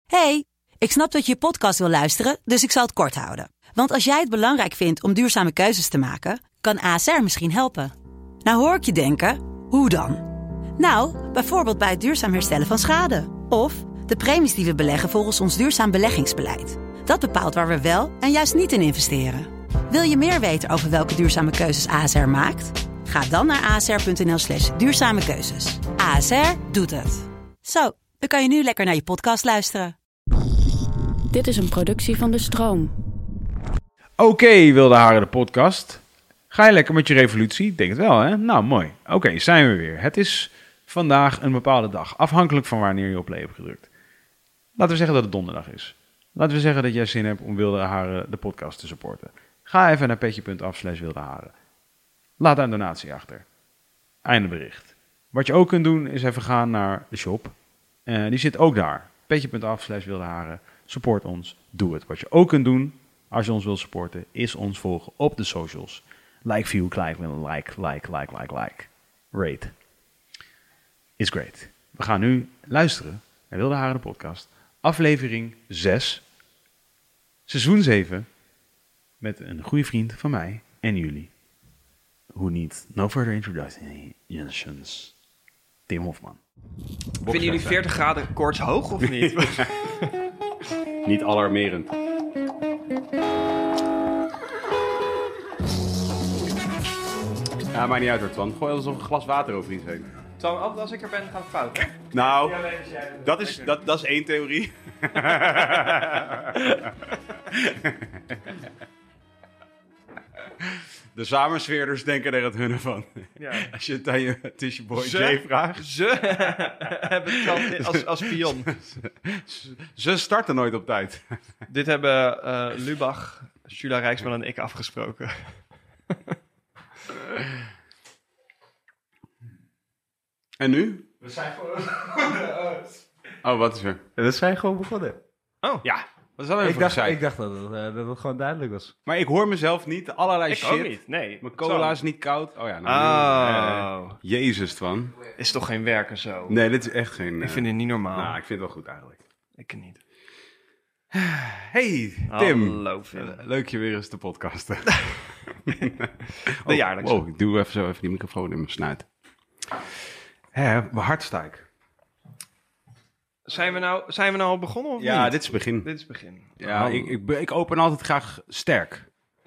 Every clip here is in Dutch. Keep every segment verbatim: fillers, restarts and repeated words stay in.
Hey, ik snap dat je je podcast wil luisteren, dus ik zal het kort houden. Want als jij het belangrijk vindt om duurzame keuzes te maken, kan A S R misschien helpen. Nou hoor ik je denken, hoe dan? Nou, bijvoorbeeld bij het duurzaam herstellen van schade. Of de premies die we beleggen volgens ons duurzaam beleggingsbeleid. Dat bepaalt waar we wel en juist niet in investeren. Wil je meer weten over welke duurzame keuzes A S R maakt? Ga dan naar asr.nl slash duurzame keuzes. A S R doet het. Zo, dan kan je nu lekker naar je podcast luisteren. Dit is een productie van De Stroom. Oké, okay, Wilde Haren, de podcast. Ga je lekker met je revolutie? Ik denk het wel, hè? Nou, mooi. Oké, okay, zijn we weer. Het is vandaag een bepaalde dag, afhankelijk van wanneer je op play hebt gedrukt. Laten we zeggen dat het donderdag is. Laten we zeggen dat jij zin hebt om Wilde Haren, de podcast, te supporten. Ga even naar petje.af slash Wilde Haren. Laat daar een donatie achter. Einde bericht. Wat je ook kunt doen, is even gaan naar de shop. Uh, die zit ook daar. Petje.af slash Wilde Haren. Support ons. Doe het. Wat je ook kunt doen, als je ons wilt supporten, is ons volgen op de socials. Like, view, like, like, like, like, like, like. Rate. Is great. We gaan nu luisteren naar Wilde Haren, de podcast. Aflevering zes. Seizoen zeven. Met een goede vriend van mij en jullie. Who needs no further introductions. Tim Hofman. Vinden jullie veertig graden koorts hoog of niet? Niet alarmerend. Ja, maakt niet uit hoor, Twan. Gooi alsof een glas water over iets heen. Twan, altijd als ik er ben, gaat het fout, hè? Nou, dat is, dat, dat is één theorie. De samensweerders denken er het hunne van. Ja. Als je het aan je tissue boy ze, Jay vraagt. Ze hebben het dan als, als spion. Ze, ze starten nooit op tijd. Dit hebben uh, Lubach, Jula Rijksman en ik afgesproken. En nu? We zijn gewoon... Oh, wat is er? We zijn gewoon begonnen. Oh, ja. Wat is dat even ik, dacht, gezegd? ik dacht dat het, uh, dat het gewoon duidelijk was. Maar ik hoor mezelf niet. Allerlei ik shit. ook niet, nee. Mijn cola is niet koud. Oh ja, nou. Oh. Uh, Jezus, Twan. Is toch geen werken zo? Nee, dit is echt geen... Uh, ik vind het niet normaal. Nou, ik vind het wel goed eigenlijk. Ik niet. Hey, Tim. Hallo, Phil. Leuk je weer eens te podcasten. De oh, jaarlijkse. Wow, ik doe even zo even die microfoon in mijn snuit. Hé, mijn hart sta ik. Zijn we nou, zijn we nou al begonnen of ja, niet? dit is het begin. Dit is het begin. Ja, oh. ik, ik, ik open altijd graag sterk.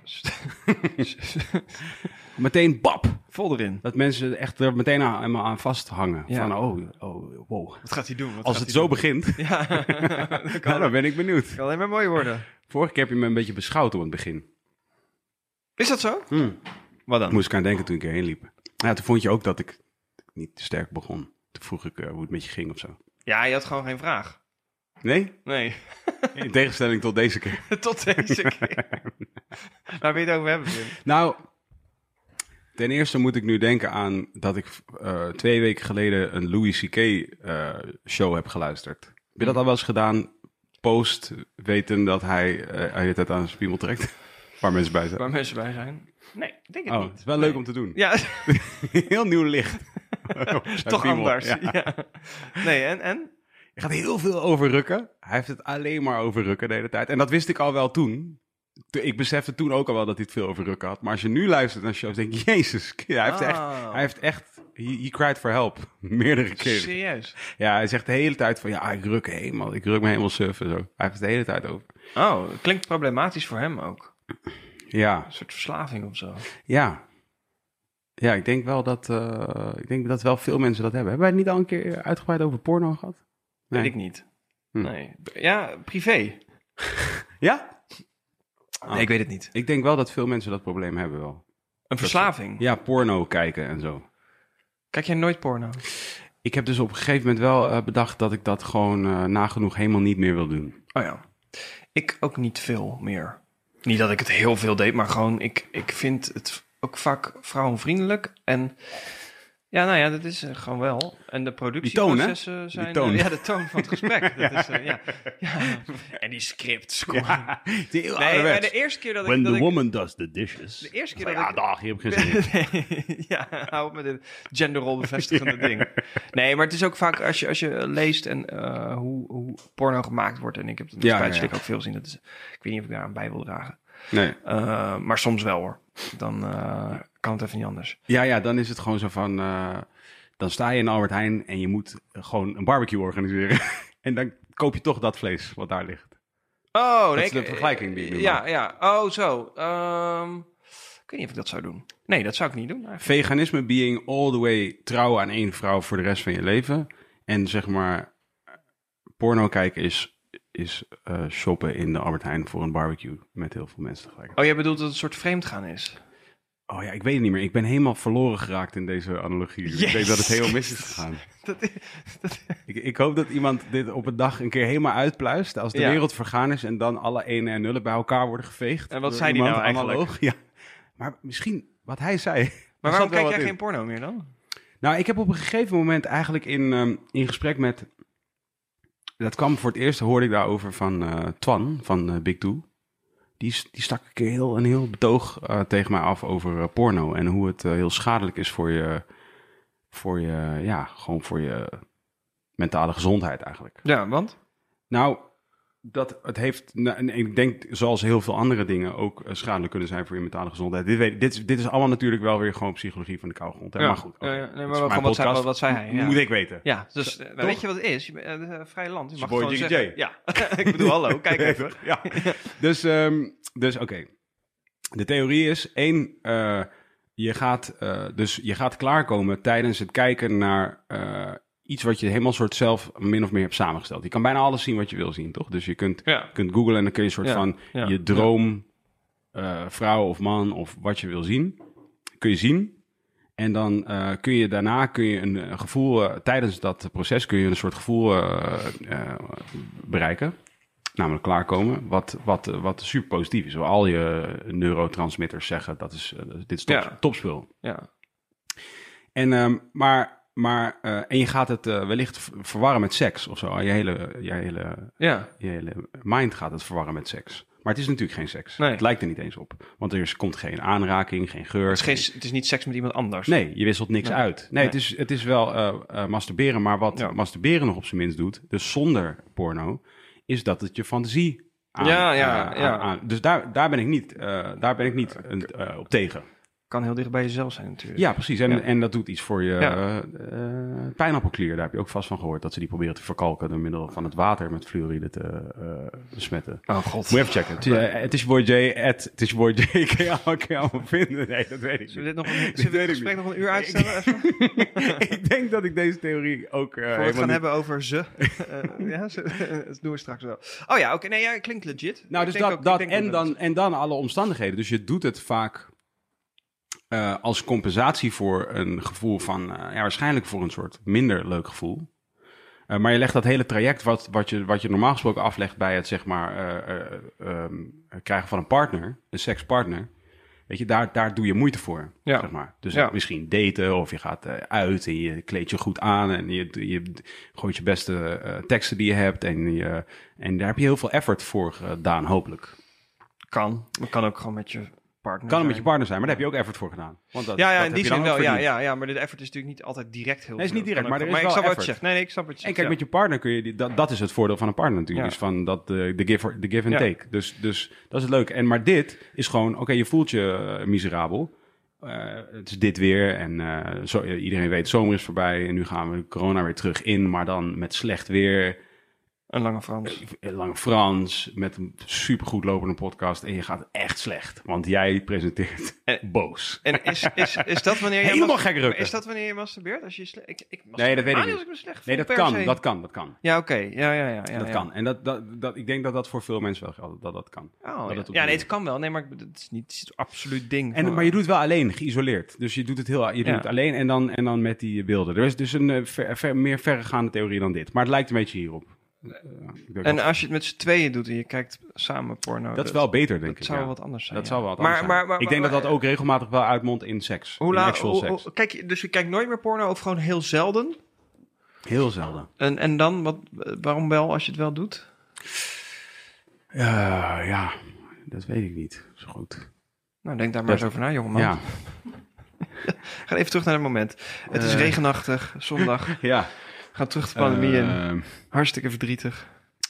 Meteen bap. Vol erin. Dat mensen echt er meteen aan, aan vasthangen. Ja. Van, oh, oh, wow. Wat gaat hij doen? Wat Als het zo doen? begint, ja. dan, kan dan ben ik benieuwd. Het kan alleen maar mooi worden. Vorige keer heb je me een beetje beschouwd op het begin. Is dat zo? Hmm. Wat dan? Moest ik aan denken toen ik erheen liep. Ja, toen vond je ook dat ik niet te sterk begon. Toen vroeg ik uh, hoe het met je ging of zo. Ja, je had gewoon geen vraag. Nee? Nee. In tegenstelling tot deze keer. Tot deze keer. Waar wil je het over hebben, Tim? Nou, ten eerste moet ik nu denken aan dat ik uh, twee weken geleden een Louis C K uh, show heb geluisterd. Heb je dat al wel eens gedaan? Post weten dat hij uh, hij het aan zijn spiemel trekt? Waar mensen bij zijn. Waar mensen bij zijn? Nee, ik denk het oh, niet. Het is wel nee. leuk om te doen. Ja. Heel nieuw licht. Toch piemel. anders. Ja. Ja. Nee, en? en? Hij gaat heel veel over rukken. Hij heeft het alleen maar over rukken de hele tijd. En dat wist ik al wel toen. Ik besefte toen ook al wel dat hij het veel over rukken had. Maar als je nu luistert naar shows, denk je, jezus. Ja, hij, heeft oh. echt, hij heeft echt, he, he cried for help. Meerdere keren. Serieus? Ja, hij zegt de hele tijd van, ja, ik ruk helemaal, ik ruk me helemaal suf en zo. Hij heeft het de hele tijd over. Oh, klinkt problematisch voor hem ook. Ja. Een soort verslaving of zo. Ja. Ja, ik denk wel dat, uh, ik denk dat wel veel mensen dat hebben. Hebben wij het niet al een keer uitgebreid over porno gehad? Nee. Weet ik niet. Hm. Nee. Ja, privé. Ja? Oh. Nee, ik weet het niet. Ik denk wel dat veel mensen dat probleem hebben wel. Een verslaving? Ja, porno kijken en zo. Kijk jij nooit porno? Ik heb dus op een gegeven moment wel uh, bedacht dat ik dat gewoon uh, nagenoeg helemaal niet meer wil doen. Oh ja. Ik ook niet veel meer. Niet dat ik het heel veel deed, maar gewoon ik, ik vind het ook vaak vrouwenvriendelijk. En Ja, nou ja, dat is uh, gewoon wel. En de productieprocessen zijn... Die toon. Uh, ja, de toon van het gesprek. Dat is, uh, ja. Ja. En die scripts. Ja, die heel nee, maar de eerste keer dat When ik... the dat woman ik, does the dishes. De eerste keer ja, dat ik... dag, je hebt gezien. ja, hou op met dit genderrol bevestigende ding. Nee, maar het is ook vaak als je, als je leest en uh, hoe, hoe porno gemaakt wordt. En ik heb het Ja, spijtelijk ja, ja. ook veel gezien. Dat is, ik weet niet of ik daar aan bij wil dragen. Nee. Uh, maar soms wel hoor. Dan uh, kan het even niet anders. Ja, ja, dan is het gewoon zo van... Uh, dan sta je in Albert Heijn en je moet gewoon een barbecue organiseren. En dan koop je toch dat vlees wat daar ligt. Oh, Dat nee. is de ik- vergelijking die ik nu Ja, maak. ja. Oh, zo. Um, ik weet niet of ik dat zou doen. Nee, dat zou ik niet doen eigenlijk. Veganisme being all the way trouw aan één vrouw voor de rest van je leven. En zeg maar, porno kijken is, is uh, shoppen in de Albert Heijn voor een barbecue met heel veel mensen tegelijk. Oh, jij bedoelt dat het een soort vreemdgaan is? Oh ja, ik weet het niet meer. Ik ben helemaal verloren geraakt in deze analogie. Ik denk dat het heel mis is gegaan. Dat is, dat, Ik, ik hoop dat iemand dit op een dag een keer helemaal uitpluist. Als de Ja. wereld vergaan is en dan alle enen en nullen bij elkaar worden geveegd. En wat door zei die iemand nou eigenlijk? analoog. Ja. Maar misschien wat hij zei. maar er waarom zat wel kijk wat jij in. geen porno meer dan? Nou, ik heb op een gegeven moment eigenlijk in, um, in gesprek met... Dat kwam voor het eerst, hoorde ik daarover van uh, Twan, van uh, Big Two. Die, s- die stak een keer heel, een heel betoog uh, tegen mij af over uh, porno. En hoe het uh, heel schadelijk is voor je, voor je, ja, gewoon voor je mentale gezondheid eigenlijk. Ja, want? Nou, dat het heeft, nou, en ik denk zoals heel veel andere dingen ook uh, schadelijk kunnen zijn voor je mentale gezondheid. Dit, weet, dit, is, dit is allemaal natuurlijk wel weer gewoon psychologie van de koude grond. Hè? Ja. Maar goed, Ja, oké. ja. Nee, Het maar is gewoon mijn wat zei- podcast. wat zei hij, ja. Moet ik weten. Ja, dus uh, toch? weet je wat het is? Je bent uh, vrij land. Je mag boy gewoon Jiggy zeggen... J. Ja, ik bedoel, hallo, kijk even. Ja. Dus, um, dus oké. Okay. De theorie is, één, uh, je, gaat, uh, dus je gaat klaarkomen tijdens het kijken naar uh, iets wat je helemaal soort zelf min of meer hebt samengesteld. Je kan bijna alles zien wat je wil zien, toch? Dus je kunt, Ja. kunt googlen en dan kun je een soort Ja, van ja, je droom, uh, vrouw of man of wat je wil zien, kun je zien. En dan uh, kun je daarna kun je een, een gevoel, uh, tijdens dat proces kun je een soort gevoel uh, uh, bereiken. Namelijk klaarkomen, wat, wat, wat super positief is. Waar al je neurotransmitters zeggen, dat is, uh, dit is top, Ja. topspul. Ja. En, um, maar, maar, uh, en je gaat het uh, wellicht v- verwarren met seks of zo. Je hele, je, hele, Ja. je hele mind gaat het verwarren met seks. Maar het is natuurlijk geen seks. Nee. Het lijkt er niet eens op. Want er is, komt geen aanraking, geen geur. Het is, geen, het is niet seks met iemand anders. Nee, je wisselt niks Nee. uit. Nee, Nee. Het, is, het is wel uh, uh, masturberen, maar wat Ja. masturberen nog op zijn minst doet, dus zonder porno, is dat het je fantasie aan... Ja, ja, uh, ja. aan- aan- dus daar, daar ben ik niet, uh, daar ben ik niet uh, op tegen. Kan heel dicht bij jezelf zijn natuurlijk. Ja, precies. En, Ja. en dat doet iets voor je Ja. uh, uh, pijnappelklier. Daar heb je ook vast van gehoord. Dat ze die proberen te verkalken door middel van het water met fluoride te uh, besmetten. Oh god. Moet je even checken. Het, uh, het is je boy J. At, het is je boy J. Kun je allemaal, kun je allemaal vinden? Nee, dat weet ik Zullen we niet. dit nog een, Dit zullen we weet dit ik gesprek niet. nog een uur uitstellen? Even? Ik denk dat ik deze theorie ook uh, Voor we het helemaal gaan niet... hebben over ze. Uh, ja, ze, dat doen we straks wel. Oh ja, oké. Nee, ja, klinkt legit. Nou, Ik dus denk dat, ook- dat ik denk en, ook dan, en dan alle omstandigheden. Dus je doet het vaak uh, als compensatie voor een gevoel van... Uh, ja, waarschijnlijk voor een soort minder leuk gevoel. Uh, maar je legt dat hele traject wat, wat, je, wat je normaal gesproken aflegt bij het zeg maar uh, uh, um, krijgen van een partner, een sekspartner. Weet je, daar, daar doe je moeite voor, Ja. zeg maar. Dus Ja. misschien daten of je gaat uh, uit en je kleedt je goed aan en je, je gooit je beste uh, teksten die je hebt. En, je, en daar heb je heel veel effort voor gedaan, hopelijk. Kan. Maar kan ook gewoon met je partner Kan het met je zijn. partner zijn, maar daar heb je ook effort voor gedaan. Want dat, Ja, ja, dat in heb die je dan zin ook wel. Ja, verdiend. ja, ja, maar dit effort is natuurlijk niet altijd direct heel Nee, is veel. niet direct, Kan maar ook- er is ik wel snap wat je effort. zegt. Nee, nee, ik snap wat je En zegt. kijk, ja. met je partner kun je... Die, dat, dat is het voordeel van een partner natuurlijk. Ja. Dus van dat de de give, the give and Ja. take. Dus, dus dat is het leuke. En, maar dit is gewoon... Oké, okay, je voelt je uh, miserabel. Uh, het is dit weer. En uh, zo, iedereen weet, zomer is voorbij. En nu gaan we corona weer terug in. Maar dan met slecht weer. Een lange Frans. Uh, lange Frans. Met een supergoed lopende podcast. En je gaat echt slecht. Want jij presenteert En- boos. En is, is, is dat wanneer je... Helemaal mas- gek rukken. Is dat wanneer je masturbeert? Als je sle- ik, ik Nee, dat weet ik masturbeer niet. als ik me slecht Nee, voel dat per kan. se. Dat kan. Dat kan. Ja, oké. Ja, ja, ja. ja dat ja. kan. En dat, dat, dat, ik denk dat dat voor veel mensen wel geldt. Dat dat kan. Oh, Dat ja. het op ja, die nee, het kan wel. Nee, maar ik bedoel, het is niet het absoluut ding. En, van- maar je doet het wel alleen, geïsoleerd. Dus je doet het heel, je doet Ja. het alleen en dan, en dan met die beelden. Er is dus een uh, ver, ver, meer verregaande theorie dan dit. Maar het lijkt een beetje hierop. Uh, ik denk En dat, als je het met z'n tweeën doet en je kijkt samen porno... dat is wel beter, denk dat ik. zou ja. wel wat anders zijn. Dat ja. zou wel wat maar, anders zijn. maar, maar, ik denk maar, dat dat ook regelmatig wel uitmondt in seks. Hoe in laat? actual Hoe, seks. hoe- kijk, je- dus je kijkt nooit meer porno of gewoon heel zelden? Heel zelden. En, en dan, wat, waarom wel als je het wel doet? Uh, ja, dat weet ik niet zo goed. Nou, denk daar maar Dat- eens over na, jongeman. Ja, Ga even terug naar het moment. Het is Eh. regenachtig, zondag. ja. Ga terug de pandemie in. Uh, Hartstikke verdrietig.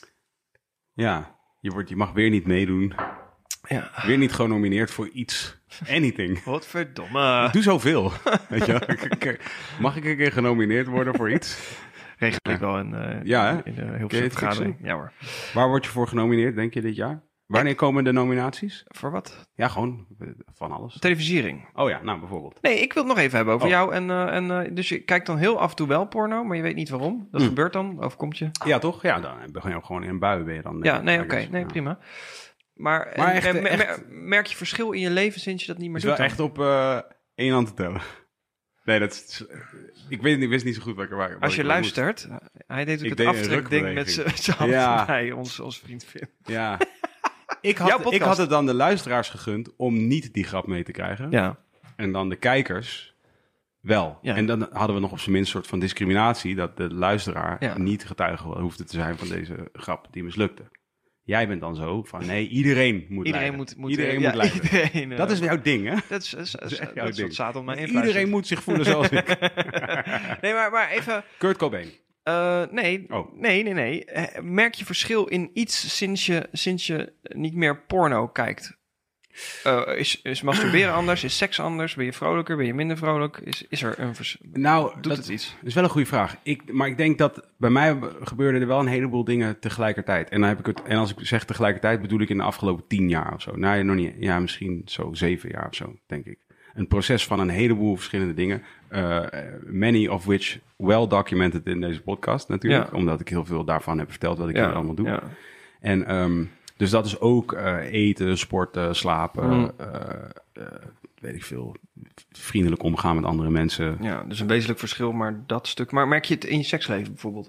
ja. Je, wordt, je mag weer niet meedoen. Ja. Weer niet genomineerd voor iets. Anything. Wat verdomme. Ik doe zoveel. Weet je wel? Mag ik een keer genomineerd worden voor iets? Regel ik wel in, uh, Ja, hè? in de heel Ken je het vergadering. fixen? Ja hoor. Waar word je voor genomineerd, denk je, dit jaar? Wanneer komen de nominaties? Voor wat? Ja, gewoon eh, van alles. Televisiering. Oh ja, nou bijvoorbeeld. Nee, ik wil het nog even hebben over Oh. jou. En, uh, en, uh, dus je kijkt dan heel af en toe wel porno, maar je weet niet waarom. Dat Hm. gebeurt dan, overkomt je. Ja, toch? Ja, dan ben je gewoon in een bui ben je dan. Ja, nee, oké. ergens. Nee, Ja. prima. Maar, Maar en- echt, en mer- echt- mer- merk je verschil in je leven sinds je dat niet meer Het is doet wel dan? echt op eh, één hand te tellen. Nee, dat is... Ik weet niet, ik wist niet zo goed wat ik er waar. Als je luistert, hij deed ook Ik het deed een afdrukding met rukbeweging. z'n hand. Ja. Hij, ons, ons vriend Finn. Ja. Ik Jouw had, podcast. ik had het dan de luisteraars gegund om niet die grap mee te krijgen. Ja. En dan de kijkers wel. Ja. En dan hadden we nog op zijn minst een soort van discriminatie... dat de luisteraar Ja. niet getuige hoefde te zijn van deze grap die mislukte. Jij bent dan zo van, nee, iedereen moet Iedereen lijden. moet, moet, iedereen eh, moet ja, lijden. iedereen, eh, Dat is jouw ding, hè? Dat is, is, is, is echt jouw dat is ding. wat zaad op mij Iedereen moet zich voelen zoals ik. Nee, maar, maar even... Kurt Cobain. eh, nee, Oh. nee, nee, nee. Eh, Merk je verschil in iets sinds je, sinds je niet meer porno kijkt? Eh, is, is masturberen anders? Is seks anders? Ben je vrolijker? Ben je minder vrolijk? Is, is er een verschil? Nou, Doet dat het iets? is wel een goede vraag. Ik, maar ik denk dat bij mij gebeurden er wel een heleboel dingen tegelijkertijd. En, dan heb ik het, en als ik zeg tegelijkertijd, bedoel ik in de afgelopen tien jaar of zo. Nou, nog niet. Ja, misschien zo zeven jaar of zo, denk ik. Een proces van een heleboel verschillende dingen. Uh, many of which well documented in deze podcast natuurlijk. Ja. Omdat ik heel veel daarvan heb verteld wat ik Ja, hier allemaal doe. ja. En um, dus dat is ook uh, eten, sporten, slapen, Mm. uh, uh, weet ik veel, vriendelijk omgaan met andere mensen. Ja, dus een wezenlijk verschil, maar dat stuk. Maar merk je het in je seksleven bijvoorbeeld?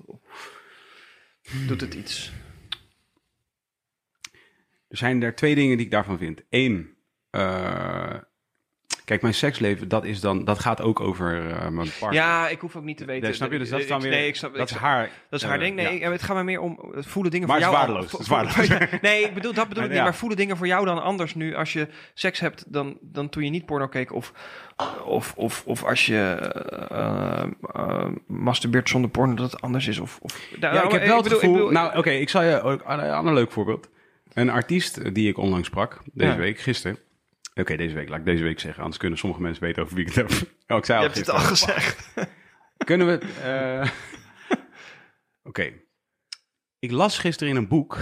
Doet het iets? Er zijn er twee dingen die ik daarvan vind. Eén, uh, kijk, mijn seksleven, dat is dan, dat gaat ook over uh, mijn partner. Ja, ik hoef ook niet te weten. Nee, snap je? Dus dat is dan Ik- weer, nee, ik snap, dat ik is snap- haar. Dat is haar uh, ding. Nee, ja. het gaat maar meer om het voelen dingen Maar voor het is jou. waardeloos, al- het is waardeloos. Nee, ik bedoel, dat bedoel ik Ja. niet. Maar voelen dingen voor jou dan anders nu als je seks hebt dan, dan toen je niet porno keek? Of, of, of, of als je uh, uh, masturbeert zonder porno dat het anders is? Of, of, nou, Ja, ik heb wel het bedoel- gevoel... bedoel- nou, oké, okay, ik zal je ook een ander leuk voorbeeld. Een artiest die ik onlangs sprak, deze Ja. week, gisteren. Oké, okay, deze week, laat ik deze week zeggen. Anders kunnen sommige mensen weten over wie ik het heb. Oh, ik zei je al hebt het al gisteren. gezegd. Kunnen we het... Uh... Oké. Okay. Ik las gisteren in een boek...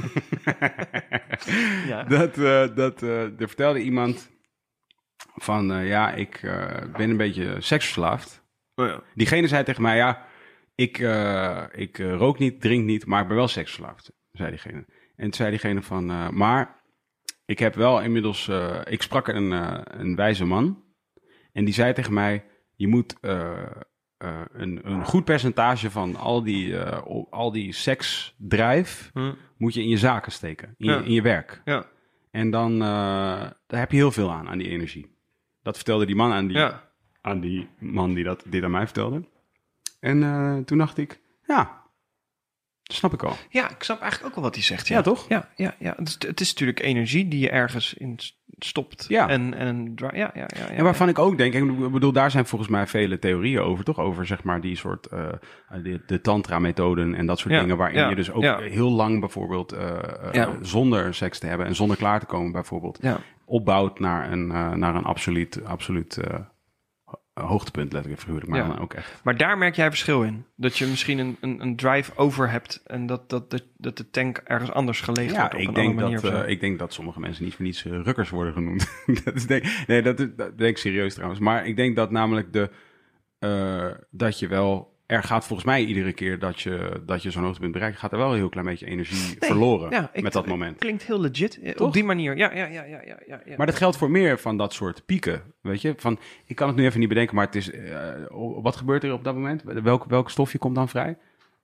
Ja. dat, uh, dat uh, er vertelde iemand van... Uh, ja, ik uh, ben een beetje seksverslaafd. Oh ja. Diegene zei tegen mij... Ja, ik, uh, ik uh, rook niet, drink niet, maar ik ben wel seksverslaafd. Zei diegene. En toen zei diegene van... Uh, maar... Ik heb wel inmiddels... Uh, ik sprak een, uh, een wijze man. En die zei tegen mij... Je moet uh, uh, een, een goed percentage van al die, uh, al die seksdrijf... Hm. moet je in je zaken steken. In, Ja. je, in je werk. Ja. En dan uh, daar heb je heel veel aan, aan die energie. Dat vertelde die man aan die, Ja. aan die man die dat, dit aan mij vertelde. En uh, toen dacht ik... Ja, dat snap ik al. Ja, ik snap eigenlijk ook wel wat hij zegt. Ja, Ja, toch? Ja, ja, ja. Het, is, het is natuurlijk energie die je ergens in stopt. Ja. En, en dra- ja, ja, ja, ja. En waarvan ik ook denk, ik bedoel, daar zijn volgens mij vele theorieën over, toch? Over zeg maar die soort, uh, de, de tantra-methoden en dat soort Ja, dingen, waarin ja, je dus ook ja. heel lang bijvoorbeeld, uh, uh, Ja. zonder seks te hebben en zonder klaar te komen bijvoorbeeld, Ja. opbouwt naar een, uh, naar een absoluut, absoluut uh, hoogtepunt, letterlijk figuurlijk, maar Ja. dan ook echt. Maar daar merk jij verschil in. Dat je misschien een, een, een drive over hebt en dat, dat, dat, dat de tank ergens anders geleegd Ja, wordt op ik een denk, andere dat, manier. of uh, zo. ik denk dat sommige mensen niet voor niets uh, rukkers worden genoemd. dat is denk, nee, dat, is, dat denk ik serieus trouwens. Maar ik denk dat namelijk de, uh, dat je wel... Er gaat volgens mij iedere keer dat je, dat je zo'n hoogtepunt bereikt... gaat er wel een heel klein beetje energie Nee, verloren ja, ik- met dat moment. Klinkt heel legit. eh, Toch? Op die manier. Ja, ja, ja, ja, ja, ja, ja. Maar dat geldt voor meer van dat soort pieken, weet je? Van, ik kan het nu even niet bedenken, maar het is... Uh, wat gebeurt er op dat moment? Welk, welk stofje komt dan vrij?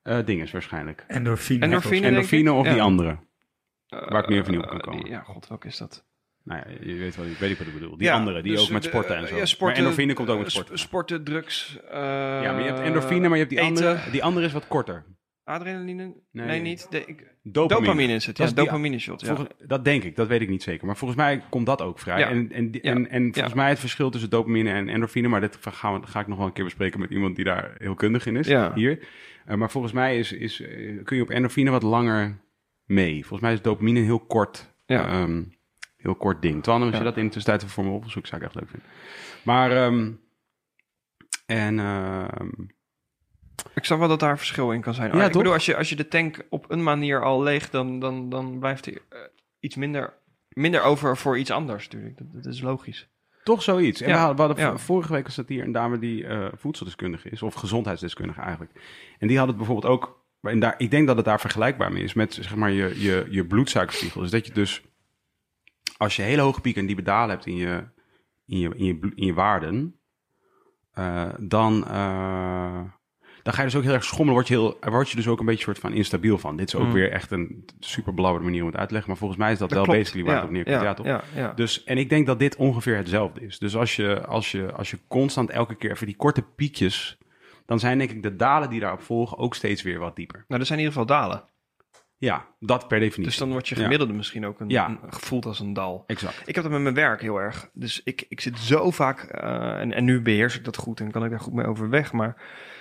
Uh, dinges waarschijnlijk. Endorfine. Endorfine, Endorfine denk ik. of Ja. die andere. Uh, Waar ik nu even niet op kan komen. Uh, ja, god, welke is dat? Nou ja, je weet, wel, weet ik wat ik bedoel. Die Ja, andere, die dus ook met de, sporten en zo. Ja, sporten, maar endorfine komt ook met uh, sporten. Sporten, drugs. Uh, ja, maar je hebt endorfine, maar je hebt die eten. andere. Die andere is wat korter. Adrenaline? Nee, Nee. niet. De, ik, Dopamine. dopamine is het, ja. Dat is die- Dopamine shot, ja. Volgens, dat denk ik, dat weet ik niet zeker. Maar volgens mij komt dat ook vrij. Ja. En, en, die- Ja. en, en volgens Ja. mij het verschil tussen dopamine en endorfine... maar dit gaan we, ga ik nog wel een keer bespreken met iemand die daar heel kundig in is. Ja. Hier. Uh, maar volgens mij is, is, uh, kun je op endorfine wat langer mee. Volgens mij is dopamine een heel kort, Ja. um, heel kort ding. Twan, als Ja. je dat in de tussentijd even voor me opzoekt, zou ik echt leuk vinden. Maar... Um, en... Um, Ik snap wel dat daar verschil in kan zijn. Ja, ik toch? bedoel, als je, als je de tank op een manier al leeg... dan, dan, dan blijft er uh, iets minder, minder over voor iets anders natuurlijk. Dat, dat is logisch. Toch zoiets. En Ja, we hadden, we hadden ja. vorige week was dat hier een dame die uh, voedseldeskundige is, of gezondheidsdeskundige eigenlijk. En die had het bijvoorbeeld ook, en daar, ik denk dat het daar vergelijkbaar mee is met zeg maar je, je, je bloedsuikerspiegel. Dus dat je dus, als je hele hoge pieken en diepe dalen hebt in je, in je, in je, bloed- in je waarden, uh, dan, uh, dan ga je dus ook heel erg schommelen. Word je, heel, word je dus ook een beetje soort van instabiel van. Dit is ook Mm. weer echt een super belabberde manier om het uit te leggen. Maar volgens mij is dat, Dat wel klopt. basically waar ja, het op neerkomt. Ja, ja, toch? ja, ja. Dus, en ik denk dat dit ongeveer hetzelfde is. Dus als je, als je, als je constant elke keer even die korte piekjes... dan zijn denk ik de dalen die daarop volgen ook steeds weer wat dieper. Nou, er zijn in ieder geval dalen. Ja, dat per definitie. Dus dan wordt je Ja. gemiddelde misschien ook een, Ja. een, gevoeld als een dal. Exact. Ik heb dat met mijn werk heel erg. Dus ik, ik zit zo vaak... uh, en, en nu beheers ik dat goed en kan ik daar goed mee overweg. Maar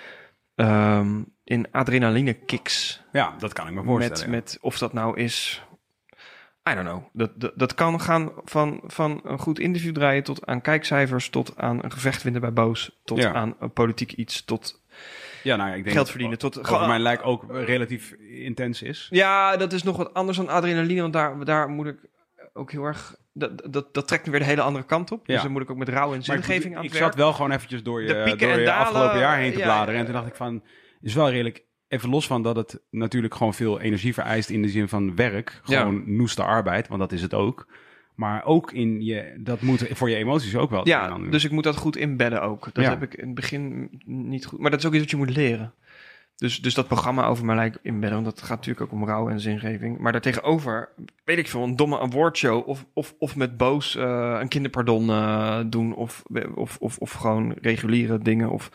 um, in adrenaline kicks... Ja, dat kan ik me voorstellen. Met, ja. met of dat nou is... I don't know. Dat, dat, dat kan gaan van, van een goed interview draaien... tot aan kijkcijfers, tot aan een gevecht winnen bij Boos... tot Ja. aan een politiek iets, tot Ja, nou, ja, ik denk geld dat verdienen. Tot, het over mijn lijk ook relatief intens is. Ja, dat is nog wat anders dan adrenaline... want daar, daar moet ik ook heel erg... Dat, dat, dat trekt me weer de hele andere kant op. Ja. Dus dan moet ik ook met rouw en Maar ik, zingeving aan ik het zat werk. wel gewoon eventjes door je, De pieken door en je dalen, afgelopen jaar heen te ja, bladeren. ja. En toen dacht ik van, is wel redelijk... Even los van dat het natuurlijk gewoon veel energie vereist in de zin van werk. Gewoon noeste arbeid, want dat is het ook. Maar ook in je, dat moet voor je emoties ook wel. het een en Ja, ander dus ik moet dat goed inbedden ook. Dat Ja. heb ik in het begin niet goed... Maar dat is ook iets wat je moet leren. Dus, dus dat programma over mijn lijk inbedden... want dat gaat natuurlijk ook om rouw en zingeving. Maar daartegenover, weet ik veel, een domme awardshow... of, of, of met Boos uh, een kinderpardon uh, doen... Of, of, of, of gewoon reguliere dingen... of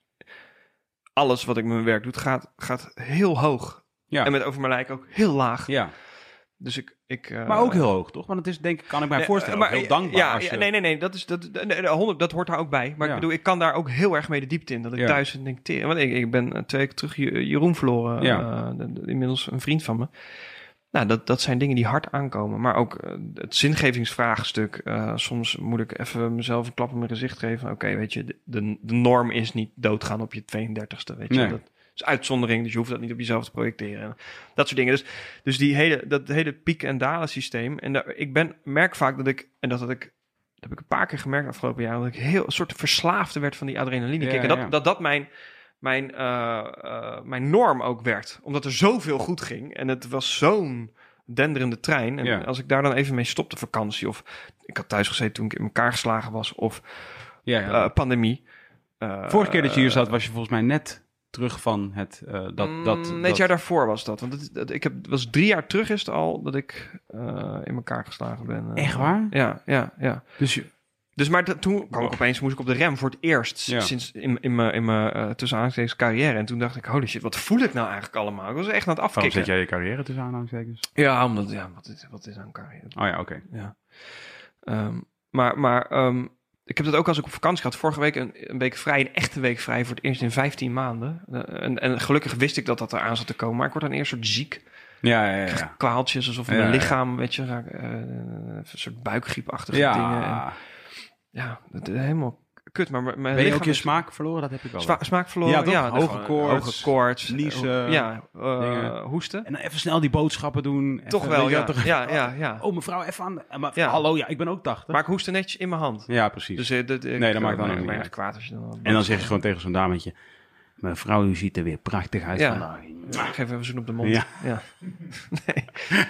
alles wat ik met mijn werk doe, gaat, gaat heel hoog. Ja. En met over mijn lijk ook heel laag. Ja, Dus ik... ik uh, maar ook heel hoog, toch? Want het is, denk ik, kan ik mij nee, voorstellen, maar, ook heel dankbaar. Ja, als je... ja, nee, nee, nee, dat, is, dat, nee, nee, honderd, dat hoort daar ook bij. Maar Ja. ik bedoel, ik kan daar ook heel erg mee de diepte in. Dat ik Ja. thuis denk, tering, want ik, ik ben twee weken terug Je- Jeroen verloren. Ja. Uh, de- de- inmiddels een vriend van me. Nou, dat, dat zijn dingen die hard aankomen. Maar ook uh, het zingevingsvraagstuk. Uh, soms moet ik even mezelf een klap in mijn gezicht geven. Oké, okay, weet je, de, de, de norm is niet doodgaan op je tweeëndertigste. Weet je, Nee. dat is uitzondering. Dus je hoeft dat niet op jezelf te projecteren. Dat soort dingen. Dus, dus die hele, dat hele piek- en dalen systeem. En daar, ik ben, merk vaak dat ik, en dat, dat ik, dat heb ik een paar keer gemerkt de afgelopen jaren, dat ik heel een soort verslaafde werd van die adrenaline kick. Ja, en dat, ja. dat dat mijn, mijn, uh, uh, mijn norm ook werd. Omdat er zoveel goed ging. En het was zo'n denderende trein. En Ja. als ik daar dan even mee stopte, vakantie, of ik had thuis gezeten toen ik in elkaar geslagen was, of Ja, ja. uh, pandemie. Uh, Vorige keer dat je hier zat, was je volgens mij net terug van het... Uh, dat, dat, Mm, dat, nee, dat... het jaar daarvoor was dat. Want het, het, ik heb, het was drie jaar terug is het al dat ik uh, in elkaar geslagen ben. Uh, Echt waar? Ja, ja, ja. Dus je... Dus maar dat, toen kwam ik opeens, moest ik op de rem voor het eerst Ja. sinds in, in mijn in mijn uh, tussen aanhalingstekens carrière. En toen dacht ik, holy shit, wat voel ik nou eigenlijk allemaal? Ik was echt aan het Waarom afkicken. zet jij je carrière tussen aanhalingstekens? Ja, omdat, ja, wat is, wat is nou een carrière? Oh ja, oké. Okay. Ja. Um, maar maar um, ik heb dat ook als ik op vakantie had. Vorige week een, een week vrij, een echte week vrij voor het eerst in vijftien maanden. Uh, en, en gelukkig wist ik dat dat eraan zat te komen. Maar ik word dan eerst soort ziek. Ja, ja, ja. Ik krijg ja. kwaaltjes, alsof Ja, mijn ja. lichaam, weet je, raak, uh, een soort buikgriepachtige Ja. dingen. En, ja, dat is helemaal kut. Maar mijn Ben je lichaam ook je is- smaak verloren? Dat heb ik wel. Sma- smaak verloren. Ja, toch? Ja, Hoge gewoon, koorts, hoge koorts, niezen, uh, ja, uh, dingen. hoesten. En dan even snel die boodschappen doen. Even, Toch weet wel, je ja. toch- Ja, ja, ja. Oh, mevrouw, even aan. de- Maar, Ja. Hallo, ja, ik ben ook tachtig. Maar ik hoestte netjes in mijn hand. Ja, precies. Dus, uh, dat, Nee, dat maakt dan ook niet weinig uit. kwaad als je dan... En dan zeg je gewoon tegen zo'n dametje... Mevrouw, u ziet er weer prachtig uit Ja. vandaag. Ja, ik geef even een zoen op de mond. Ja. Ja. Nee.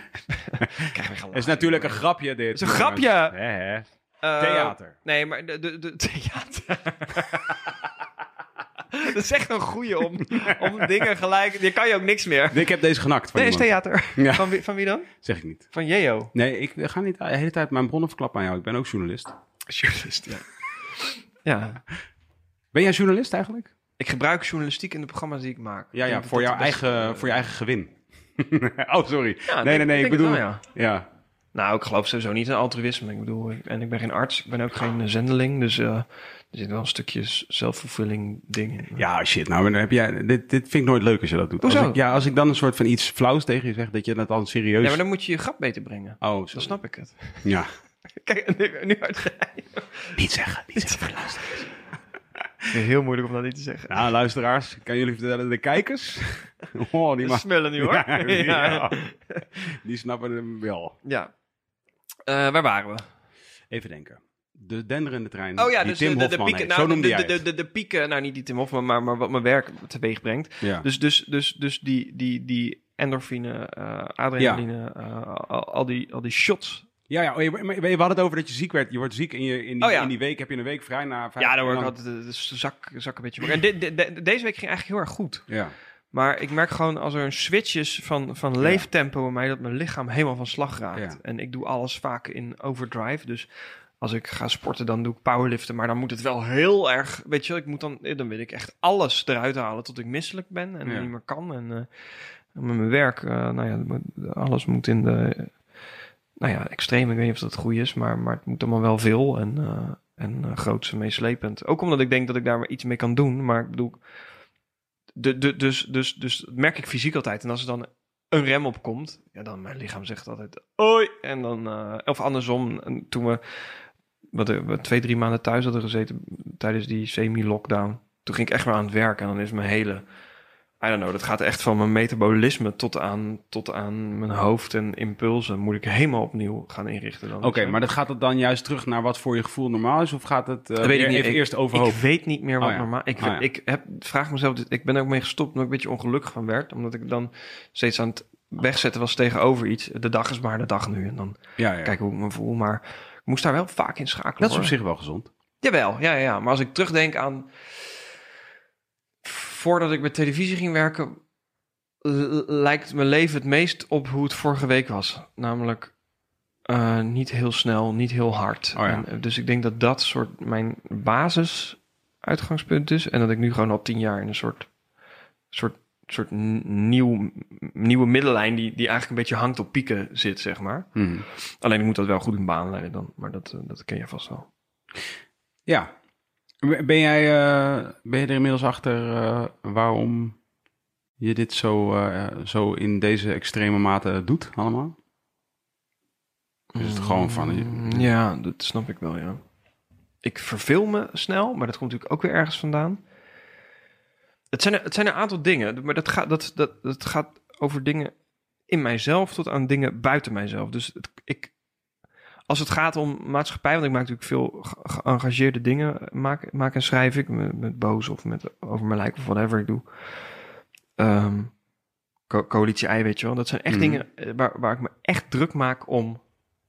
Krijg weer Het is natuurlijk een grapje dit. Het is een jongens. grapje! Hè, hè. Uh, Theater. Nee, maar de, de, de theater. Dat is echt een goeie om, om dingen gelijk... Je kan je ook niks meer. Ik heb deze genakt van Nee, is iemand. theater. Ja. Van, wie, van wie dan? Zeg ik niet. Van Jeo. Nee, ik ga niet de hele tijd mijn bronnen verklappen aan jou. Ik ben ook journalist. Journalist, ja. Ja. Ben jij journalist eigenlijk? Ik gebruik journalistiek in de programma's die ik maak. Ja, Ik ja, denk voor, dat jouw dat best, eigen, uh, voor je eigen gewin. Oh, sorry. Ja, nee, nee, nee, ik denk bedoel... het wel, ja. ja. Nou, ik geloof sowieso niet in altruïsme. Ik bedoel, ik, en ik ben geen arts. Ik ben ook geen uh, zendeling. Dus uh, er zit wel een stukje zelfvervulling ding in. Ja, shit. Nou, dan heb jij, dit, dit vind ik nooit leuk als je dat doet. Als Hoezo? ik, ja, als ik dan een soort van iets flauws tegen je zeg, dat je dat dan serieus... Ja, maar dan moet je je grap beter brengen. Oh, Dan sorry. snap ik het. Ja. Kijk, nu, nu uit. Niet zeggen, niet zeggen. Heel moeilijk om dat niet te zeggen. Nou, luisteraars, kan jullie vertellen, de kijkers... Oh, die, De ma- smullen nu, hoor. Ja, die, Ja. ja. Die snappen hem wel. Ja. Uh, waar waren we? Even denken. De denderende trein. Oh ja, die dus Tim de, de, de Hofman pieken. heeft. Nou, Zo noemde de, jij de, het. de, de, de pieken, nou niet die Tim Hofman, maar, maar wat mijn werk teweeg brengt. Ja. Dus, dus, dus, dus die, die, die endorfine, uh, adrenaline, uh, al, al, die, al die shots. Ja, ja, maar maar we hadden het over dat je ziek werd. Je wordt ziek in, je, in, die, Oh ja. in die week. Heb je een week vrij na vijf Ja, dan word ik en altijd de, de zak, zak een beetje. En de, de, de, deze week ging eigenlijk heel erg goed. Ja. Maar ik merk gewoon als er een switch is van, van leeftempo bij mij, dat mijn lichaam helemaal van slag raakt. Ja. En ik doe alles vaak in overdrive. Dus als ik ga sporten, dan doe ik powerliften. Maar dan moet het wel heel erg, weet je wel, ik moet dan, dan wil ik echt alles eruit halen tot ik misselijk ben en Ja. niet meer kan. En uh, met mijn werk, uh, nou ja, alles moet in de, uh, nou ja, extreem. Ik weet niet of dat goed is, maar, maar het moet allemaal wel veel en, uh, en uh, groots en meeslepend. Ook omdat ik denk dat ik daar iets mee kan doen. Maar ik bedoel, de, de, dus, dus, dus dat merk ik fysiek altijd. En als er dan een rem op komt, ja, dan mijn lichaam zegt altijd oi. En dan, uh, of andersom, en toen we, wat, we twee, drie maanden thuis hadden gezeten tijdens die semi-lockdown, toen ging ik echt maar aan het werk en dan is mijn hele, I don't know, dat gaat echt van mijn metabolisme tot aan, tot aan mijn hoofd en impulsen. Moet ik helemaal opnieuw gaan inrichten dan. Oké, okay, zo. maar dat gaat het dan juist terug naar wat voor je gevoel normaal is? Of gaat het uh, Dat weet ik weer niet. even Ik- eerst Ik overhoop? weet niet meer wat Oh ja. normaal... Ik, Oh ja. ik heb, vraag mezelf... Ik ben er ook mee gestopt omdat ik een beetje ongelukkig van werd. Omdat ik dan steeds aan het wegzetten was tegenover iets. De dag is maar de dag nu. En dan Ja, ja. kijken hoe ik me voel. Maar ik moest daar wel vaak in schakelen. dat is op hoor. zich wel gezond. Jawel, ja, ja, ja. Maar als ik terugdenk aan... Voordat ik bij televisie ging werken... l- lijkt mijn leven het meest op hoe het vorige week was. Namelijk... uh, niet heel snel, niet heel hard. Oh ja. En, uh, dus ik denk dat dat soort mijn basis uitgangspunt is. En dat ik nu gewoon al tien jaar in een soort, soort, soort n- nieuw, nieuwe middenlijn... Die, die eigenlijk een beetje hangt op pieken zit, zeg maar. Mhm. Alleen ik moet dat wel goed in baan leiden dan. Maar dat, uh, dat ken je vast wel. Ja. Ben jij, uh, ben je er inmiddels achter uh, waarom je dit zo, uh, zo in deze extreme mate doet allemaal? Is het gewoon van... Mm, Ja, dat snap ik wel, ja. Ik verveel me snel, maar dat komt natuurlijk ook weer ergens vandaan. Het zijn er, het zijn er een aantal dingen, maar dat gaat, dat, dat, dat gaat over dingen in mijzelf tot aan dingen buiten mijzelf. Dus het, ik, als het gaat om maatschappij, want ik maak natuurlijk veel ge- geëngageerde dingen, maak, maak en schrijf ik met, met boos of met over mijn lijk of whatever ik doe. Ehm, co- coalitie ei, weet je wel. Dat zijn echt Mhm. dingen eh, waar, waar ik me echt druk maak om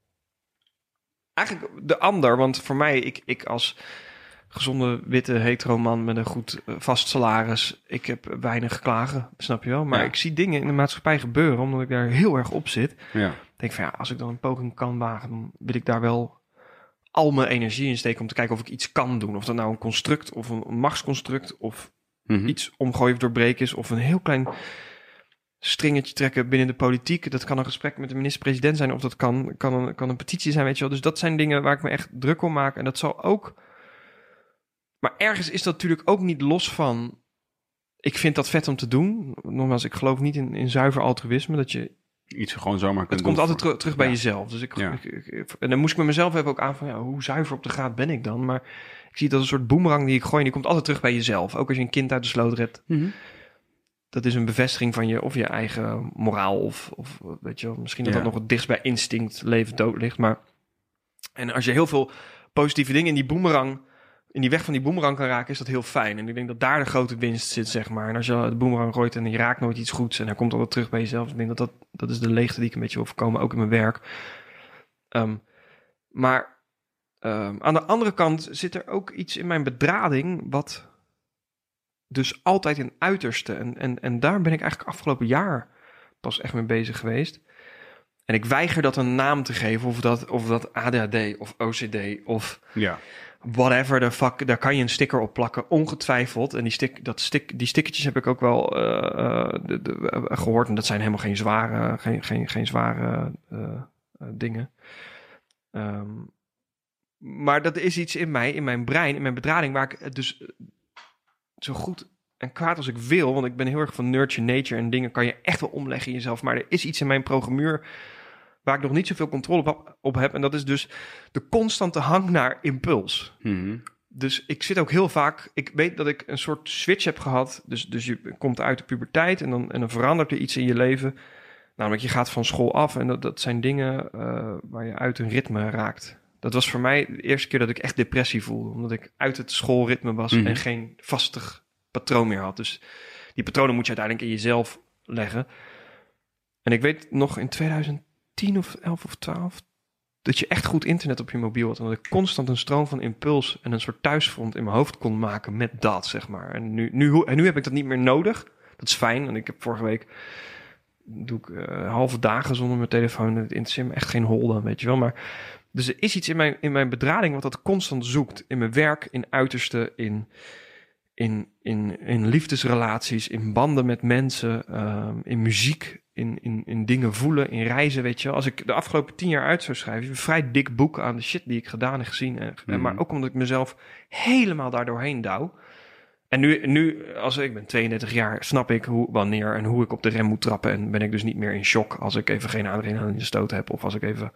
eigenlijk de ander, want voor mij, ik, ik als gezonde, witte, hetero man met een goed uh, vast salaris, ik heb weinig klagen, snap je wel? Maar Ja. ik zie dingen in de maatschappij gebeuren, omdat ik daar heel erg op zit. Ja. Ik denk van ja, als ik dan een poging kan wagen, dan wil ik daar wel al mijn energie in steken om te kijken of ik iets kan doen. Of dat nou een construct of een, een machtsconstruct of Mhm. iets omgooien of doorbreken is, of een heel klein stringetje trekken binnen de politiek. Dat kan een gesprek met de minister-president zijn, of dat kan, kan, een, kan een petitie zijn, weet je wel. Dus dat zijn dingen waar ik me echt druk om maak. En dat zal ook... Maar ergens is dat natuurlijk ook niet los van... Ik vind dat vet om te doen. Nogmaals, ik geloof niet in, in zuiver altruïsme. Dat je, Iets gewoon zomaar het kunt komt doen altijd voor- teru- terug bij Ja. jezelf. Dus ik, Ja. ik, ik- en dan moest ik met mezelf even ook aan van... Ja, hoe zuiver op de graad ben ik dan? Maar ik zie het als een soort boemerang die ik gooi... en die komt altijd terug bij jezelf. Ook als je een kind uit de sloot redt. Mhm. Dat is een bevestiging van je, of je eigen moraal, of, of weet je wel, misschien dat Ja. dat nog het dichtst bij instinct, leven, dood ligt. Maar, en als je heel veel positieve dingen in die boemerang, in die weg van die boemerang kan raken, is dat heel fijn. En ik denk dat daar de grote winst zit, zeg maar. En als je de boemerang gooit en je raakt nooit iets goeds en hij komt altijd terug bij jezelf. Ik denk dat dat, dat is de leegte die ik een beetje wil voorkomen, ook in mijn werk. Ehm, maar um, aan de andere kant zit er ook iets in mijn bedrading wat... dus altijd in uiterste. En, en, en daar ben ik eigenlijk afgelopen jaar pas echt mee bezig geweest. En ik weiger dat een naam te geven, of dat, of dat A D H D of O C D of Ja. whatever the fuck. Daar kan je een sticker op plakken, ongetwijfeld. En die, stick, dat stick, die stickertjes heb ik ook wel uh, uh, de, de, uh, gehoord. En dat zijn helemaal geen zware, geen, geen, geen zware uh, uh, dingen. Um, maar dat is iets in mij, in mijn brein, in mijn bedrading, waar ik dus zo goed en kwaad als ik wil, want ik ben heel erg van nurture nature en dingen kan je echt wel omleggen in jezelf. Maar er is iets in mijn programmeur waar ik nog niet zoveel controle op, op heb. En dat is dus de constante hang naar impuls. Mm-hmm. Dus ik zit ook heel vaak... Ik weet dat ik een soort switch heb gehad. Dus, dus je komt uit de puberteit en dan, en dan verandert er iets in je leven. Namelijk, je gaat van school af en dat, dat zijn dingen uh, waar je uit een ritme raakt. Dat was voor mij de eerste keer dat ik echt depressie voelde. Omdat ik uit het schoolritme was mm-hmm. en geen vastig patroon meer had. Dus die patronen moet je uiteindelijk in jezelf leggen. En ik weet nog in tweeduizend tien of elf of twaalf... dat je echt goed internet op je mobiel had. En dat ik constant een stroom van impuls en een soort thuisfront in mijn hoofd kon maken met dat, zeg maar. En nu, nu, en nu heb ik dat niet meer nodig. Dat is fijn. En ik heb vorige week... doe ik uh, halve dagen zonder mijn telefoon. Het interesseert me echt geen hol dan, weet je wel. Maar dus er is iets in mijn, in mijn bedrading wat dat constant zoekt. In mijn werk, in uiterste, in... In, in, in liefdesrelaties, in banden met mensen, um, in muziek, in, in, in dingen voelen, in reizen, weet je wel. Als ik de afgelopen tien jaar uit zou schrijven, een vrij dik boek aan de shit die ik gedaan en gezien heb. Mm. Maar ook omdat ik mezelf helemaal daardoorheen douw. En nu, nu, als ik ben tweeëndertig jaar, snap ik hoe, wanneer en hoe ik op de rem moet trappen. En ben ik dus niet meer in shock als ik even geen adrenaline stoot heb. Of als ik even...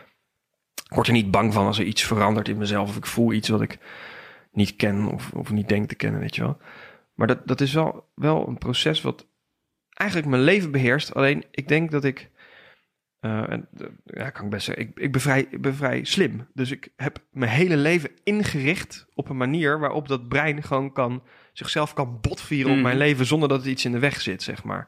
Ik word er niet bang van als er iets verandert in mezelf. Of ik voel iets wat ik... niet ken of, of niet denk te kennen, weet je wel. Maar dat, dat is wel, wel een proces wat eigenlijk mijn leven beheerst. Alleen, ik denk dat ik... Uh, en, uh, ja, kan ik best zeggen. Ik, ik, ben vrij, ik ben vrij slim. Dus ik heb mijn hele leven ingericht op een manier waarop dat brein gewoon kan... zichzelf kan botvieren mm. op mijn leven zonder dat er iets in de weg zit, zeg maar.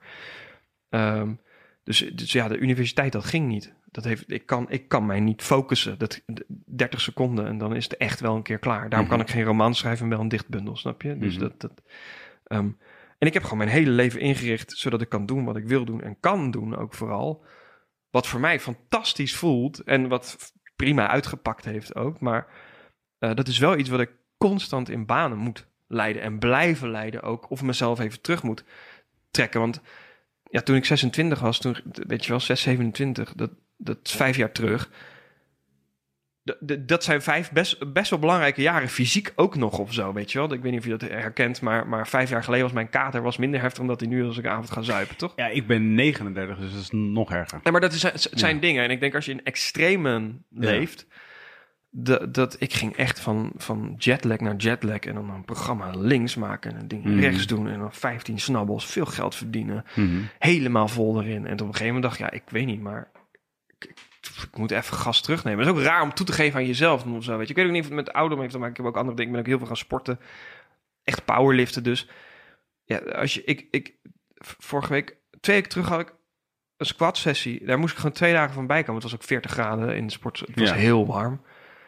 Um, dus, dus ja, de universiteit, dat ging niet. Dat heeft, ik, kan, ik kan mij niet focussen. Dat, dertig seconden en dan is het echt wel een keer klaar. Daarom mm-hmm. kan ik geen roman schrijven en wel een dichtbundel, snap je? Dus mm-hmm. dat, dat, um, en ik heb gewoon mijn hele leven ingericht... zodat ik kan doen wat ik wil doen en kan doen ook vooral. Wat voor mij fantastisch voelt en wat prima uitgepakt heeft ook. Maar uh, dat is wel iets wat ik constant in banen moet leiden... en blijven leiden ook. Of mezelf even terug moet trekken. Want ja, toen ik zesentwintig was, toen, weet je wel, zes, zevenentwintig... dat Dat is vijf jaar terug. De, de, dat zijn vijf best, best wel belangrijke jaren. Fysiek ook nog of zo, weet je wel. Ik weet niet of je dat herkent, maar, maar vijf jaar geleden was mijn kater was minder heftig... dan dat hij nu als ik avond ga zuipen, toch? Ja, ik ben negenendertig, dus dat is nog erger. Nee, maar dat is, het zijn ja. dingen. En ik denk als je in extremen leeft... Ja. De, dat ik ging echt van, van jetlag naar jetlag... en dan een programma links maken en een ding mm. rechts doen... en dan vijftien snabbels, veel geld verdienen. Mm-hmm. Helemaal vol erin. En op een gegeven moment dacht ik, ja, ik weet niet, maar... Ik, ik moet even gas terugnemen. Het is ook raar om toe te geven aan jezelf. Of zo, weet je. Ik weet ook niet of het met ouder heeft te maken. Ik heb ook andere dingen. Ik ben ook heel veel gaan sporten. Echt powerliften dus. Ja, als je... Ik, ik, vorige week, twee weken terug had ik een squat sessie. Daar moest ik gewoon twee dagen van bij komen. Het was ook veertig graden in de sport. Het was ja. heel warm.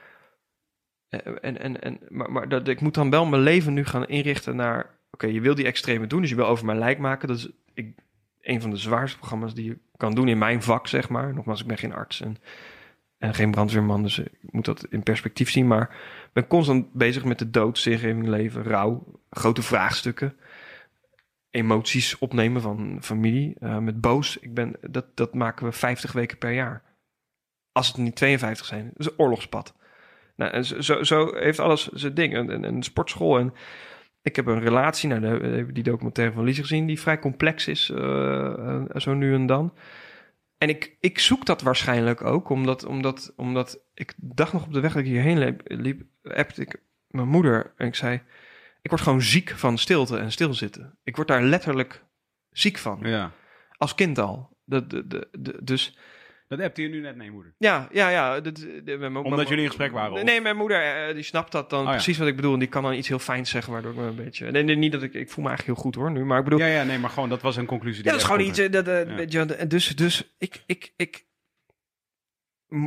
En, en, en, maar maar dat, ik moet dan wel mijn leven nu gaan inrichten naar... Oké, okay, je wil die extreme doen. Dus je wil over mijn lijk maken. Dat is... Ik, een van de zwaarste programma's die je kan doen in mijn vak, zeg maar. Nogmaals, ik ben geen arts en, en geen brandweerman, dus ik moet dat in perspectief zien. Maar ik ben constant bezig met de dood, zingeving, leven, rouw, grote vraagstukken, emoties opnemen van familie, uh, met boos. Ik ben, dat, dat maken we vijftig weken per jaar. Als het niet tweeënvijftig zijn, dat is een oorlogspad. Nou, en zo, zo heeft alles zijn ding. Een, een sportschool en... Ik heb een relatie, nou, we hebben die documentaire van Lies gezien... die vrij complex is, uh, uh, zo nu en dan. En ik, ik zoek dat waarschijnlijk ook... Omdat, omdat, omdat ik dacht nog op de weg dat ik hierheen liep... liep appte ik mijn moeder en ik zei... ik word gewoon ziek van stilte en stilzitten. Ik word daar letterlijk ziek van. Ja. Als kind al. De, de, de, de, dus... Dat appte je nu net mee, moeder? Ja, ja, ja. De, de, de, mijn, Omdat mijn, jullie in gesprek waren? Of? Nee, mijn moeder, die snapt dat dan oh, precies ja. wat ik bedoel. En die kan dan iets heel fijns zeggen, waardoor ik me een beetje... Nee, nee, niet dat ik... Ik voel me eigenlijk heel goed, hoor, nu. Maar ik bedoel... Ja, ja, nee, maar gewoon, dat was een conclusie. Die ja, dat is gewoon iets... Dat, uh, ja. weet je, dus, dus ik... ik, ik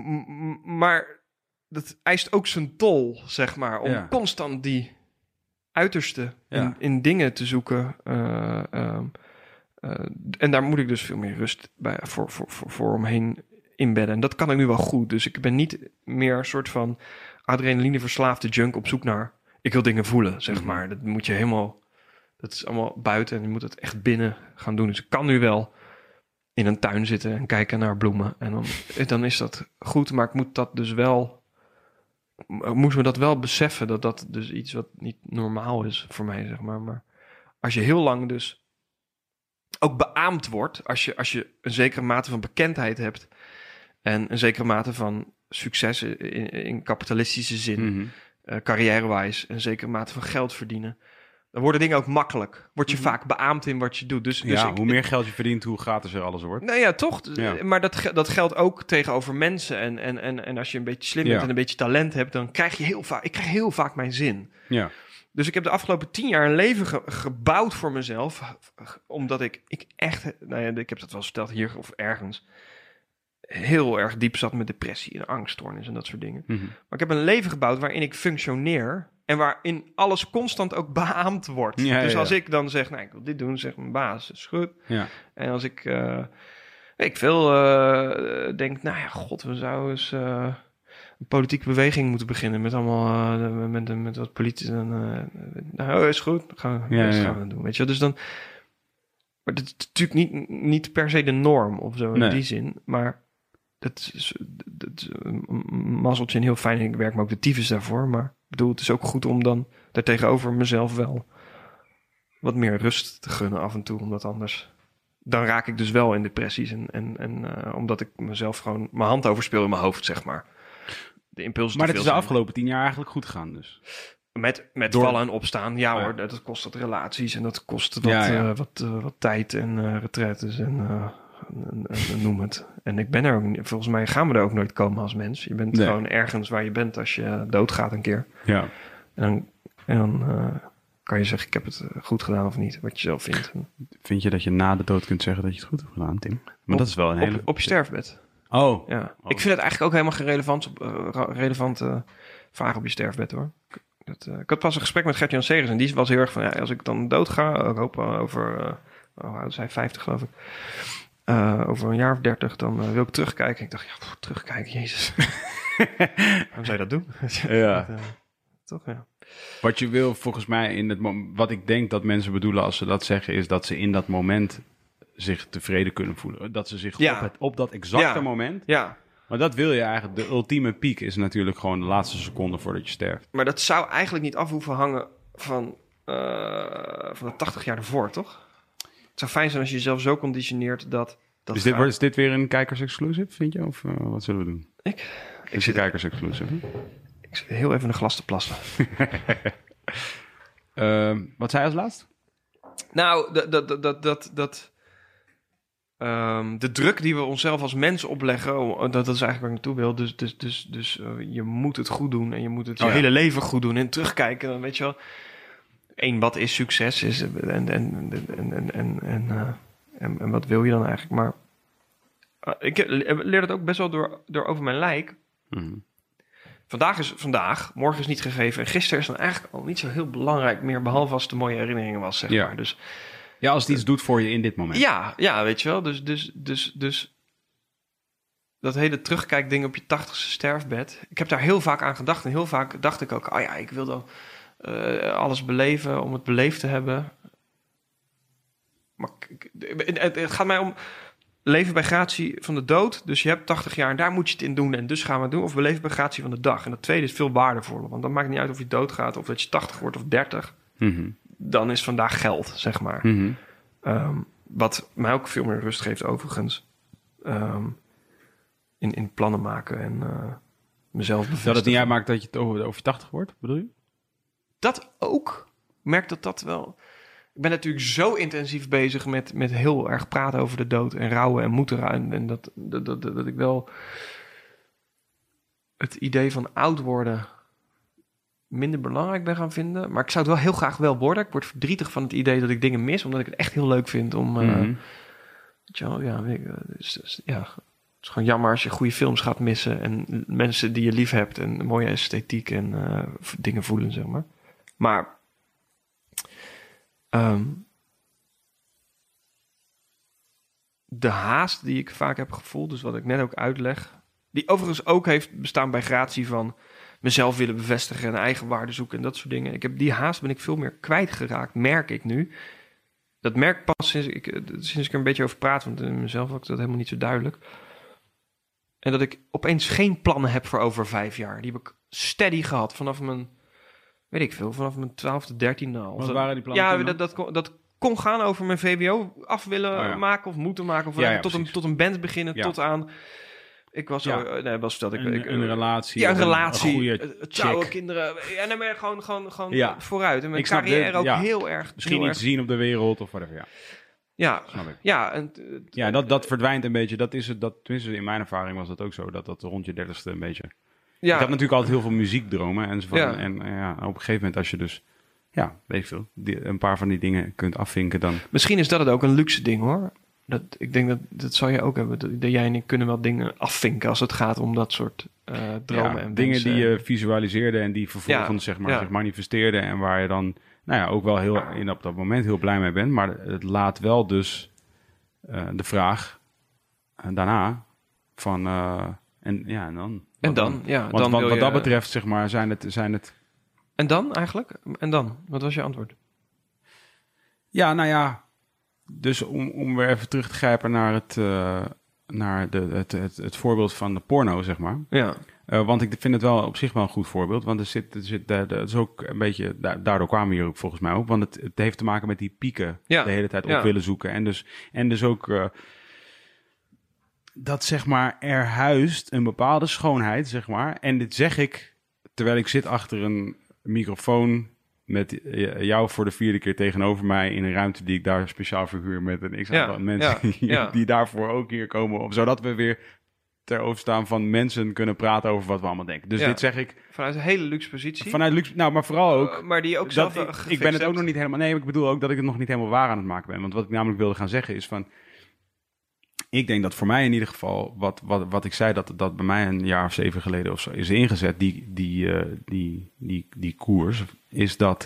m- maar dat eist ook zijn tol, zeg maar. Om ja. constant die uiterste Ja. in, in dingen te zoeken. Uh, um, uh, en daar moet ik dus veel meer rust bij, voor, voor, voor, voor omheen inbedden. En dat kan ik nu wel goed. Dus ik ben niet meer een soort van adrenaline verslaafde junk op zoek naar... Ik wil dingen voelen, zeg maar. Dat moet je helemaal... Dat is allemaal buiten en je moet het echt binnen gaan doen. Dus ik kan nu wel in een tuin zitten en kijken naar bloemen. En dan, dan is dat goed, maar ik moet dat dus wel... Ik moest me dat wel beseffen, dat dat dus iets wat niet normaal is voor mij, zeg maar. Maar als je heel lang dus ook beaamd wordt... Als je, als je een zekere mate van bekendheid hebt... en een zekere mate van succes in, in kapitalistische zin... Mm-hmm. Uh, carrière-wise, een zekere mate van geld verdienen... Dan worden dingen ook makkelijk. Word je Mm-hmm. vaak beaamd in wat je doet. Dus, dus Ja, ik, hoe meer geld je verdient, hoe gratis er alles wordt. Nou ja, toch. Ja. Maar dat, dat geldt ook tegenover mensen. En, en, en, en als je een beetje slim bent Ja. en een beetje talent hebt... dan krijg je heel vaak... Ik krijg heel vaak mijn zin. Ja. Dus ik heb de afgelopen tien jaar een leven ge- gebouwd voor mezelf. Omdat ik, ik echt... Nou ja, ik heb dat wel eens verteld hier of ergens... heel erg diep zat met depressie en angststoornis en dat soort dingen. Mm-hmm. Maar ik heb een leven gebouwd waarin ik functioneer... en waarin alles constant ook beaamd wordt. Ja, dus ja, als ja. ik dan zeg, nou, ik wil dit doen, zegt mijn baas, is goed. Ja. En als ik, uh, ik veel uh, denk, nou ja, god, we zouden eens uh, een politieke beweging moeten beginnen... met allemaal, uh, met, met, met wat politici. Uh, nou, is goed, dan gaan we, Ja, dat ja. gaan we doen, weet je wel. Dus dan... Maar dat is natuurlijk niet, niet per se de norm of zo in Nee. die zin, maar... Dat is, dat is een mazzeltje en heel fijn. Ik werk me ook de tyfus daarvoor. Maar ik bedoel, het is ook goed om dan daartegenover mezelf wel wat meer rust te gunnen af en toe. Omdat anders... Dan raak ik dus wel in depressies. En, en, en uh, omdat ik mezelf gewoon mijn hand overspeel in mijn hoofd, zeg maar. De impulsen Maar te het is veel de zijn. afgelopen tien jaar eigenlijk goed gegaan dus. Met, met Door- vallen en opstaan. Ja Oh, ja. hoor, dat, dat kost wat relaties. En dat kost wat, Ja, ja. uh, wat, uh, wat tijd en uh, retraites en... Uh, En, en, en noem het. En ik ben er ook niet. Volgens mij gaan we er ook nooit komen als mens. Je bent Nee. gewoon ergens waar je bent als je doodgaat een keer. Ja. En dan, en dan uh, kan je zeggen, ik heb het uh, goed gedaan of niet. Wat je zelf vindt. En Vind je dat je na de dood kunt zeggen dat je het goed hebt gedaan, Tim? Maar Op- dat is wel een hele... op, op je sterfbed. Oh. Ja. Oh. Ik vind het eigenlijk ook helemaal geen relevant, uh, relevante vraag op je sterfbed hoor. Dat, uh, ik had pas een gesprek met Gert-Jan Segers. En die was heel erg van, ja, als ik dan dood ga, ik hoop uh, over, uh, oh, oud is hij, vijftig geloof ik. Uh, over een jaar of dertig, dan uh, wil ik terugkijken. Ik dacht, ja, pff, terugkijken, jezus. Waarom zou je dat doen? Ja. Dat, uh, toch, ja. Wat je wil volgens mij in het mom- wat ik denk dat mensen bedoelen als ze dat zeggen, is dat ze in dat moment zich tevreden kunnen voelen. Dat ze zich Ja. op, het, op dat exacte Ja. moment. Ja, Maar dat wil je eigenlijk. De ultieme piek is natuurlijk gewoon de laatste seconde voordat je sterft. maar dat zou eigenlijk niet af hoeven hangen van, uh, van de tachtig jaar ervoor, toch? Het zou fijn zijn als je jezelf zo conditioneert dat... dat Is dit, gaat. is dit weer een kijkers-exclusive, vind je? Of uh, wat zullen we doen? Ik? Ik Ik is een zit, kijkers-exclusive. hè? ik zit heel even in een glas te plassen. Uh, wat zei je als laatst? Nou, dat... dat, dat, dat, dat um, de druk die we onszelf als mens opleggen, oh, dat, dat is eigenlijk waar ik naartoe wil. Dus, dus, dus, dus uh, je moet het goed doen en je moet het je Oh, ja. hele leven goed doen. En terugkijken, dan weet je wel. Eén, wat is succes? Is, en, en, en, en, en, en, en, uh, en, en wat wil je dan eigenlijk? Maar uh, ik leer dat ook best wel door, door over mijn lijk. Mm. Vandaag is vandaag, morgen is niet gegeven. En gisteren is dan eigenlijk al niet zo heel belangrijk meer, behalve als het een mooie herinneringen was, zeg Ja. maar. Dus Ja, als het iets doet voor je in dit moment. ja, ja, weet je wel. Dus, dus, dus, dus dat hele terugkijkding op je tachtigste sterfbed. Ik heb daar heel vaak aan gedacht. En heel vaak dacht ik ook, oh ja, ik wil dan uh, alles beleven om het beleefd te hebben. Maar ik- ik- het, het gaat mij om leven bij gratie van de dood. Dus je hebt tachtig jaar en daar moet je het in doen. En dus gaan we het doen. Of we leven bij gratie van de dag. En dat tweede is veel waardevoller. Want dan maakt het niet uit of je doodgaat of dat je tachtig wordt of dertig. Mhm. Dan is vandaag geld, zeg maar. Mhm. Um, wat mij ook veel meer rust geeft, overigens. Um, in, in plannen maken en uh, mezelf bevestigen. Dat het niet uitmaakt dat je het over, over je tachtig wordt, bedoel je? Dat ook. Ik merk dat dat wel... Ik ben natuurlijk zo intensief bezig met, met heel erg praten over de dood en rouwen en moeten rouwen. En dat, dat, dat, dat ik wel het idee van oud worden minder belangrijk ben gaan vinden. Maar ik zou het wel heel graag wel worden. Ik word verdrietig van het idee dat ik dingen mis, omdat ik het echt heel leuk vind om... Uh, Mhm. weet je wel, ja, weet ik, dus, dus, ja, het is gewoon jammer als je goede films gaat missen en mensen die je lief hebt en mooie esthetiek en uh, dingen voelen, zeg maar. Maar Um, de haast die ik vaak heb gevoeld, dus wat ik net ook uitleg, die overigens ook heeft bestaan bij gratie van mezelf willen bevestigen en eigen waarde zoeken en dat soort dingen. Ik heb die haast ben ik veel meer kwijtgeraakt, merk ik nu. Dat merk ik pas sinds ik, sinds ik er een beetje over praat, want in mezelf had ik dat helemaal niet zo duidelijk. En dat ik opeens geen plannen heb voor over vijf jaar. Die heb ik steady gehad vanaf mijn, weet ik veel, vanaf mijn twaalfde, dertiende al. Wat waren die plannen? Ja, toen dat, dat, kon, dat kon gaan over mijn V W O af willen Oh, ja. maken of moeten maken. Of Ja, ja, tot, een, precies. tot een band beginnen, Ja. tot aan... Ik was Ja. zo... Nee, was verteld. Ik, Een, ik, een relatie. Ja, een of relatie. Een goede het- het trouwen, chick. kinderen. Ja, nee, maar gewoon, gewoon, gewoon Ja. vooruit. En mijn Ik snap carrière dit, ook ja. heel erg... Misschien heel iets erg, zien op de wereld of whatever, ja. Ja, Snap ik. ja, en, eh, Ja, dat, dat verdwijnt een beetje. Dat is het, dat, tenminste, in mijn ervaring was dat ook zo. Dat dat rond je dertigste een beetje... ja, Ik had natuurlijk altijd heel veel muziekdromen. En, zo van, Ja. en eh, ja, op een gegeven moment als je dus... Ja, weet ik veel. Die, een paar van die dingen kunt afvinken dan... misschien is dat het ook een luxe ding, hoor. Dat, ik denk dat dat zal je ook hebben. Dat, dat jij en ik kunnen wel dingen afvinken als het gaat om dat soort eh, dromen Ja, en dingen wensen. die je visualiseerde en die vervolgens Ja, zeg maar, ja. zich manifesteerden. En waar je dan nou ja, ook wel heel in op dat moment heel blij mee bent. Maar het laat wel dus uh, de vraag uh, daarna van... Uh, en ja, en dan? En dan, ja. Want dan wat, wil wat je, dat betreft, zeg maar, zijn het... Zijn het En dan eigenlijk? En dan? Wat was je antwoord? ja, nou ja... Dus om, om weer even terug te grijpen naar het, uh, naar de, het, het, het voorbeeld van de porno, zeg maar. Ja. Uh, want ik vind het wel op zich wel een goed voorbeeld. Want er zit, er zit uh, dat is ook een beetje, daardoor kwamen we hier ook volgens mij op. Want het, het heeft te maken met die pieken Ja. de hele tijd op Ja. willen zoeken. En dus, en dus ook uh, dat zeg maar er huist een bepaalde schoonheid, zeg maar. En dit zeg ik terwijl ik zit achter een microfoon met jou voor de vierde keer tegenover mij in een ruimte die ik daar speciaal verhuur met een x-aantal Ja, mensen ja, die, ja. die daarvoor ook hier komen. Of zodat we weer ter overstaan van mensen kunnen praten over wat we allemaal denken. Dus Ja. dit zeg ik Vanuit een hele luxe positie. vanuit luxe, nou, maar vooral ook. Uh, maar die je ook dat zelf ik, ik ben het ook nog niet helemaal. Nee, ik bedoel ook dat ik het nog niet helemaal waar aan het maken ben. Want wat ik namelijk wilde gaan zeggen is van. Ik denk dat voor mij in ieder geval, wat, wat, wat ik zei, dat dat bij mij een jaar of zeven geleden of zo is ingezet, die, die, uh, die, die, die koers, is dat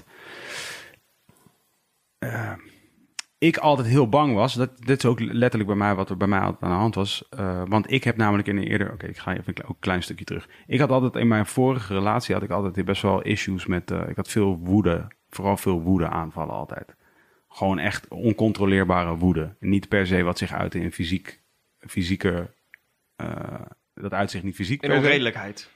uh, ik altijd heel bang was. Dat, dit is ook letterlijk bij mij wat er bij mij altijd aan de hand was. Uh, want ik heb namelijk in een eerder, oké, okay, ik ga even een, klein, ook een klein stukje terug. Ik had altijd in mijn vorige relatie, had ik altijd best wel issues met, uh, ik had veel woede, vooral veel woede aanvallen altijd. Gewoon echt oncontroleerbare woede. Niet per se wat zich uitte in fysiek, fysieke... Uh, dat uitzicht niet fysiek. In onredelijkheid.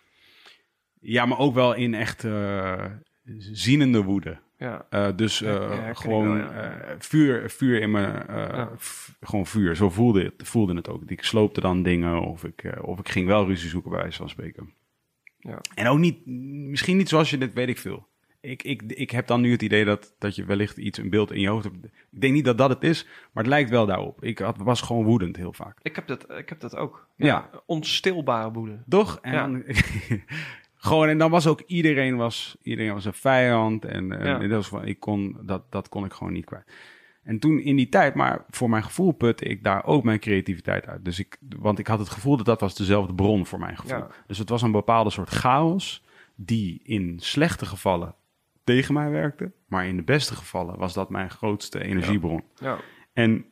Ja, maar ook wel in echt uh, zienende woede. Ja. Uh, dus uh, Ja, ja, gewoon wel, ja. uh, vuur, vuur in mijn... Uh, Ja. f- gewoon vuur. Zo voelde het, voelde het ook. Ik sloopte dan dingen of ik, uh, of ik ging wel ruzie zoeken bij wijze van spreken. Ja. En ook niet... Misschien niet zoals je dit, weet ik veel. Ik, ik, ik heb dan nu het idee dat, dat je wellicht iets, een beeld in je hoofd hebt. Ik denk niet dat dat het is, maar het lijkt wel daarop. Ik had, was gewoon woedend heel vaak. Ik heb dat, ik heb dat ook. Ja. Onstilbare woede. Toch? En, Ja. dan, gewoon, en dan was ook iedereen, was, iedereen was een vijand. En, en Ja. dat, was van, ik kon, dat, dat kon ik gewoon niet kwijt. En toen in die tijd, maar voor mijn gevoel putte ik daar ook mijn creativiteit uit. Dus ik, want ik had het gevoel dat dat was dezelfde bron voor mijn gevoel. Ja. Dus het was een bepaalde soort chaos die in slechte gevallen tegen mij werkte. Maar in de beste gevallen was dat mijn grootste energiebron. Ja. En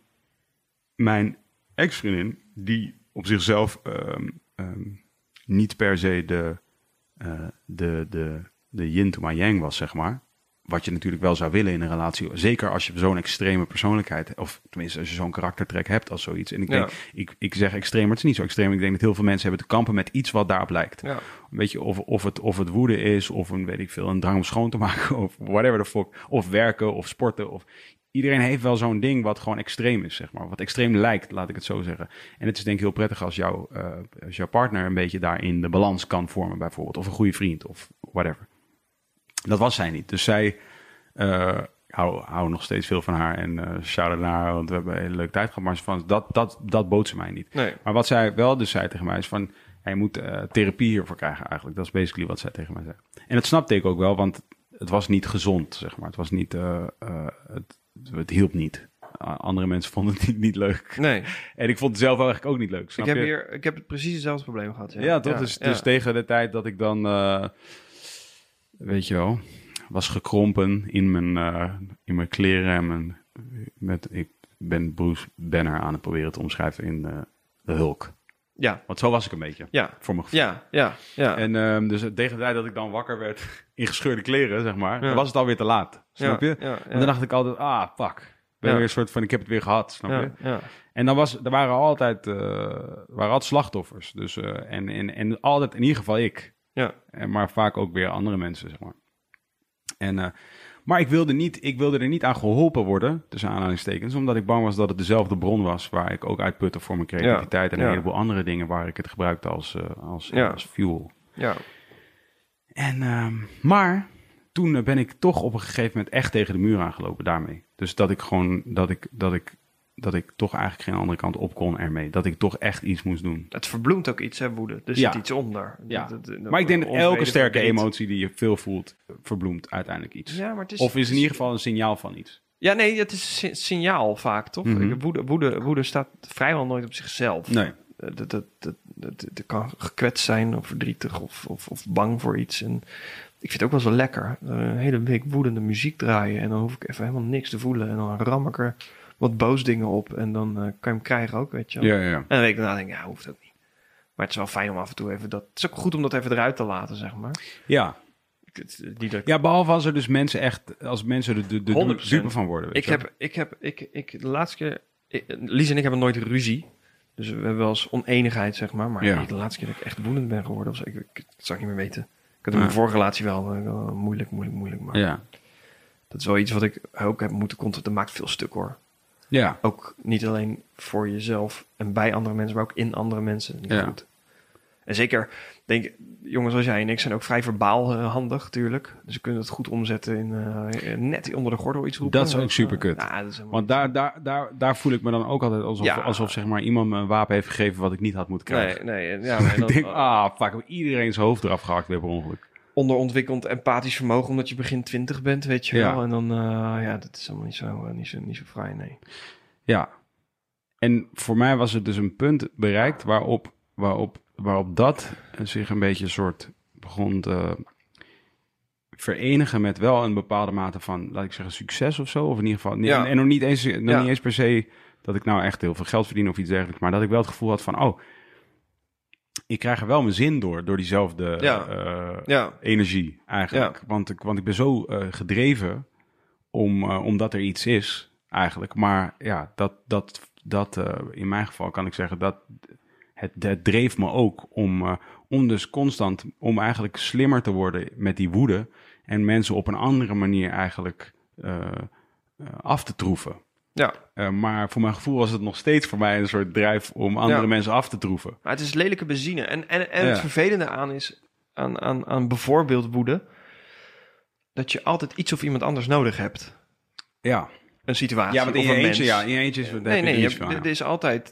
mijn ex-vriendin, die op zichzelf um, um, niet per se de, uh, de, de, de yin to my yang was, zeg maar. Wat je natuurlijk wel zou willen in een relatie. Zeker als je zo'n extreme persoonlijkheid, of tenminste als je zo'n karaktertrek hebt als zoiets. En ik denk, Ja. ik, ik zeg extreem, maar het is niet zo extreem. Ik denk dat heel veel mensen hebben te kampen met iets wat daarop lijkt. Ja. Weet je, of, of, het, of het woede is, of een, weet ik veel, een drang om schoon te maken, of whatever the fuck. Of werken, of sporten, of... Iedereen heeft wel zo'n ding wat gewoon extreem is, zeg maar. Wat extreem lijkt, laat ik het zo zeggen. En het is denk ik heel prettig als, jou, uh, als jouw partner een beetje daarin de balans kan vormen, bijvoorbeeld. Of een goede vriend, of whatever. Dat was zij niet. Dus zij... Uh, hou, hou nog steeds veel van haar en uh, shout-out naar haar, want we hebben een hele leuke tijd gehad. Maar van, dat, dat, dat bood ze mij niet. Nee. Maar wat zij wel dus zei tegen mij is van... Ja, je moet uh, therapie hiervoor krijgen eigenlijk. Dat is basically wat zij tegen mij zei. En dat snapte ik ook wel, want het was niet gezond, zeg maar. Het was niet... Uh, uh, het, het hielp niet. Uh, andere mensen vonden het niet, niet leuk. Nee. En ik vond het zelf eigenlijk ook niet leuk. Snap Ik heb, je? hier, ik heb het precies hetzelfde probleem gehad. Ja, Ja, toch? dus, ja. dus tegen de tijd dat ik dan... Uh, weet je wel... was gekrompen in mijn, uh, in mijn kleren. En mijn, met, ik ben Bruce Banner aan het proberen te omschrijven in uh, de Hulk. Ja. Want zo was ik een beetje, Ja. voor mijn gevoel. Ja, ja, ja. En um, dus tegen de tijd dat ik dan wakker werd in gescheurde kleren, zeg maar, Ja. dan was het alweer te laat. Snap ja, je? Ja, ja. En dan dacht ik altijd, ah, fuck. Ik ben Ja. weer een soort van, ik heb het weer gehad, snap ja, je? ja. En dan was, er waren altijd, uh, waren altijd slachtoffers. Dus, uh, en, en, en altijd, in ieder geval ik. Ja. En, maar vaak ook weer andere mensen, zeg maar. En, uh, maar ik wilde, niet, ik wilde er niet aan geholpen worden, tussen aanhalingstekens, omdat ik bang was dat het dezelfde bron was waar ik ook uitputte voor mijn creativiteit. Ja. En een Ja. heleboel andere dingen waar ik het gebruikte als, uh, als, Ja. als fuel. Ja. En, um, maar toen uh, ben ik toch op een gegeven moment echt tegen de muur aangelopen daarmee. Dus dat ik gewoon, dat ik, dat ik, dat ik toch eigenlijk geen andere kant op kon ermee. Dat ik toch echt iets moest doen. Het verbloemt ook iets, hè, woede. Er zit Ja. iets onder. Ja. Dat- dat- dat- Maar ik denk dat elke onvrede, sterke verdriet. emotie die je veel voelt, verbloemt uiteindelijk iets. Ja, maar het is, Of is het in ieder geval een signaal van iets. Ja, nee, het is een si- signaal vaak, toch? Mhm. Ik- Woede, woede, woede staat vrijwel nooit op zichzelf. Nee. Eh, Dat, dat, dat, dat, dat kan gekwetst zijn of verdrietig of, of, of bang voor iets. En ik vind het ook wel zo lekker. Een hele week woedende muziek draaien en dan hoef ik even helemaal niks te voelen. En dan ram ik er wat boos dingen op en dan uh, kan je hem krijgen ook, weet je wel. Ja, ja, ja. En een week daarna denk ik, ja, hoeft ook niet. Maar het is wel fijn om af en toe even dat... Het is ook goed om dat even eruit te laten, zeg maar. Ja. Ik- het- Niet dat ik Ja, behalve als er dus mensen echt, als mensen er de, de honderd procent. dupe van worden. Weet Ik je wel. heb, ik heb, ik, ik, de laatste keer... Ik, Lies en ik hebben nooit ruzie. Dus we hebben wel eens oneenigheid, zeg maar. Maar Ja. de laatste keer dat ik echt woedend ben geworden... Of zo, ik, ik, ik, dat zou ik niet meer weten. Ik had in Ja. mijn vorige relatie wel uh, moeilijk, moeilijk, moeilijk. Maar Ja. dat is wel iets wat ik ook heb moeten controleren. Dat maakt veel stuk, hoor. Ja. Ook niet alleen voor jezelf en bij andere mensen... maar ook in andere mensen. Niet Ja. goed. En zeker, denk ik, jongens als jij en ik zijn ook vrij verbaal uh, handig, tuurlijk. Dus we kunnen het goed omzetten in uh, net onder de gordel iets roepen. Dat is ook Of, superkut. Uh, nou, dat is helemaal Want daar, daar, daar, daar voel ik me dan ook altijd alsof, Ja. alsof zeg maar, iemand me een wapen heeft gegeven wat ik niet had moeten krijgen. Nee, nee. Ja, en dan, ik denk, ah, fuck, heb iedereen zijn hoofd eraf gehakt weer per ongeluk. onderontwikkeld empathisch vermogen omdat je begin twintig bent, weet je Ja. wel. En dan, uh, ja, dat is allemaal niet zo, uh, niet zo, niet zo fraai, nee. Ja. En voor mij was het dus een punt bereikt waarop, waarop, waarop dat zich een beetje een soort begon te verenigen met wel een bepaalde mate van, laat ik zeggen, succes of zo. Of in ieder geval, Ja. en, en nog niet eens, nog Ja. niet eens per se dat ik nou echt heel veel geld verdien of iets dergelijks, maar dat ik wel het gevoel had van, oh, ik krijg er wel mijn zin door, door diezelfde Ja. uh, Ja, energie eigenlijk. Want, ik, want ik ben zo uh, gedreven om, uh, omdat er iets is eigenlijk. Maar ja, dat, dat, dat uh, in mijn geval kan ik zeggen dat het, het dreef me ook om, uh, om dus constant, om eigenlijk slimmer te worden met die woede en mensen op een andere manier eigenlijk uh, uh, af te troeven. ja. Uh, maar voor mijn gevoel was het nog steeds voor mij een soort drijf om andere Ja. mensen af te troeven. Maar het is lelijke benzine. En, en, en Ja. het vervelende aan is, aan, aan, aan bijvoorbeeld woede, dat je altijd iets of iemand anders nodig hebt. Ja, Een situatie ja want in of je een eentje, mens. ja, in je eentje is het Nee, nee, je je hebt, er is altijd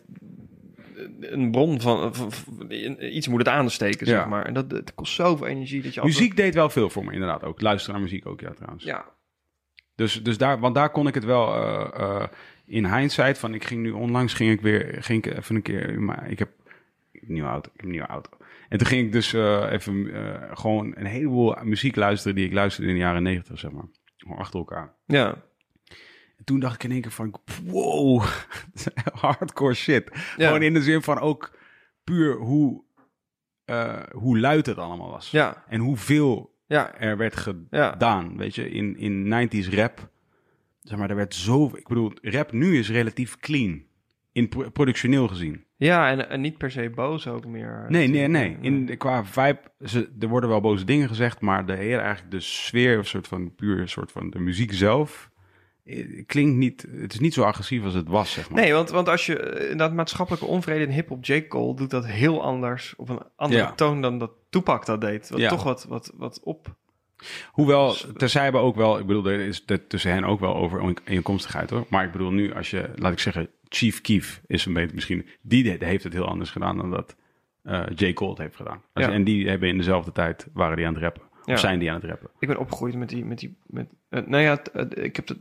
een bron van, van- van- iets moet het aansteken, Ja. zeg maar. En dat, het kost zoveel energie dat je altijd... Muziek deed wel veel voor me, inderdaad ook. Luisteren naar muziek ook, ja, trouwens. Ja, Dus, dus daar, want daar kon ik het wel uh, uh, in hindsight van. Ik ging nu onlangs ging ik weer, ging ik even een keer. Maar ik heb een nieuwe auto. Ik heb een nieuwe auto. En toen ging ik dus uh, even uh, gewoon een heleboel muziek luisteren die ik luisterde in de jaren negentig, zeg maar, gewoon achter elkaar. ja. En toen dacht ik in één keer van, wow, hardcore shit. Ja. Gewoon in de zin van ook puur hoe, uh, hoe luid het allemaal was. Ja, En hoeveel ja, er werd ja. gedaan, weet je, in, in nineties rap. Zeg maar, er werd zo... Ik bedoel, rap nu is relatief clean. In pro- productioneel gezien. Ja, en, en niet per se boos ook meer. Nee, nee, nee. In, qua vibe, ze, er worden wel boze dingen gezegd, maar de hele eigenlijk de sfeer, of soort van puur soort van de muziek zelf, eh, klinkt niet... Het is niet zo agressief als het was, zeg maar. Nee, want, want als je eh, inderdaad maatschappelijke onvrede in hip-hop, J. Cole doet dat heel anders, op een andere Ja. toon dan dat Tupac dat deed. Wat Ja. toch wat, wat, wat op... Hoewel, terzij hebben ook wel... Ik bedoel, er is het tussen hen ook wel over eenkomstigheid, hoor. Maar ik bedoel nu, als je, laat ik zeggen, Chief Keef is een beetje misschien... Die heeft het heel anders gedaan dan dat uh, J. Cole het heeft gedaan. Als Ja. je, en die hebben in dezelfde tijd, waren die aan het rappen. Ja. Of zijn die aan het rappen. Ik ben opgegroeid met die... Met die met, uh, nou ja, t- uh, ik heb de...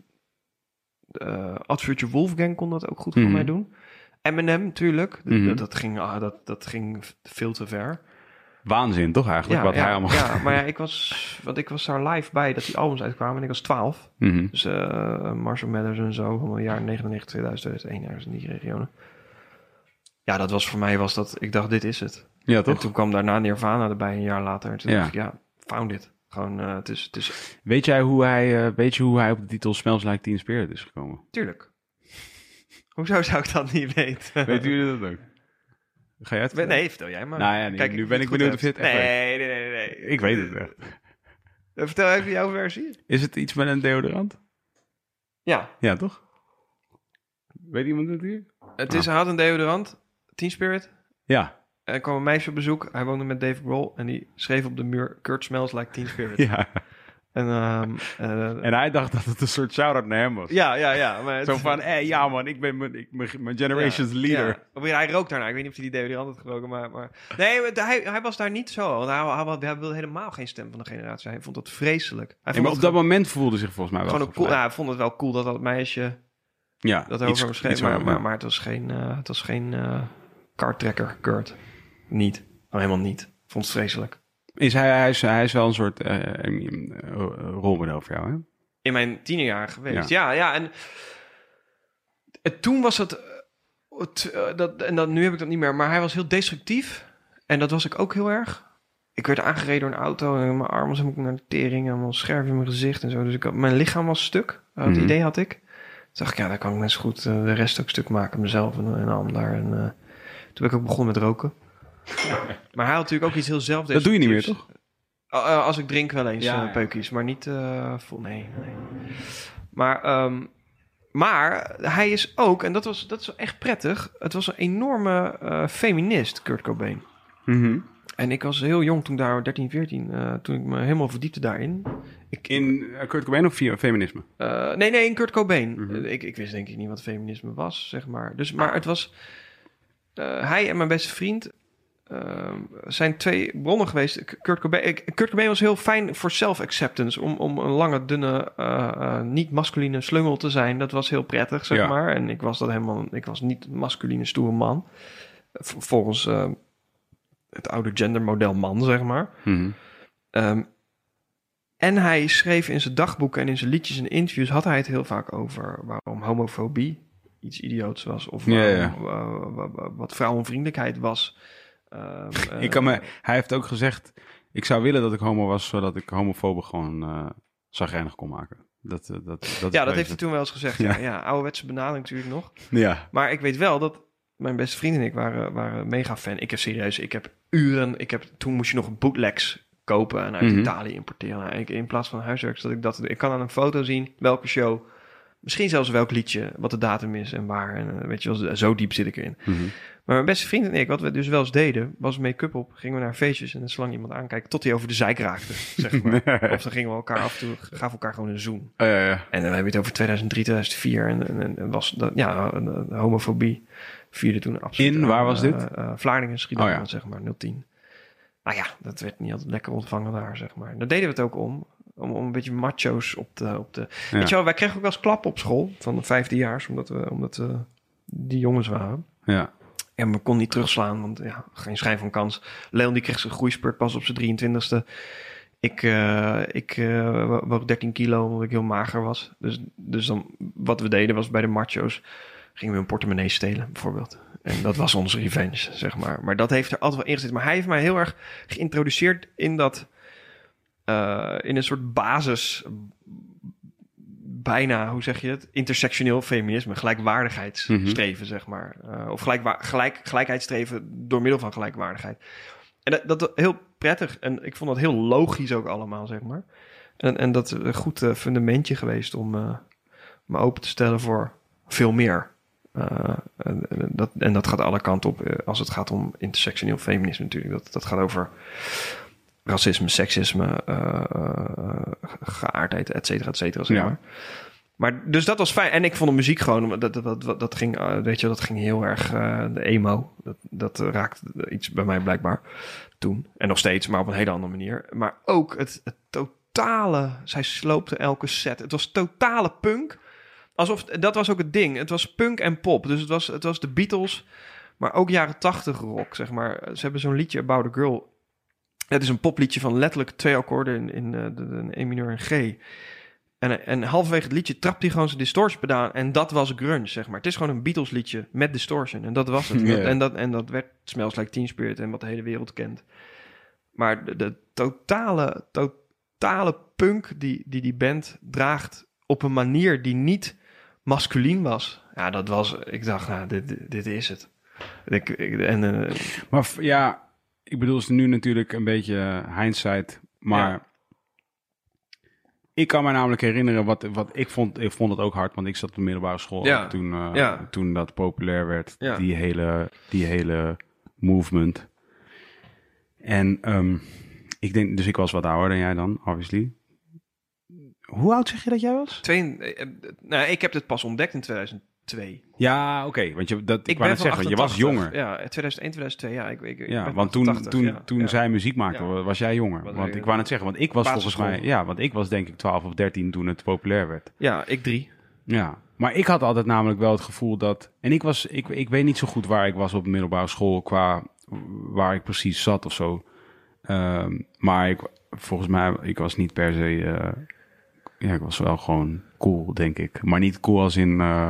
Uh, Ad Future Wolfgang kon dat ook goed voor Mhm. mij doen. Eminem, natuurlijk. Mhm. Dat, dat, ging, ah, dat, dat ging veel te ver. Waanzin, toch eigenlijk? Ja, wat ja, hij allemaal... ja, maar ja, ik was, want ik was daar live bij dat die albums uitkwamen en ik was twaalf. Mhm. Dus uh, Marshall Mathers en zo, van het jaar negenennegentig, tweeduizend, tweeduizend één, ergens in die regionen. Ja, dat was voor mij, was dat, ik dacht, dit is het. Ja, En toch? toen kwam daarna Nirvana erbij, een jaar later. En toen Ja. dacht ik, ja, found it. Gewoon, uh, het is, het is, Weet jij hoe hij, uh, weet je hoe hij op de titel Smells Like Teen Spirit is gekomen? tuurlijk. Hoezo zou ik dat niet weten? Weten jullie dat ook? Ga jij het vertellen? Nee, vertel jij maar. Nou ja, nee, Kijk, nu of ben je ik het benieuwd goed of je het hebt. echt nee, nee, nee, nee. Ik weet het echt. Uh, Vertel even jouw versie. Is het iets met een deodorant? Ja, Ja, toch? Weet iemand het hier? het is, hij had een deodorant, Teen Spirit. Ja. En er kwam een meisje op bezoek. Hij woonde met Dave Grohl en die schreef op de muur Kurt smells like Teen Spirit. ja. En, um, uh, En hij dacht dat het een soort shout-out naar hem was. ja, ja, ja. Maar het- Zo van, hé, hey, ja man, ik ben mijn, ik, mijn, mijn generation's ja, leader. Ja. Of hij rookt daarna. Ik weet niet of hij die deodorant had geroken, maar... maar... Nee, maar hij, hij was daar niet zo. Want hij, hij, hij wilde helemaal geen stem van de generatie. Hij vond dat vreselijk. Hij Nee, vond maar op het dat moment voelde zich volgens mij wel gewoon een cool, gevleid. ja, hij vond het wel cool dat dat meisje Ja, dat iets- over hem schreef. iets Maar, over- maar, maar het was geen, uh, het was geen uh, karttrekker, Kurt. Niet. Oh, helemaal niet. Ik vond het vreselijk. Is hij, hij, is, hij is wel een soort uh, uh, rolmodel voor jou, hè? In mijn tienerjaren geweest. Ja, ja. En, en toen was het... uh, het uh, dat, en dat, nu heb ik dat niet meer. Maar hij was heel destructief. En dat was ik ook heel erg. Ik werd aangereden door een auto. En mijn arm was helemaal naar de tering. En allemaal scherven in mijn gezicht en zo. Dus ik had, mijn lichaam was stuk. Dat Mhm. idee had ik. Toen dacht ik, ja, dan kan ik net zo goed uh, de rest ook stuk maken. Mezelf en, en een ander. En uh, toen ben ik ook begonnen met roken. Maar hij had natuurlijk ook iets heel zelfdestructiefs. Dat doe je niet meer, toch? Uh, als ik drink wel eens Ja, uh, ja. peukjes, maar niet uh, vol. Nee, nee. Maar, um, maar hij is ook, en dat was, dat is echt prettig. Het was een enorme uh, feminist, Kurt Cobain. Mhm. En ik was heel jong toen daar, dertien, veertien, uh, toen ik me helemaal verdiepte daarin. Ik, In uh, Kurt Cobain of via feminisme? uh, nee, nee, in Kurt Cobain. Mhm. Uh, ik, ik wist denk ik niet wat feminisme was, zeg maar. Dus, maar het was... Uh, hij en mijn beste vriend uh, zijn twee bronnen geweest. Kurt Cobain, Kurt Cobain was heel fijn voor self-acceptance. Om, om een lange, dunne, uh, uh, niet-masculine slungel te zijn. Dat was heel prettig, zeg Ja. maar. En ik was dat helemaal... Ik was niet een masculine, stoere man. V- volgens uh, het oude gendermodel man, zeg maar. Mhm. Um, en hij schreef in zijn dagboeken en in zijn liedjes en interviews... had hij het heel vaak over waarom homofobie iets idioots was. Of Ja, ja. waarom, uh, wa- wa- wat vrouwenvriendelijkheid was. Um, uh, Ik kan me, hij heeft ook gezegd, ik zou willen dat ik homo was, zodat ik homofoben gewoon uh, zagrijnig kon maken. Dat, uh, dat, dat is ja, dat wel heeft hij iets toen wel eens gezegd. Ja. Ja, ja ouderwetse benadering natuurlijk nog. wat- Ja. Maar ik weet wel dat mijn beste vriend en ik waren, waren mega fan. Ik heb serieus, ik heb uren... Ik heb, toen moest je nog bootlegs kopen en uit Mhm. Italië importeren. En ik, in plaats van huiswerk, dat ik dat... Ik kan aan een foto zien welke show... Misschien zelfs welk liedje, wat de datum is en waar. En uh, weet je wel, zo diep zit ik erin. Mhm. Maar mijn beste vriend en ik, wat we dus wel eens deden... was make-up op, gingen we naar feestjes... en dan slang iemand aankijken tot hij over de zeik raakte, zeg maar. Of dan gingen we elkaar af en toe... gaven elkaar gewoon een zoen. Uh, ja, ja. En dan hebben we het over tweeduizend drie, tweeduizend vier. En, en, en was dat, ja, de, de homofobie vierde toen absoluut. In, waar aan, was dit? Uh, uh, Vlaardingen, Schiedam, Oh ja. zeg maar, nul tien. Nou ja, dat werd niet altijd lekker ontvangen daar, zeg maar. Daar deden we het ook om. Om, om een beetje macho's op de... Op de Ja. Weet je wel, wij kregen ook wel eens klappen op school. Van de vijfdejaars, omdat we, omdat we die jongens waren. Ja. En we konden niet terugslaan, want ja, geen schijn van kans. Leon die kreeg zijn groeispurt pas op zijn drieëntwintigste. Ik, uh, ik uh, woog dertien kilo, omdat ik heel mager was. Dus, dus dan, wat we deden was bij de macho's... gingen we een portemonnee stelen, bijvoorbeeld. En dat was onze revenge, zeg maar. Maar dat heeft er altijd wel in gezeten. Maar hij heeft mij heel erg geïntroduceerd in dat... Uh, in een soort basis... bijna, hoe zeg je het? Intersectioneel feminisme, gelijkwaardigheidsstreven, Mhm. zeg maar. Uh, of gelijkwa- gelijk, gelijkheidsstreven door middel van gelijkwaardigheid. En dat, dat heel prettig. En ik vond dat heel logisch ook allemaal, zeg maar. En, en dat is een goed uh, fundamentje geweest om uh, me open te stellen voor veel meer. Uh, en, en, dat, en dat gaat alle kanten op uh, als het gaat om intersectioneel feminisme natuurlijk. Dat, dat gaat over racisme, seksisme, uh, uh, geaardheid, et cetera, et cetera, zeg Ja. maar. Maar dus dat was fijn. En ik vond de muziek gewoon, dat, dat, dat, dat ging, uh, weet je, dat ging heel erg, uh, de emo. Dat, dat uh, raakte iets bij mij blijkbaar toen. En nog steeds, maar op een hele andere manier. Maar ook het, het totale, zij sloopte elke set. Het was totale punk. Alsof, dat was ook het ding. Het was punk en pop. Dus het was, het was de Beatles, maar ook jaren tachtig rock, zeg maar. Ze hebben zo'n liedje, About a Girl, Het is een popliedje van letterlijk twee akkoorden in, in uh, de, de E mineur en G. En, en halverwege het liedje trapt hij gewoon zijn distortiepedaal. En dat was grunge, zeg maar. Het is gewoon een Beatles liedje met distortion. En dat was het. Ja. En, dat, en dat werd Smells Like Teen Spirit en wat de hele wereld kent. Maar de, de totale, totale punk die, die die band draagt op een manier die niet masculien was. Ja, dat was... Ik dacht, nou, dit, dit, dit is het. Ik, ik, en, uh, Maar f- ja, ik bedoel, het is nu natuurlijk een beetje hindsight, maar Ja. ik kan me namelijk herinneren wat, wat ik vond. Ik vond het ook hard, want ik zat op de middelbare school Ja. toen, uh, Ja. toen dat populair werd, Ja. die hele, die hele movement. En um, ik denk, dus ik was wat ouder dan jij dan, obviously. Hoe oud zeg je dat jij was? twee, uh, nou, ik heb dit pas ontdekt in tweeduizend twee. Ja, oké, okay, want je, dat, ik, Ik wou ben net van zeggen, je was achtentachtig. jonger. Ja, tweeduizend één, tweeduizend twee. Ja, ik, ik, ik Ja, ben want toen, achtentachtig, toen, ja. toen Ja. zij muziek maakte, Ja. was jij jonger. Was Want ik- ik wou net zeggen, want ik was volgens basisschool. mij... Ja, want ik was denk ik twaalf of dertien toen het populair werd. Ja, ik drie. Ja, maar ik had altijd namelijk wel het gevoel dat... En ik was, ik, ik weet niet zo goed waar ik was op de middelbare school qua waar ik precies zat of zo. Um, maar ik, volgens mij, ik was niet per se... Uh, ja, ik was wel gewoon cool, denk ik. Maar niet cool als in... Uh,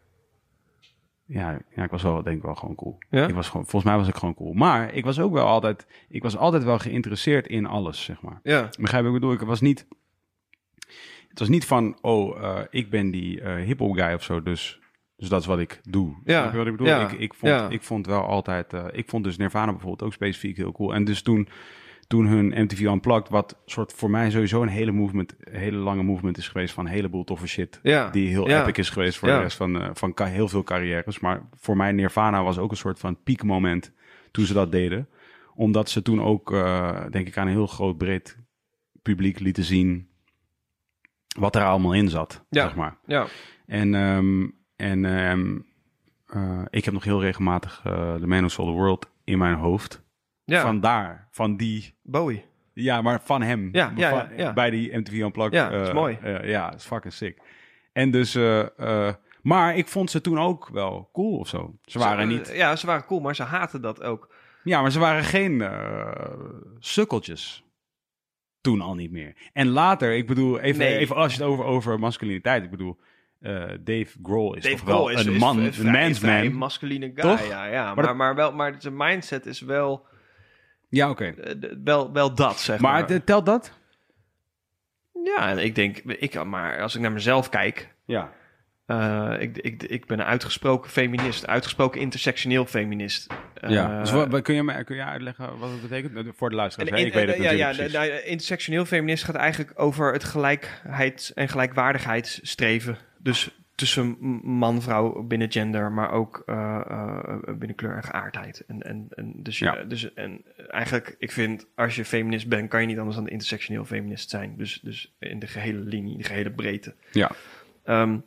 ja, ja, ik was wel, denk ik wel gewoon cool. Ja? Ik was gewoon, volgens mij was ik gewoon cool. Maar ik was ook wel altijd... Ik was altijd wel geïnteresseerd in alles, zeg maar. Ja. Begrijp je wat ik bedoel? Ik was niet... Het was niet van, oh, uh, ik ben die uh, hip-hop guy of zo, dus, dus dat is wat ik doe. Ja. Snap je wat ik bedoel? Ja. Ik, ik, vond, Ja. ik vond wel altijd... Uh, ik vond dus Nirvana bijvoorbeeld ook specifiek heel cool. En dus toen, toen hun M T V Unplugged, wat soort voor mij sowieso een hele movement, een hele lange movement is geweest van een heleboel toffe shit, Ja. die heel Ja. epic is geweest voor Ja. de rest van, uh, van ka- heel veel carrières. Maar voor mij Nirvana was ook een soort van piekmoment toen ze dat deden. Omdat ze toen ook, uh, denk ik, aan een heel groot breed publiek lieten zien wat er allemaal in zat, Ja. zeg maar. Ja. En, um, en um, uh, ik heb nog heel regelmatig uh, The Man Who Sold the World in mijn hoofd. Ja. Vandaar, van die... Bowie. Ja, maar van hem. Ja, ja, Van- ja, ja. Bij die M T V Unplugged. Ja, dat is uh, mooi. uh, ja, dat is fucking sick. En dus... Uh, uh, maar ik vond ze toen ook wel cool of zo. Ze waren Ze- niet... Ja, ze waren cool, maar ze haten dat ook. Ja, maar ze waren geen uh, sukkeltjes. Toen al niet meer. En later, ik bedoel, even, Nee. even als je het over, over masculiniteit, ik bedoel, uh, Dave Grohl is Dave toch wel Grohl is, een is- man, is een vrij- mans vrij man. masculine guy, Toch? ja, ja. Maar Maar, dat- maar, wel, maar zijn mindset is wel, Ja, oké. eh, d- wel, wel dat, zeg maar. Maar het- telt dat? Ja, en ik denk, ik, maar als ik naar mezelf kijk, Ja. uh, ik, ik, ik ben een uitgesproken feminist, uitgesproken intersectioneel feminist. ja. Uh, Dus wat, wat- kun, je, me- kun je uitleggen wat het betekent? Voor de luisteraars, En hè? in- Ik weet het eh, ja, natuurlijk ja, precies. de- de- intersectioneel feminist gaat eigenlijk over het gelijkheid en gelijkwaardigheidsstreven. Dus tussen m- man, vrouw binnen gender, maar ook uh, uh, binnen kleur en geaardheid. En, en, en, dus, Ja. ja. dus en eigenlijk, ik vind, als je feminist bent, kan je niet anders dan intersectioneel feminist zijn. Dus, dus in de gehele linie, de gehele breedte. Ja. Um,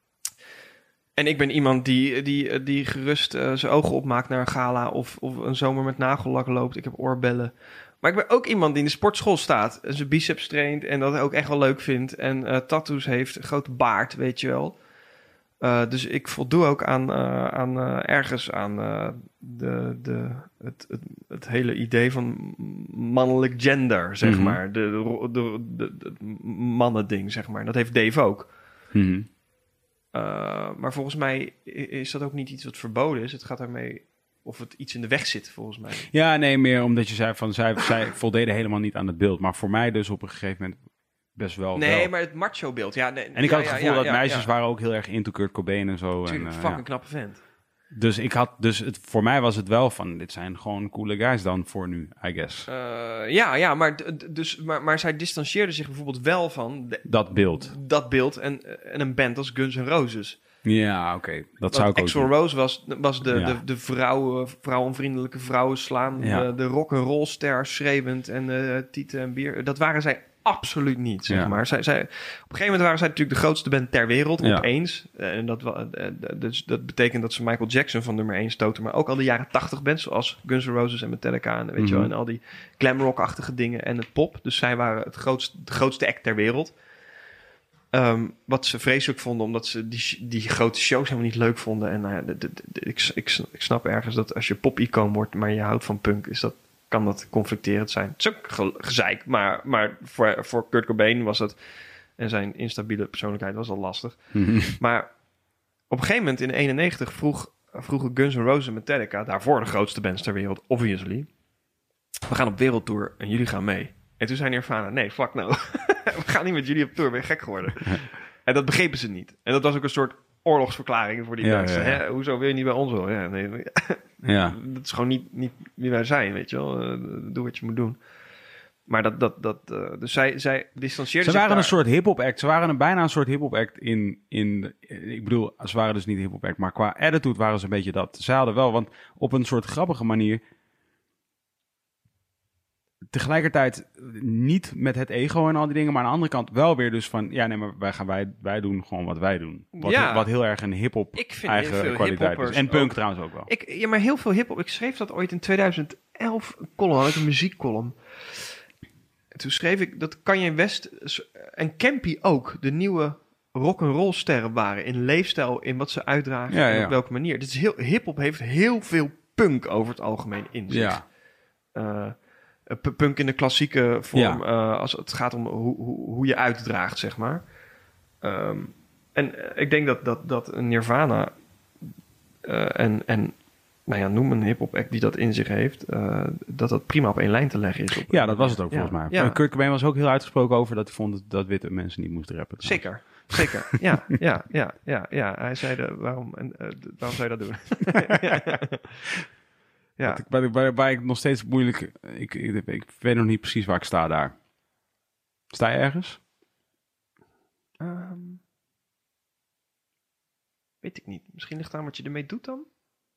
en ik ben iemand die, die, die gerust uh, zijn ogen opmaakt naar een gala of, of een zomer met nagellak loopt. Ik heb oorbellen. Maar ik ben ook iemand die in de sportschool staat en zijn biceps traint en dat ook echt wel leuk vindt. En uh, tattoos heeft, een grote baard, weet je wel. Uh, dus ik voldoe ook aan, uh, aan uh, ergens aan uh, de, de, het, het, het hele idee van mannelijk gender, zeg Mhm. maar. De, de, de, de, de mannending, zeg maar. Dat heeft Dave ook. Mhm. Uh, maar volgens mij i- is dat ook niet iets wat verboden is. Het gaat daarmee of het iets in de weg zit, volgens mij. Ja, nee, meer omdat je zei van zij, zij voldeden helemaal niet aan het beeld. Maar voor mij dus op een gegeven moment best wel. Nee, wel. maar het macho-beeld. Ja, nee, En ik ja, had het ja, gevoel ja, dat ja, meisjes ja. waren ook heel erg into Kurt Cobain en zo. En, Tuurlijk, uh, fucking ja. knappe vent. Dus ik had, dus het, voor mij was het wel van, dit zijn gewoon coole guys dan voor nu, I guess. Uh, ja, ja maar, d- d- dus, maar, maar zij distancieerde zich bijvoorbeeld wel van de- Dat beeld. dat beeld en, en een band als Guns N' Roses. Ja, oké. Dat zou Want ik ook Axl doen. Rose was, was de, Ja. de, de vrouwen, vrouwenvriendelijke vrouwen slaan, Ja. de, de rock'n'roll ster schreeuwend en uh, tieten en bier. Dat waren zij absoluut niet, zeg Ja. maar. Zij, zij, op een gegeven moment waren zij natuurlijk de grootste band ter wereld, Ja. opeens. Uh, en dat, wa- uh, dus dat betekent dat ze Michael Jackson van nummer één stoten, maar ook al de jaren tachtig bands, zoals Guns N' Roses en Metallica en, weet je Mhm. wel, en al die glamrock-achtige dingen en het pop. Dus zij waren het grootste, de grootste act ter wereld. Um, wat ze vreselijk vonden, omdat ze die, die grote shows helemaal niet leuk vonden. En nou ja, de, de, de, ik, ik, ik snap ergens dat als je pop-icoon wordt, maar je houdt van punk, is dat kan dat conflicterend zijn. Het is ook ge- gezeik, maar, maar voor, voor Kurt Cobain was het... en zijn instabiele persoonlijkheid was al lastig. Maar op een gegeven moment in eenennegentig vroeg, vroegen Guns N' Roses en Metallica... daarvoor de grootste bands ter wereld, obviously... we gaan op wereldtour en jullie gaan mee. En toen zei Nirvana, nee, fuck no. We gaan niet met jullie op tour, ben je gek geworden. En dat begrepen ze niet. En dat was ook een soort oorlogsverklaring voor die Ja, mensen. ja, ja. Hè? Hoezo wil je niet bij ons wel? Ja, nee, Ja. dat is gewoon niet, niet wie wij zijn, weet je wel. Uh, doe wat je moet doen. Maar dat, dat, dat uh, dus zij, zij distancieerden Ze zich waren een daar. soort hip-hop act. Ze waren een, bijna een soort hip-hop act in, in. Ik bedoel, ze waren dus niet een hip-hop act, maar qua attitude waren ze een beetje dat. Ze hadden wel, want op een soort grappige manier. Tegelijkertijd niet met het ego en al die dingen, maar aan de andere kant wel weer dus van, ja nee, maar wij gaan wij, wij doen gewoon wat wij doen. Wat, Ja. wat heel erg een hip-hop Ik vind eigen heel veel kwaliteit is. hiphoppers En punk ook- trouwens ook wel. Ik, ja, maar heel veel hip-hop. Ik schreef dat ooit in tweeduizend elf. Een column, had ik een muziekcolumn. En toen schreef ik dat Kanye West en Campy ook de nieuwe rock'n'roll sterren waren in leefstijl, in wat ze uitdragen Ja, en ja. op welke manier. Dit is heel hip-hop heeft heel veel punk over het algemeen in zich. Ja. Eh, p- punk in de klassieke vorm, Ja. eh, als het gaat om hoe, hoe, hoe je uitdraagt, zeg maar. Ehm, en eh, ik denk dat, dat, dat Nirvana eh, en, en nou ja, noem een hip-hop act die dat in zich heeft, eh, dat dat prima op één lijn te leggen is. Op, Ja, dat was het ook Ja. volgens mij. Ja. Kurt Cobain was ook heel uitgesproken over dat hij vond dat, dat witte mensen niet moesten rappen. Zeker, zeker. Ja, ja, ja, ja, ja. Hij zei, de, waarom, en, eh, d- waarom zou je dat doen? ja. Wat ik, waar, ik- waar, waar ik nog steeds moeilijk... Ik, ik, ik weet nog niet precies waar ik sta daar. Sta je ergens? Ehm, weet ik niet. Misschien ligt het aan wat je ermee doet dan?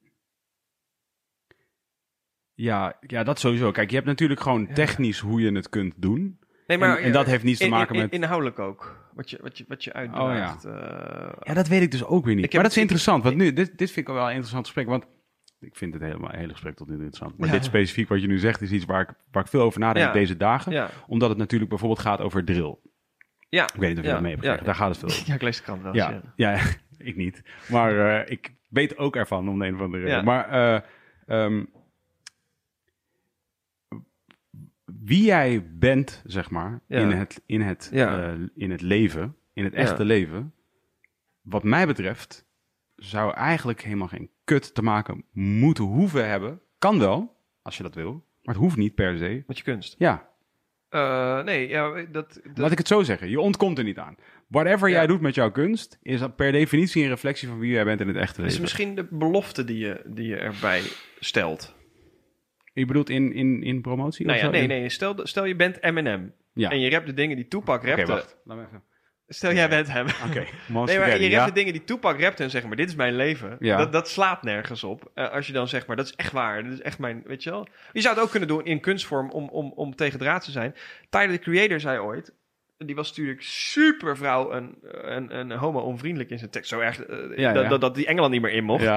Ja, ja, dat sowieso. Kijk, je hebt natuurlijk gewoon technisch hoe je het kunt doen. Nee, En- en dat heeft niets te in- maken in- met- Inhoudelijk ook. Wat je, wat je, wat je uitdraagt. eh, Ja, dat weet ik dus ook weer niet. Ik maar heb- dat is ik- interessant. Want nu, dit, dit vind ik wel een interessant gesprek. Want ik vind het helemaal een hele gesprek tot nu toe interessant. Maar Ja. dit specifiek wat je nu zegt is iets waar ik, waar ik veel over nadenk Ja. deze dagen. ja. Omdat het natuurlijk bijvoorbeeld gaat over drill. Ja. Ik weet niet of je Ja. dat mee hebt Ja. gekregen. Daar gaat het veel over. Ja, ik lees de krant wel. Ja, eens, ja, ik niet. Maar eh, ik weet ook ervan om de een of andere reden. Ja. Maar eh, ehm, wie jij bent, zeg maar, Ja. in, het, in, het, Ja. eh, in het leven, in het Ja. echte leven, wat mij betreft, zou eigenlijk helemaal geen kut te maken moeten hoeven hebben. Kan wel, als je dat wil, maar het hoeft niet per se. Met je kunst. Ja, Eh, nee, ja, dat... dat laat ik het zo zeggen. Je ontkomt er niet aan. Whatever Ja. jij doet met jouw kunst, is dat per definitie een reflectie van wie jij bent in het echte is leven. misschien de belofte die je, die je erbij stelt. Je bedoelt in, in, in promotie? Nou of ja, zo? nee, In- nee. Stel, stel je bent Eminem. Ja. En je rapt de dingen die Tupac Oké, rapte. wacht. Laat me even. Stel jij bent hem. Oké, Nee, maar je rapt de dingen die Tupac rapte en zeg maar, dit is mijn leven. Ja. Dat, dat slaat nergens op. Eh, als je dan zegt maar, dat is echt waar. Dat is echt mijn, weet je wel. Je zou het ook kunnen doen in kunstvorm om, om, om tegen draad te zijn. Tyler, the Creator, zei ooit, die was natuurlijk super vrouw en, en, en homo-onvriendelijk in zijn tekst. Zo erg eh, Ja, dat, ja. Dat, dat die Engeland niet meer in mocht. Ja.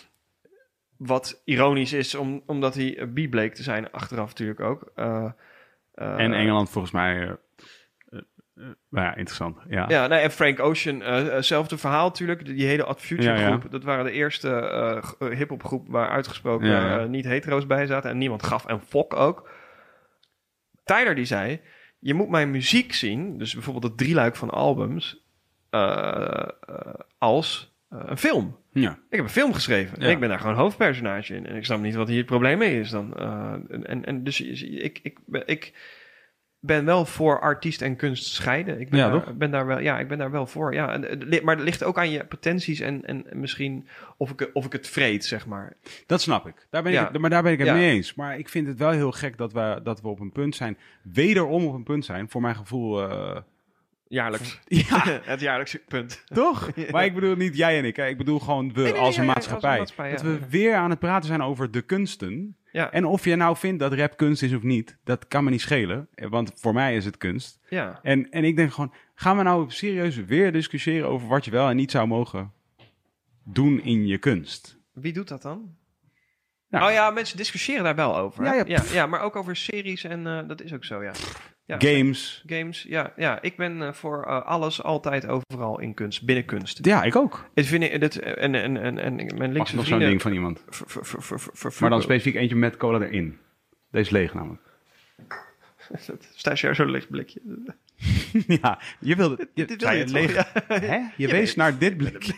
Wat ironisch is, om, omdat hij eh, bi bleek te zijn, achteraf natuurlijk ook. Eh, eh, En Engeland volgens mij... eh, eh, eh, nou ja, interessant. Ja. Ja, nee, en Frank Ocean, eh, hetzelfde verhaal natuurlijk. Die hele Odd Future Ja, ja. groep, dat waren de eerste eh, g- eh, hip-hop groep waar uitgesproken Ja, ja. eh, niet hetero's bij zaten. En niemand gaf een fok ook. Tyler die zei, je moet mijn muziek zien, dus bijvoorbeeld het drieluik van albums, eh, eh, als eh, een film. Ja. Ik heb een film geschreven en Ja. ik ben daar gewoon hoofdpersonage in. En ik snap niet wat hier het probleem mee is dan. Eh, en, en, en dus ik, ik, ben- ik ben wel voor artiest en kunst scheiden. Ik ben, Ja, daar, toch? ben daar wel, ja, ik ben daar wel voor. Ja, en, het li- maar het ligt ook aan je potenties en, en misschien of ik, of ik het vreet, zeg maar. Dat snap ik. Daar ben ik Ja. het, maar daar ben ik het Ja. mee eens. Maar ik vind het wel heel gek dat we, dat we op een punt zijn. Wederom op een punt zijn. Voor mijn gevoel... eh, Jaarlijks. ja, Het jaarlijkse punt. toch? Maar ik bedoel niet jij en ik. Hè. Ik bedoel gewoon we nee, nee, als ja, een ja, maatschappij. als een maatschappij, dat ja. we weer aan het praten zijn over de kunsten. Ja, En of je nou vindt dat rap kunst is of niet, dat kan me niet schelen. Want voor mij is het kunst. ja. En, en ik denk gewoon, gaan we nou serieus weer discussiëren over wat je wel en niet zou mogen doen in je kunst? Wie doet dat dan? Nou, Oh ja, mensen discussiëren daar wel over. hè? Ja, ja, ja, pff. ja, maar ook over series en eh, dat is ook zo, ja. ja games. Games, ja. ja. Ik ben eh, voor eh, alles, altijd, overal in kunst, binnen kunst. Ja, ik ook. Ik vind ik, dat, en, en, en, en mijn Mag linkse nog zo'n vrienden... ding van iemand. ver- ver- ver- ver- ver- ver- Maar dan specifiek eentje met cola erin. Deze is leeg namelijk. Stagiair zo'n licht blikje. Ja, je wilde... Je, Dit zei wil je je leeg. toch? Ja. Hè? Je Je wees weet. naar dit blik.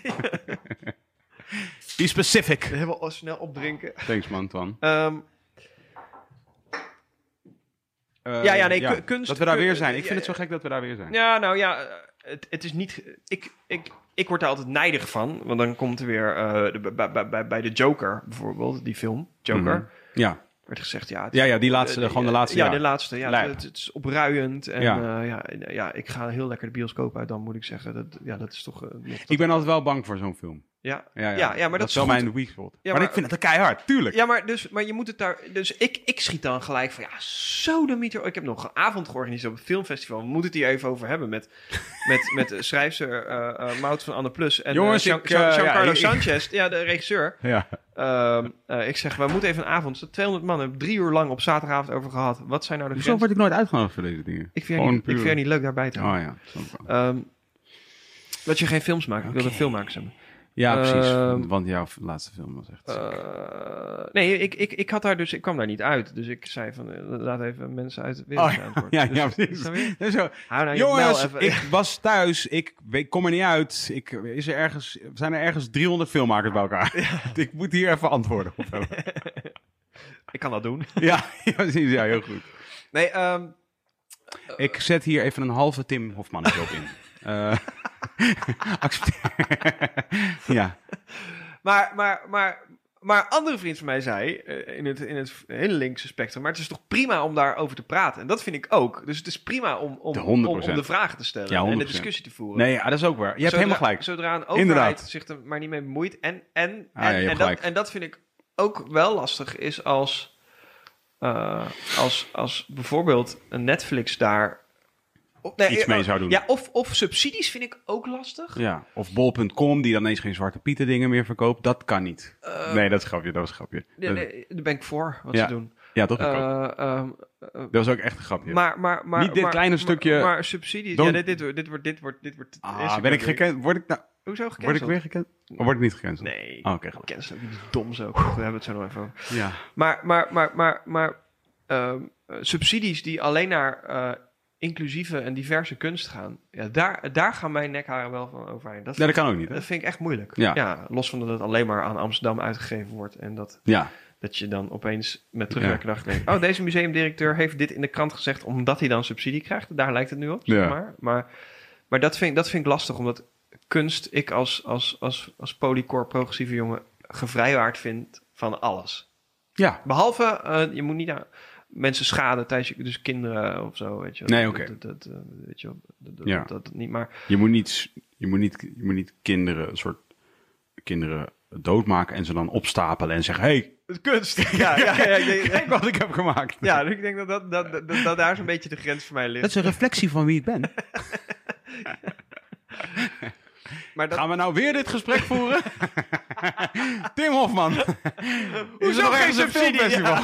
Be specific. Helemaal snel opdrinken. Thanks man, Twan. Um, Uh, Ja, ja, nee, ku- kunst- Dat we daar kun- weer zijn. Ik ja, vind het zo ja. gek dat we daar weer zijn. ja, nou ja, het, het is niet... Ik, ik, ik word daar altijd nijdig van. Want dan komt er weer... Uh, de, bij, bij, bij, bij de Joker bijvoorbeeld, die film, Joker... Mhm. Ja. werd gezegd, ja... Het, Ja, ja, die laatste, eh, gewoon de laatste, Ja, ja. de laatste. Ja, Lijp. het, het is opruiend. En Ja. ja. ja, ja, ik ga heel lekker de bioscoop uit, dan moet ik zeggen. Dat, ja, dat is toch... Uh, nog, Ik ben altijd wel bang voor zo'n film. ja. Ja, ja. Ja, ja, maar dat is is wel goed. mijn weak spot. Ja, maar, maar- ik vind het keihard, tuurlijk. Ja, maar, dus, maar je moet het daar... Dus ik, ik schiet dan gelijk van... Ja, sodemieter. Ik heb nog een avond georganiseerd op het filmfestival. We moeten het hier even over hebben met, met, met de schrijfster uh, uh, Maud van Anne Plus. En Jongens, uh, ik, Jean, uh, Giancarlo ja, ik- Sanchez, ja, de regisseur. Ja. Uh, uh, ik zeg, we moeten even een avond. Er staan tweehonderd man. Hebben drie uur lang op zaterdagavond over gehad. Wat zijn nou de Hoezo grenzen? word ik nooit uitgenodigd voor deze dingen? Ik vind, Gewoon niet, ik puur- vind het niet leuk daarbij te Oh houden. ja, snap ik wel. Um, dat je geen films maakt. Ik wil Oké. een filmmakers hebben. Ja, precies. Ehm, Want jouw laatste film was echt... Uh, nee, ik, ik, ik had daar dus, ik kwam daar niet uit. Dus ik zei van, uh, laat even mensen uit de wereld Oh, antwoorden. ja, Dus- ja, precies. snap je? En zo, Hou nou je jongens, bel even. ik was thuis. Ik, ik kom er niet uit. Ik, is er ergens, zijn er ergens driehonderd filmmakers bij elkaar? Ik moet hier even antwoorden op hebben. Ik kan dat doen. Ja, ja, precies. Ja, heel goed. Nee, um, Ik zet hier even een halve Tim Hofman op in. Uh, accepteer. Ja. maar, maar, maar, maar een andere vriend van mij zei, uh, in, het, in het hele linkse spectrum, maar het is toch prima om daarover te praten. En dat vind ik ook. Dus het is prima om, om, De om, honderd om procent. de vragen te stellen Ja, en de honderd procent. discussie te voeren. Nee, ja, dat is ook waar. Je hebt Zodra- helemaal gelijk. Zodra een overheid Inderdaad. zich er maar niet mee bemoeit. En, en, en, Ah, ja, je hebt en, dat, gelijk. en dat vind ik ook wel lastig is als, uh, als, als bijvoorbeeld een Netflix daar... Of, nee, Iets mee zou doen. Ja, of, of subsidies vind ik ook lastig. Ja. Of bol punt com, die dan ineens geen Zwarte Pieten dingen meer verkoopt. Dat kan niet. Uh, nee, dat is een grapje. Dat was een grapje. Nee, Dat- nee, daar ben ik voor, wat Ja. ze doen. Ja, toch? Ik ook. Uh, uh, Dat was ook echt een grapje. maar, maar, maar, Niet dit maar- kleine maar- stukje- Maar, subsidies... Don't- Ja, dit, dit, wordt- dit wordt... Dit wordt, dit wordt ah, Instagram ben ik weer- gekend? Word ik nou... Hoezo gecanceld? Word ik weer gekend? Of word ik niet gecanceld? Nee. Oh, oké, goed. Cancel ook niet dom zo. Daar hebben we het zo nog even over. Ja. Maar, maar, maar, maar, maar ehm, uh, subsidies die alleen naar uh, inclusieve en diverse kunst gaan, ja, daar, daar gaan mijn nekharen wel van overheen. Dat, Ja, dat kan ook niet, hè? dat vind ik echt moeilijk. Ja. Ja, los van dat het alleen maar aan Amsterdam uitgegeven wordt en dat, Ja. dat je dan opeens met terugwerkende dag denkt, oh, deze museumdirecteur heeft dit in de krant gezegd omdat hij dan subsidie krijgt. Daar lijkt het nu op, zeg Ja. maar. Maar, maar dat, vind, dat vind ik lastig, omdat kunst ik als, als, als, als polycore progressieve jongen gevrijwaard vind van alles. Ja. Behalve, uh, je moet niet aan mensen schaden tijdens je, dus kinderen of zo, weet je. Nee, oké. Dat, dat, dat, weet je wel, dat, dat, Ja. dat, dat niet, maar... Je moet niet, je moet niet, je moet niet kinderen, een soort kinderen doodmaken en ze dan opstapelen en zeggen, hey, Kunst! Ja, ja, ja. Ik denk, kijk wat ik heb gemaakt. ja, ik denk dat, dat, dat, dat, dat daar zo'n beetje de grens voor mij ligt. Dat is een reflectie van wie ik ben. Maar dat, Gaan we nou weer dit gesprek voeren? Tim Hofman. Is Hoezo er nog geen ergens een subsidie? filmfestival?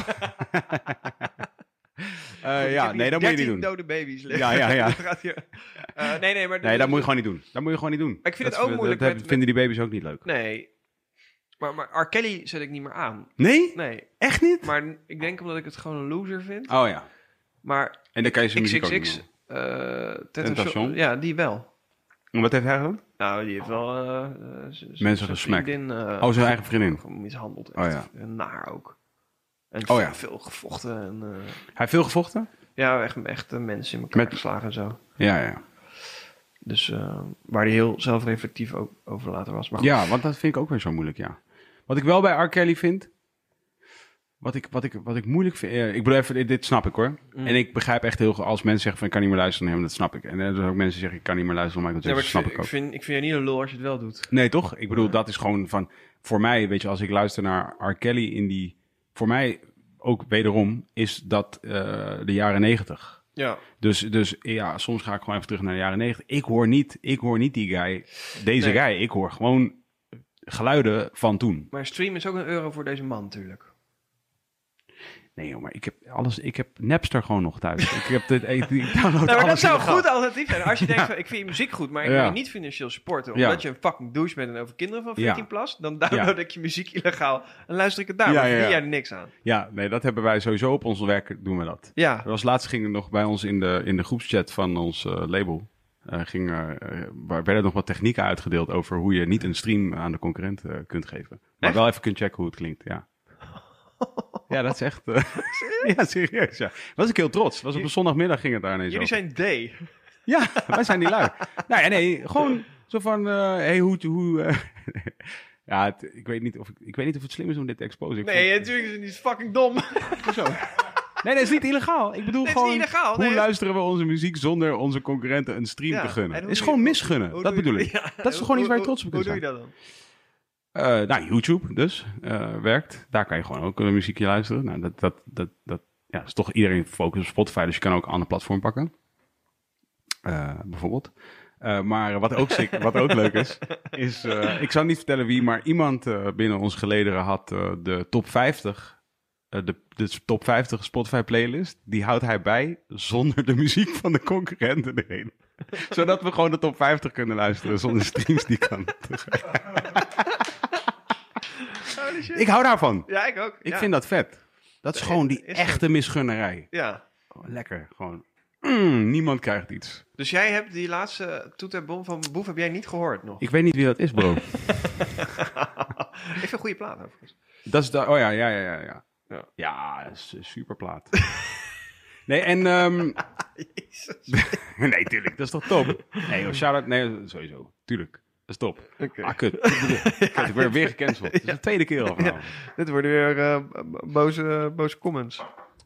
Eh, ja, nee, dat moet je niet doen. dode baby's liggen. Ja, ja, ja. Dat gaat hier- Uh, nee, nee, maar... Nee, dat moet je gewoon niet doen. Dat moet je gewoon niet doen. Maar ik vind Dat het ook is- moeilijk Dat met- vinden die baby's ook niet leuk. Nee. Maar, maar R. Kelly zet ik niet meer aan. Nee? Nee. Echt niet? Maar ik denk omdat ik het gewoon een loser vind. Oh ja. Maar En dan kan je zijn muziek ook niet X X X, doen. uh, Tentation? ja, die wel. En wat heeft hij gedaan? Nou, die heeft wel uh, uh, z- z- Mensen zijn gesmakt. vriendin, uh, Oh, zijn eigen vriendin. gewoon mishandeld. Oh, Echt. ja. En naar ook. En Oh, veel, ja. veel gevochten. En, uh, Hij heeft veel gevochten? ja, echt, echt uh, mensen in elkaar Met- geslagen en zo. Ja, ja. Dus uh, waar hij heel zelfreflectief ook over later was. Maar goed. Ja, want dat vind ik ook weer zo moeilijk, ja. Wat ik wel bij R. Kelly vind... Wat ik, wat ik, wat ik moeilijk vind... eh, Ik bedoel even, dit, dit snap ik hoor. Mm. En ik begrijp echt heel goed... Als mensen zeggen van ik kan niet meer luisteren naar hem, dat snap ik. En er zijn ook mensen die zeggen ik kan niet meer luisteren naar Michael Ja, maar Jackson, ik, snap vind, ik ook. ik, vind, ik vind je niet een lul als je het wel doet. Nee, toch? Ik bedoel, dat is gewoon van... Voor mij, weet je, als ik luister naar R. Kelly in die... Voor mij ook wederom is dat uh, de jaren negentig. Ja. Dus, dus ja, soms ga ik gewoon even terug naar de jaren negentig. Ik hoor niet, ik hoor niet die guy, deze Nee. guy. Ik hoor gewoon geluiden van toen. Maar stream is ook een euro voor deze man natuurlijk. Nee joh, maar ik heb alles. Ik heb Napster gewoon nog thuis. ik heb dit. Ik, ik download Nou, maar dat alles zou een illegaal. goed alternatief zijn. Als je denkt, Ja. van, ik vind je muziek goed, maar ik Ja. wil je niet financieel supporten. Omdat Ja. je een fucking douche bent en over kinderen van veertien Ja. plus. Dan download Ja. ik je muziek illegaal en luister ik het daar. Ja, maar ja, verdien ja. jij er niks aan. Ja, nee, dat hebben wij sowieso op ons werk. Doen we dat. Ja. Er was laatst ging er nog bij ons in de, in de groepschat van ons uh, label. Uh, ging, uh, waar werden nog wat technieken uitgedeeld over hoe je niet een stream aan de concurrent uh, kunt geven. Maar Echt? wel even kunt checken hoe het klinkt, ja. Ja, dat is echt... Uh, ja, serieus, ja. Was ik heel trots. Was op een zondagmiddag ging het daar ineens Jullie over. zijn D. Ja, wij zijn die lui. Nou ja, nee, gewoon zo van... Uh, hey, hoe... hoe uh, ja, het, ik, weet niet of ik, ik weet niet of het slim is om dit te exposen. Ik Nee, vond- natuurlijk is het niet fucking dom. Hoezo? Nee, dat is niet illegaal. Ik bedoel Nee, het is gewoon, niet illegaal, hoe nee. luisteren we onze muziek zonder onze concurrenten een stream Ja, te en gunnen? hoe Het is doe gewoon je- misgunnen, Hoe dat doe je- bedoel ik. Ja, Dat is toch gewoon iets waar je trots op Hoe kunt doe je zijn? dat dan? Uh, nou, YouTube dus, uh, werkt. Daar kan je gewoon ook een muziekje luisteren. Nou, dat, dat, dat, dat ja, is toch iedereen focust op Spotify, dus je kan ook een ander platform pakken. Uh, bijvoorbeeld. Uh, maar wat ook, sick, wat ook leuk is, is... Uh, ik zal niet vertellen wie, maar iemand uh, binnen ons gelederen had uh, de top vijftig... Uh, de, de top vijftig Spotify playlist, die houdt hij bij zonder de muziek van de concurrenten erin. Zodat we gewoon de top vijftig kunnen luisteren zonder streams die kan. Holy shit. Ik hou daarvan. Ja, ik ook. Ik ja. vind dat vet. Dat is gewoon die Is echte misgunnerij. Ja. Oh, lekker, gewoon. Mm, niemand krijgt iets. Dus jij hebt die laatste toeterbom van Boef heb jij niet gehoord nog? Ik weet niet wie dat is, bro. Ik vind een goede plaat overigens. Dat is de, oh ja, ja, ja, ja. Ja, Ja. ja dat is een superplaat. Nee, en... Um, nee, tuurlijk, dat is toch top? Nee, joh, shout-out, nee, sowieso. Tuurlijk, dat is top. Oké. Ah, kut. kut ik werd weer gecanceld. Het is de tweede keer al vanavond. Dit worden weer uh, boze, boze comments.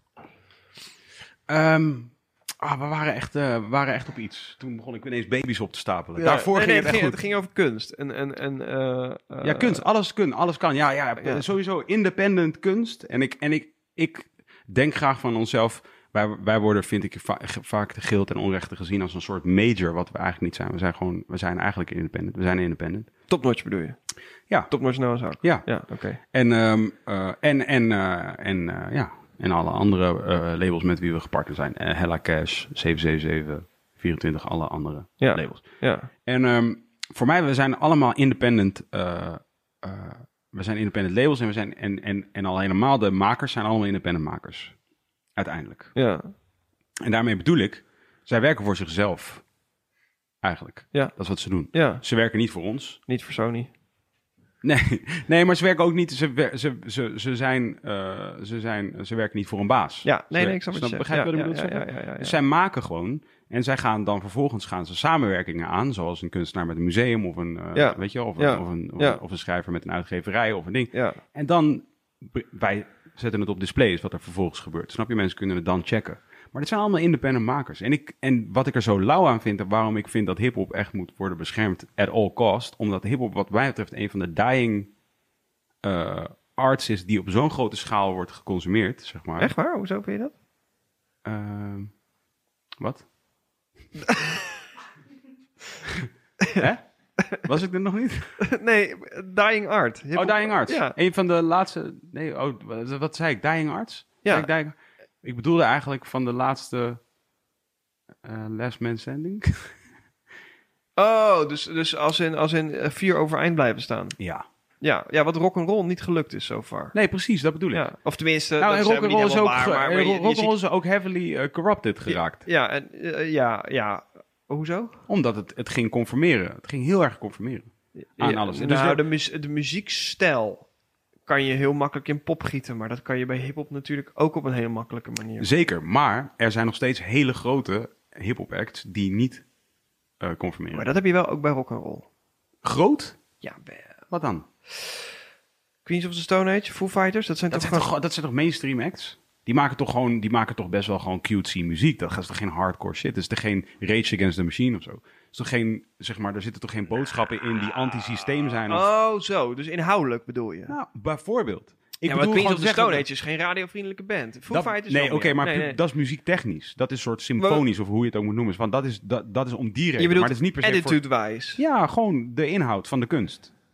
Um, ah, we waren, echt, uh, we waren echt op iets. Toen begon ik ineens baby's op te stapelen. Ja, Daarvoor nee, ging nee, het echt ging, goed. het ging over kunst. En, en, en, uh, uh, Ja, kunst. Alles kun, alles kan. Ja, ja, Ja. sowieso independent kunst. En ik, en ik, ik denk graag van onszelf... Wij, wij worden, vind ik, va- vaak te geel ten onrechte gezien als een soort major, wat we eigenlijk niet zijn. We zijn gewoon, we zijn eigenlijk independent. We zijn independent. Topnotch bedoel je? Ja. Topnotch nou eens ook. Ja. Ja, oké. Okay. En, um, uh, en, en, uh, en, uh, ja. en alle andere uh, labels met wie we gepartnerd zijn. Uh, Hella Cash, zeven zeven zeven, vierentwintig, alle andere Ja. labels. Ja. En um, voor mij, we zijn allemaal independent... Uh, uh, we zijn independent labels en, we zijn, en, en, en al helemaal de makers zijn allemaal independent makers. Uiteindelijk. Ja. En daarmee bedoel ik, zij werken voor zichzelf. Eigenlijk. Ja. Dat is wat ze doen. Ja. Ze werken niet voor ons. Niet voor Sony. Nee, nee, maar ze werken ook niet. Ze, ze, ze, ze, zijn, uh, ze, zijn, ze werken niet voor een baas. Ja, nee, ze, nee, ik snap wat je zegt. Begrijp je Ja, wat ik ja, bedoel ja, te ja, zeggen? ja, ja, ja. Dus zij maken gewoon. En zij gaan dan vervolgens gaan ze samenwerkingen aan. Zoals een kunstenaar met een museum. Of een, uh, Ja. weet je, of, Ja. een, of, een, of, Ja. een, of een schrijver met een uitgeverij of een ding. Ja. En dan, wij zetten het op display, is wat er vervolgens gebeurt. Snap je, mensen kunnen het dan checken. Maar dit zijn allemaal independent makers. En, ik, en wat ik er zo lauw aan vind, en waarom ik vind dat hiphop echt moet worden beschermd at all cost, omdat hiphop wat mij betreft een van de dying uh, arts is die op zo'n grote schaal wordt geconsumeerd, zeg maar. Echt waar? Hoezo vind je dat? Uh, wat? Hè? Was ik er nog niet? Nee, Dying Art. Je Oh, hebt Dying op- Arts. Ja. Een van de laatste... Nee, oh, wat, wat zei ik? Dying Arts? Ja. Zei ik, dying... ik bedoelde eigenlijk van de laatste... Uh, Last Man Standing. Oh, dus, dus als in, als in uh, vier overeind blijven staan. Ja. Ja, ja wat rock'n'roll niet gelukt is so far. Nee, precies, dat bedoel ik. Ja, of tenminste, Nou, en dat is helemaal rock'n'roll niet is ook, helemaal waar, ge- maar, maar je- eh, je rock'n'roll ziet- is ook heavily uh, corrupted geraakt. Ja, en, uh, ja, ja. Hoezo? Omdat het, het ging conformeren. Het ging heel erg conformeren. Aan Ja, alles. Dus Nou, de- de, mu- de muziekstijl kan je heel makkelijk in pop gieten, maar dat kan je bij hiphop natuurlijk ook op een heel makkelijke manier. Zeker, maar er zijn nog steeds hele grote hip-hop acts die niet uh, conformeren. Maar dat heb je wel ook bij rock'n'roll. Groot? Ja, bij Wat dan? Queens of the Stone Age, Foo Fighters, dat zijn Dat toch zijn gewoon... toch, dat zijn toch mainstream acts? Die maken toch gewoon, die maken toch best wel gewoon cutesy muziek. Dat is toch geen hardcore shit? Dat is toch geen Rage Against the Machine of zo? Dat is toch geen, zeg maar, er zitten toch geen boodschappen in die anti-systeem zijn? Of, Oh, zo. Dus inhoudelijk bedoel je? nou, bijvoorbeeld. Ik ja, maar bedoel Queens gewoon of the te Stone zeggen Age is geen radiovriendelijke band. Foo dat- Fighters nee, wel oké, meer. maar Nee, pu- nee. dat is muziektechnisch. Dat is een soort symfonisch, of hoe je het ook moet noemen. Want dat is, dat, dat is om die reden. Je bedoelt maar dat is niet per se voor- attitude-wise. Ja, gewoon de inhoud van de kunst.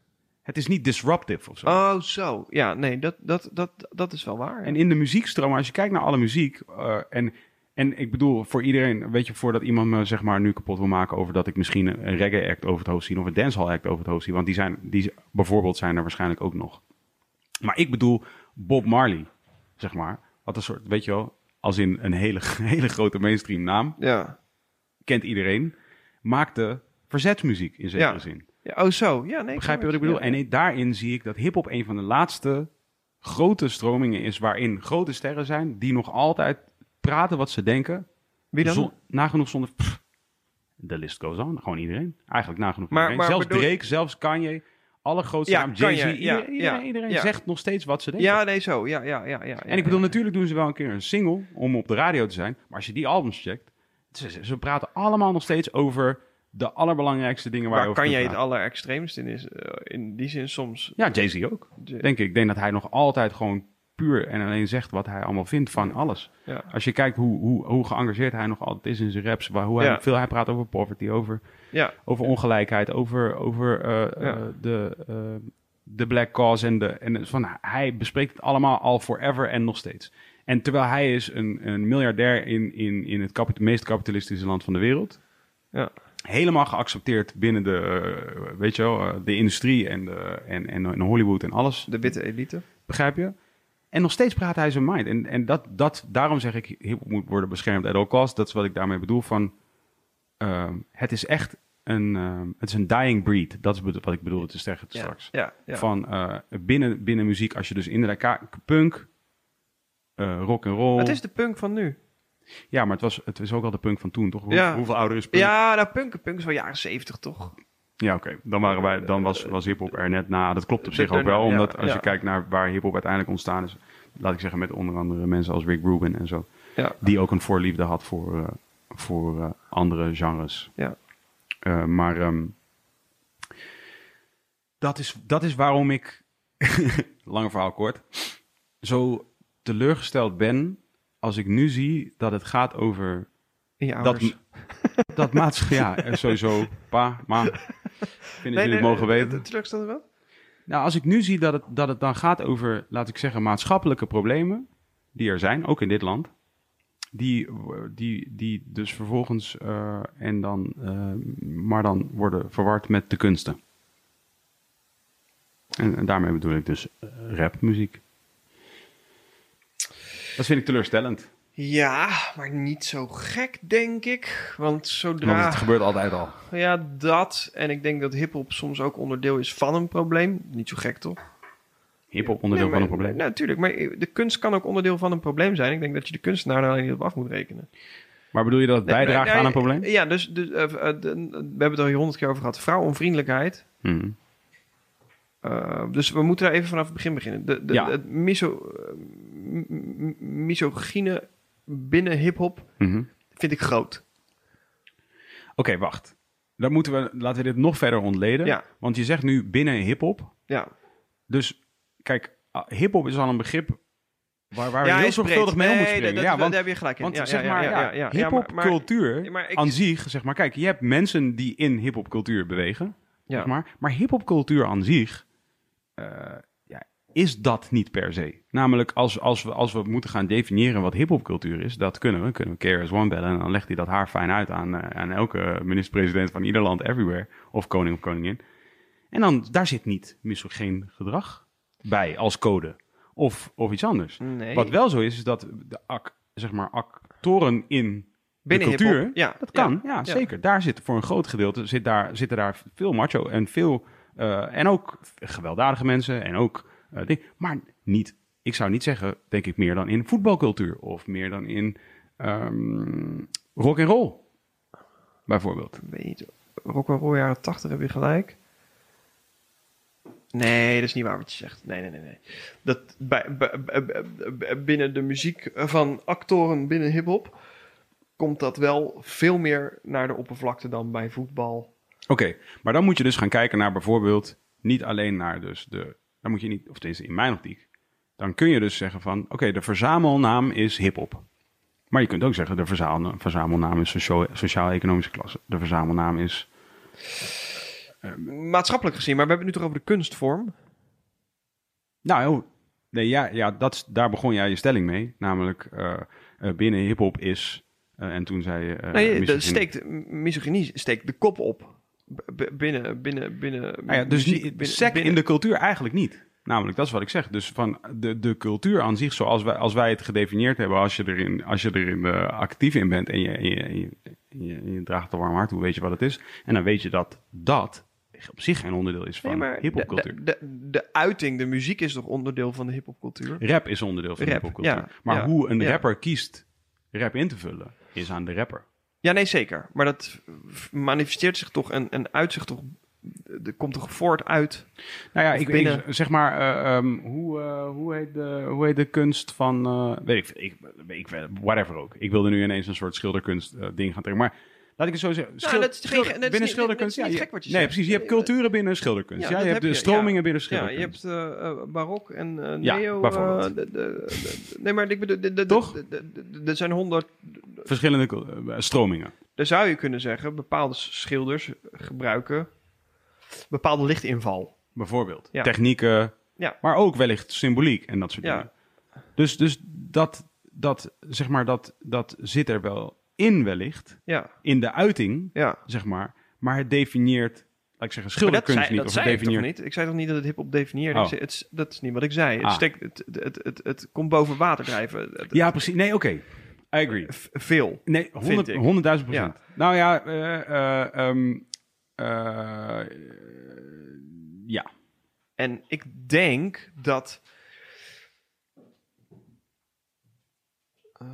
Het is niet disruptive of zo. Oh, zo. Ja, nee, dat, dat, dat, dat is wel waar. Ja. En in de muziekstroom, als je kijkt naar alle muziek... Uh, en, en ik bedoel, voor iedereen... Weet je, voordat iemand me zeg maar nu kapot wil maken... over dat ik misschien een reggae act over het hoofd zie... of een dancehall act over het hoofd zie... want die zijn, die bijvoorbeeld zijn er waarschijnlijk ook nog. Maar ik bedoel Bob Marley, zeg maar. Wat een soort, weet je wel... als in een hele, hele grote mainstream naam... Ja. Kent iedereen... maakte verzetsmuziek in zekere Ja. zin. Ja, oh, zo. Ja, nee, Begrijp je wat ik bedoel? Ja. En in- daarin zie ik dat hiphop een van de laatste grote stromingen is... waarin grote sterren zijn die nog altijd praten wat ze denken... Wie dan? Zon, nagenoeg zonder... pff, de list goes on. Gewoon iedereen. Eigenlijk nagenoeg Maar- iedereen. maar zelfs bedoel- Drake, zelfs Kanye. Alle grootste Ja, namen. Jay-Z. Kanye, ja, iedereen iedereen, ja, iedereen ja. zegt nog steeds wat ze denken. Ja, nee, zo. Ja, ja, ja, ja. En ik bedoel, natuurlijk doen ze wel een keer een single om op de radio te zijn. Maar als je die albums checkt... Ze, ze- ze praten allemaal nog steeds over de allerbelangrijkste dingen waar, je Waar over kan kunt jij het praten. allerextreemst in is? uh, in die zin soms. Ja, Jay-Z ook. J- Denk ik. Ik denk dat hij nog altijd gewoon puur en alleen zegt wat hij allemaal vindt van alles. Ja. Als je kijkt hoe, hoe, hoe geëngageerd hij nog altijd is in zijn raps, waar, hoe hij, Ja. veel hij praat over poverty, over, Ja. over ongelijkheid, over, over uh, Ja. uh, de, uh, de black cause. En, de, en van, hij bespreekt het allemaal al forever en nog steeds. En terwijl hij is een, een miljardair in, in, in het kapit- meest kapitalistische land van de wereld. Ja. Helemaal geaccepteerd binnen de, uh, weet je wel, uh, de industrie en, de, en, en, en Hollywood en alles. De witte elite. Begrijp je? En nog steeds praat hij zijn mind. En, en dat, dat, daarom zeg ik, hiphop moet worden beschermd at all cost. Dat is wat ik daarmee bedoel van... Uh, het is echt een, uh, het is een dying breed. Dat is wat ik bedoelde te zeggen Ja. straks. Ja. ja. Van uh, binnen, binnen muziek, als je dus inderdaad... ka- punk, uh, rock and roll... Het is de punk van nu. Ja, maar het was, het was ook al de punk van toen, toch? Hoe, Ja. Hoeveel ouder is punk? Ja, nou, punk, punk is wel jaren zeventig, toch? Ja, oké. Dan, waren wij, dan was, was hiphop er net na. Dat klopt op zich De- ook wel. ja, Omdat als ja. je kijkt naar waar hiphop uiteindelijk ontstaan is... Laat ik zeggen met onder andere mensen als Rick Rubin en zo. Ja. Die ook een voorliefde had voor, uh, voor uh, andere genres. Ja. Uh, maar um, dat, is, dat is waarom ik, lange verhaal kort, zo teleurgesteld ben als ik nu zie dat het gaat over... In je ouders. Dat, dat maatschappij, ja, sowieso, pa, ma, vind dat jullie het mogen weten. Teleurgesteld wel? Nou, als ik nu zie dat het, dat het dan gaat over, laat ik zeggen, maatschappelijke problemen die er zijn, ook in dit land, die, die, die dus vervolgens uh, en dan, uh, maar dan worden verward met de kunsten. En, en daarmee bedoel ik dus uh, rapmuziek. Dat vind ik teleurstellend. Ja, maar niet zo gek, denk ik. Want zodra... Want het gebeurt altijd al. Ja, dat. En ik denk dat hiphop soms ook onderdeel is van een probleem. Niet zo gek, toch? Hiphop onderdeel Nee, maar- van een probleem. Natuurlijk, maar de kunst kan ook onderdeel van een probleem zijn. Ik denk dat je de kunstenaar daar alleen niet op af moet rekenen. Maar bedoel je dat het Nee, bijdraagt nee, aan een probleem? Ja, dus, dus uh, uh, de- we hebben het er hier honderd keer over gehad. Vrouwonvriendelijkheid. Hmm. Uh, dus we moeten daar even vanaf het begin beginnen. De, de, Ja. Het miso, uh, m- m- misogyne binnen hiphop Mhm. vind ik groot. Oké, wacht. Dan moeten we, laten we dit nog verder ontleden. Ja. Want je zegt nu binnen hiphop. Ja, Dus kijk, uh, hiphop is al een begrip waar, waar ja, we heel is zorgvuldig breed. mee om Nee, moeten springen. dat- Ja, dat- want daar heb je gelijk in. want Ja, zeg ja, maar, ja, ja, ja, ja. Ja, hiphopcultuur maar- maar ik- aan zich, zeg maar, kijk, je hebt mensen die in hiphopcultuur bewegen, Ja. zeg maar, maar hiphopcultuur aan zich uh, ja, is dat niet per se. Namelijk, als, als, we, als we moeten gaan definiëren wat hiphopcultuur is, dat kunnen we. Kunnen we K R S One bellen en dan legt hij dat haar fijn uit aan, uh, aan elke minister-president van ieder land, everywhere, of koning of koningin. En dan, daar zit niet misogeen gedrag bij als code. Of, of iets anders. Nee. Wat wel zo is, is dat de ac, zeg maar, actoren in Binnen de cultuur, hiphop, ja, dat kan. ja, Ja, ja. zeker. Daar zit voor een groot gedeelte zit daar, zitten daar veel macho en veel uh, en ook gewelddadige mensen en ook uh, ding, maar niet. Ik zou niet zeggen, denk ik, meer dan in voetbalcultuur of meer dan in um, rock and roll, bijvoorbeeld. Weet niet, rock'n'roll jaren tachtig heb je gelijk. Nee, dat is niet waar wat je zegt. Nee, nee, nee. nee. Dat bij, bij- bij- bij- binnen de muziek van actoren binnen hiphop komt dat wel veel meer naar de oppervlakte dan bij voetbal. Oké, okay, maar dan moet je dus gaan kijken naar bijvoorbeeld niet alleen naar dus de, dan moet je niet, of tenminste in mijn optiek, dan kun je dus zeggen van, oké, okay, de verzamelnaam is hiphop. Maar je kunt ook zeggen, de verzamel, verzamelnaam is socio- sociaal-economische klasse. De verzamelnaam is Maatschappelijk gezien, maar we hebben het nu toch over de kunstvorm? Nou, nee, ja, ja dat, is- daar begon jij je stelling mee. Namelijk, uh, uh, binnen hiphop is... Uh, en toen zei je... Uh, nee, de misogynie. steekt, misogynie steekt de kop op. B- binnen, binnen, binnen... Nou ja, dus muziek, niet, binnen- sec binnen- in de cultuur eigenlijk niet. Namelijk, dat is wat ik zeg. Dus van de, de cultuur aan zich, zoals wij, als wij het gedefinieerd hebben... als je erin, als je erin uh, actief in bent en je, en je, en je, en je, en je draagt een warm hart... hoe weet je wat het is? En dan weet je dat dat op zich geen onderdeel is van Nee, maar hiphopcultuur. de, de, de, de uiting, de muziek is toch onderdeel van de hiphopcultuur? Rap is onderdeel van de Rap, hiphopcultuur. ja, maar ja, hoe een ja. rapper kiest rap in te vullen, is aan de rapper. Ja, nee, zeker. Maar dat manifesteert zich toch en, en uit zich toch... Er komt toch voort uit... Nou ja, Of ik, binnen- ik zeg maar, uh, um, hoe, uh, hoe, heet de, hoe heet de kunst van, uh, weet ik, ik, ik, whatever ook. Ik wilde nu ineens een soort schilderkunst uh, ding gaan trekken, maar laat ik het zo zeggen. Schil- Nou, dat is geen- schilder- dat is binnen niet- schilderkunst, dat is niet ja, gek wat je nee, zegt. precies. Je hebt culturen binnen schilderkunst. Ja, Ja, dat je hebt heb de je, stromingen ja. binnen Ja, schilderkunst. je hebt uh, uh, barok en uh, Ja, neo... bijvoorbeeld. uh, de, de, de- nee, maar ik bedoel... de- de- Toch? de- de- de- Er zijn honderd... Verschillende uh, stromingen. Daar zou je kunnen zeggen, bepaalde schilders gebruiken bepaalde lichtinval. Bijvoorbeeld. Ja. Technieken, Ja. maar ook wellicht symboliek en dat soort Ja. dingen. Dus, dus dat, dat, zeg maar, dat, dat zit er wel in wellicht, Ja, in de uiting, ja. zeg maar. Maar het definieert, laat ik zeggen, Maar dat schilderkunst zei, niet. dat Of zei het ik toch definieert... niet? Ik zei toch niet dat het hip-hop definieerde? Oh. Ik zei, het, is- dat is niet wat ik zei. Het, Ah. steekt, het, het, het, het komt boven water drijven. Het- Ja, precies. Nee, oké. I agree. v- Veel. Nee, honderd, ik. honderdduizend procent. Nou ja, eh, eh, ehm, eh, ja. En ik denk dat... ehm,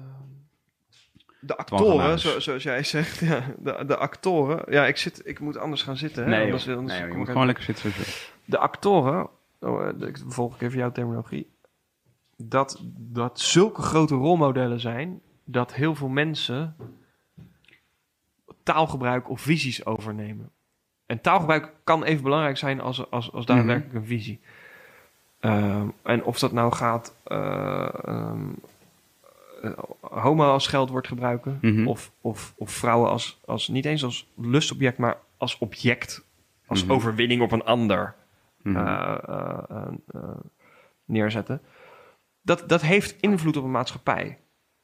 de actoren, Ganaris. zo, zoals jij zegt, ja, de, de actoren... Ja, ik, zit, ik moet anders gaan zitten. Hè? Nee, anders, joh. anders Nee, joh, je kom moet ik gewoon uit- lekker zitten. zoals je- De actoren, oh, eh, ik volg ik even jouw terminologie, dat, dat zulke grote rolmodellen zijn, dat heel veel mensen taalgebruik of visies overnemen. En taalgebruik kan even belangrijk zijn als, als, als daadwerkelijk een visie. Ehm, en of dat nou gaat uh, um, uh, homo als scheldwoord gebruiken, Mhm. of, of, of vrouwen als, als, niet eens als lustobject, maar als object, als Mhm. overwinning op een ander. Mhm. Uh, uh, uh, uh, neerzetten. Dat, dat heeft invloed op een maatschappij.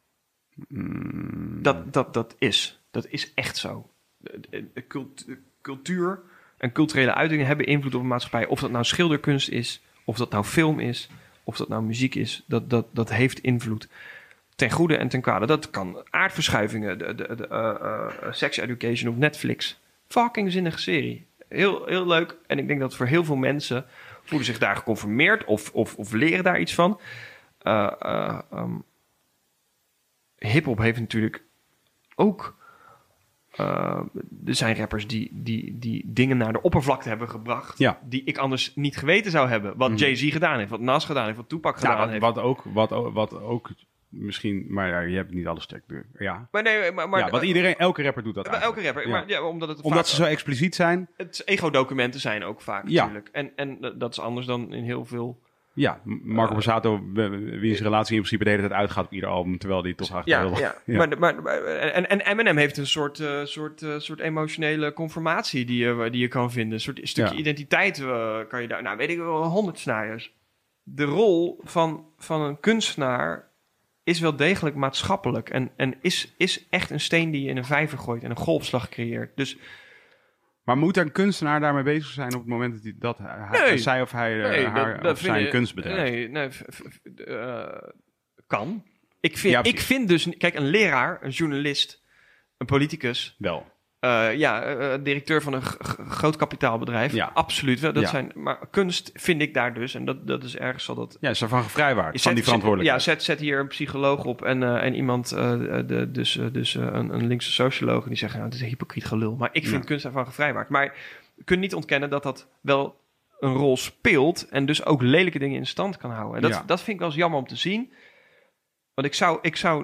Mm. Dat, dat, dat is. Dat is echt zo. De- de- de cult- de cultuur en culturele uitingen hebben invloed op een maatschappij. Of dat nou schilderkunst is, of dat nou film is, of dat nou muziek is. Dat, dat, dat heeft invloed. Ten goede en ten kwade. Dat kan aardverschuivingen, de, de, de, uh, uh, Sex Education op Netflix. Fucking zinnige serie. Heel, heel leuk. En ik denk dat voor heel veel mensen voelen zich daar geconformeerd of, of, of leren daar iets van. Uh, uh, um, Hip-hop heeft natuurlijk ook. Uh, er zijn rappers die, die, die dingen naar de oppervlakte hebben gebracht. Ja. Die ik anders niet geweten zou hebben. Wat Mhm. Jay-Z gedaan heeft, wat Nas gedaan heeft, wat Tupac gedaan Ja, wat, heeft. wat, ook, wat, ook- wat ook misschien... Maar ja, je hebt niet alles sterk. Ja, Maar nee, maar, maar ja wat iedereen, elke rapper doet dat maar elke eigenlijk. rapper. Ja. Maar, ja, omdat het Omdat vaak- ze zo expliciet zijn. Het ego-documenten zijn ook vaak Ja. natuurlijk. En, en dat is anders dan in heel veel... Ja, Marco Borsato, wiens relatie in principe de hele tijd uitgaat op ieder album, terwijl die toch achter Ja, heel- ja. Ja. Maar, maar, maar- en, en Eminem heeft een soort, eh, soort, eh, soort emotionele conformatie die je, die je kan vinden. Een soort stukje Ja. identiteit eh, kan je daar... Nou, weet ik wel, honderd scenario's. De rol van, van een kunstenaar is wel degelijk maatschappelijk. En, en is, is echt een steen die je in een vijver gooit en een golfslag creëert. Dus Maar moet een kunstenaar daarmee bezig zijn op het moment dat hij, dat hij, Nee. zij of hij eh, nee, haar dat- dat of vind zijn je- kunst bedrijft? Nee, nee f- f- f- eh, kan. Ik vind, Ja, ik precies. vind dus... Kijk, een leraar, een journalist, een politicus... Wel. Uh, ja, uh, directeur van een g- g- groot kapitaalbedrijf. Ja. Absoluut. wel. Dat Ja. zijn, maar kunst vind ik daar dus. En dat, dat is ergens zal dat... Ja, is ervan gevrijwaard, Zet- van die verantwoordelijkheid. Ja, zet, zet hier een psycholoog op en, uh, en iemand, uh, de, dus, uh, dus uh, een, een linkse socioloog... die zeggen, nou, dit is een hypocriet gelul. Maar ik vind Ja. kunst ervan gevrijwaard. Maar je kunt niet ontkennen dat dat wel een rol speelt... en dus ook lelijke dingen in stand kan houden. En dat, Ja. dat vind ik wel eens jammer om te zien. Want ik zou... Ik zou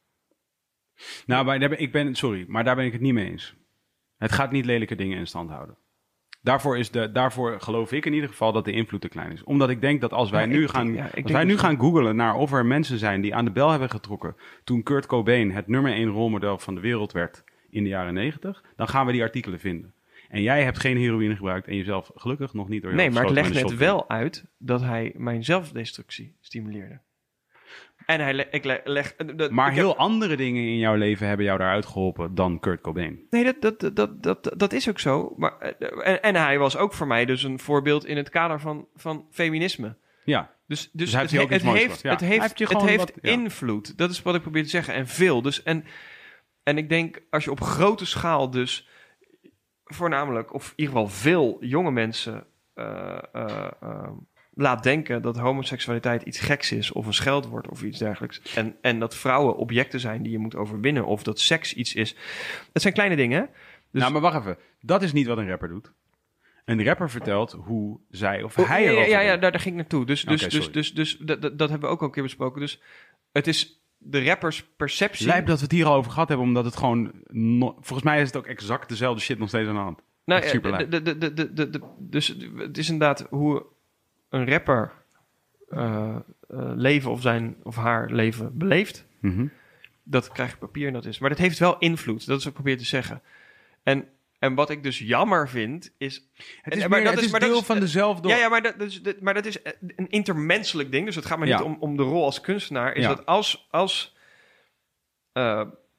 Nou, maar daar ben, ik ben, sorry, maar daar ben ik het niet mee eens. Het gaat niet lelijke dingen in stand houden. Daarvoor, is de, daarvoor geloof ik in ieder geval dat de invloed te klein is. Omdat ik denk dat als wij Ja, nu ik gaan, denk- ja, ik als denk wij nu dat- gaan googlen naar of er mensen zijn die aan de bel hebben getrokken toen Kurt Cobain het nummer één rolmodel van de wereld werd in de jaren negentig, dan gaan we die artikelen vinden. En jij hebt geen heroïne gebruikt en jezelf gelukkig nog niet door je Nee, maar ik leg net shotgun. wel uit dat hij mijn zelfdestructie stimuleerde. En hij le- ik le- leg... uh, dat- Maar ik heel heb- andere dingen in jouw leven hebben jou daaruit geholpen dan Kurt Cobain. Nee, dat, dat, dat, dat, dat is ook zo. Maar, uh, en, en hij was ook voor mij dus een voorbeeld in het kader van, van feminisme. Ja, Dus, dus, Dus hij heeft het, hier ook he- iets het moois heeft, gemaakt. Ja. het Hij heeft, heeft je het gewoon heeft wat- ja. invloed. Dat is wat ik probeer te zeggen. En veel. Dus en, en ik denk, als je op grote schaal dus voornamelijk, of in ieder geval veel jonge mensen uh, uh, uh, laat denken dat homoseksualiteit iets geks is of een scheldwoord of iets dergelijks. En, en dat vrouwen objecten zijn die je moet overwinnen of dat seks iets is. Dat zijn kleine dingen, hè? Dus- nou maar wacht even. Dat is niet wat een rapper doet. Een rapper vertelt hoe zij of Oh, hij ja, erover ja, ja, denkt. daar, daar ging ik naartoe. Dus, dus, Oké, dus, sorry. dus, dus, dat, dat, dat hebben we ook al een keer besproken. Dus het is de rappers perceptie. Lijp dat we het hier al over gehad hebben, omdat het gewoon... no- Volgens mij is het ook exact dezelfde shit nog steeds aan de hand. Nou, Echt super ja, lijp. de, de, de, de, de, de- dus het is inderdaad hoe een rapper uh, uh, leven of zijn of haar leven beleeft. Mhm. Dat krijg je op papier en dat is. Maar dat heeft wel invloed. Dat is wat ik probeer te zeggen. En, en wat ik dus jammer vind is. Het is, en- meer, dat het is maar dat deel is- van dezelfde... Ja, ja, maar dat, dat is, dat- maar dat is een intermenselijk ding. Dus het gaat me Ja. niet om, om de rol als kunstenaar. Is Ja. dat als, als, uh,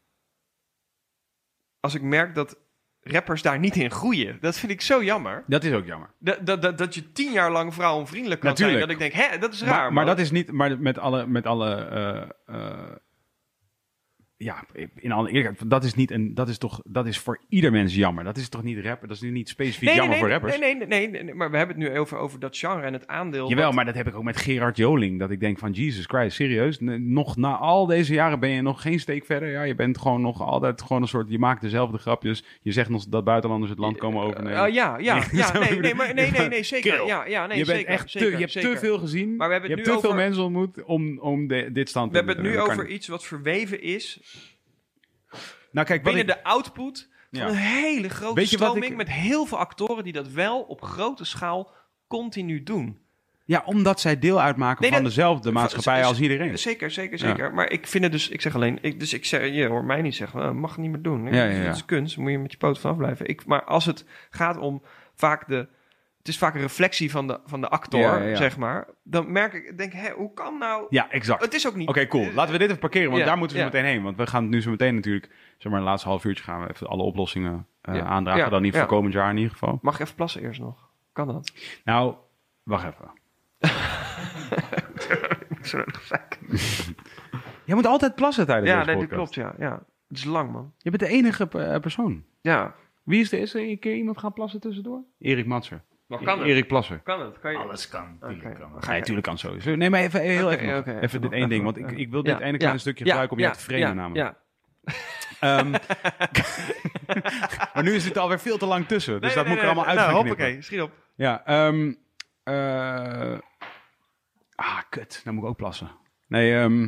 als ik merk dat rappers daar niet in groeien. Dat vind ik zo jammer. Dat is ook jammer. Dat, dat, dat, dat je tien jaar lang vrouwenvriendelijk kan Natuurlijk. zijn. Dat ik denk, hè, dat is raar. Maar, maar man. dat is niet... Maar met alle... Met alle uh, uh, ja, in alle eerlijkheid, dat is niet een, dat is toch, dat is voor ieder mens jammer. Dat is toch niet rappen, dat is nu niet specifiek nee, jammer nee, voor nee, rappers. Nee, nee, nee, nee, nee, maar we hebben het nu over, over dat genre en het aandeel. Jawel, wat- maar dat heb ik ook met Gerard Joling. Dat ik denk van, Jesus Christ, serieus? N- Nog na al deze jaren ben je nog geen steek verder. Ja, je bent gewoon nog altijd gewoon een soort, je maakt dezelfde grapjes. Je zegt nog dat buitenlanders het land komen overnemen. Uh, ja, ja, Nee, ja, zo nee, bedoel nee, ik. maar, nee, nee, nee, zeker. Kill. Ja, ja, nee, je bent zeker, echt te, zeker, je hebt zeker. te veel gezien. Maar we hebben je het hebt nu te veel over- mensen ontmoet om, om de, dit stand We hebben het nu Dat kan over niet. iets wat verweven is Nou, kijk, wat binnen ik, de output van Ja. een hele grote Weet je wat stroming ik- met heel veel actoren die dat wel op grote schaal continu doen. ja, omdat zij deel uitmaken Nee, van dat- dezelfde maatschappij z- als iedereen. Zeker, zeker, Ja. zeker. Maar ik vind het dus, ik zeg alleen, ik, dus ik zeg, je hoort mij niet zeggen, uh, mag niet meer doen. Ja, ja, ja. Het is kunst, moet je met je poot vanaf blijven. Ik, maar als het gaat om vaak de, het is vaak een reflectie van de, van de actor, Ja, ja, ja. zeg maar. Dan merk ik, denk, hé, hoe kan nou? Ja, exact. Het is ook niet. Oké, cool. Laten we dit even parkeren, want Ja, daar moeten we ja. zo meteen heen. Want we gaan nu zo meteen natuurlijk, zeg maar, het laatste half uurtje gaan we even alle oplossingen eh, Ja. aandragen. Ja, Dan niet ja. voor komend jaar in ieder geval. Mag ik even plassen eerst nog? Kan dat? Nou, wacht even. Jij moet altijd plassen tijdens Ja, deze nee, dat podcast. klopt, ja. ja. Het is lang, man. Je bent de enige eh, persoon. Ja. Wie is er? Is er een keer iemand gaan plassen tussendoor? Erik Matser. Maar kan het? Erik Plasser. Kan het? Kan je? Alles kan. Tuurlijk Oké. kan Ga het. Ja, je- natuurlijk kan sowieso. Nee, maar even heel Oké, even, nog. oké, even, even dit nog, één ding. even Want nog, ik, ja. ik wil dit Ja, ene ja, kleine stukje ja, gebruiken om ja, jou te framen ja, namelijk. Ja. Ehm, maar nu is het alweer veel te lang tussen. Dus Nee, dat nee, moet ik er nee, allemaal uit nou, gaan knippen. hoppakee, schiet op. Ja, ehm eh, ah, kut. Dan moet ik ook plassen. Nee, ehm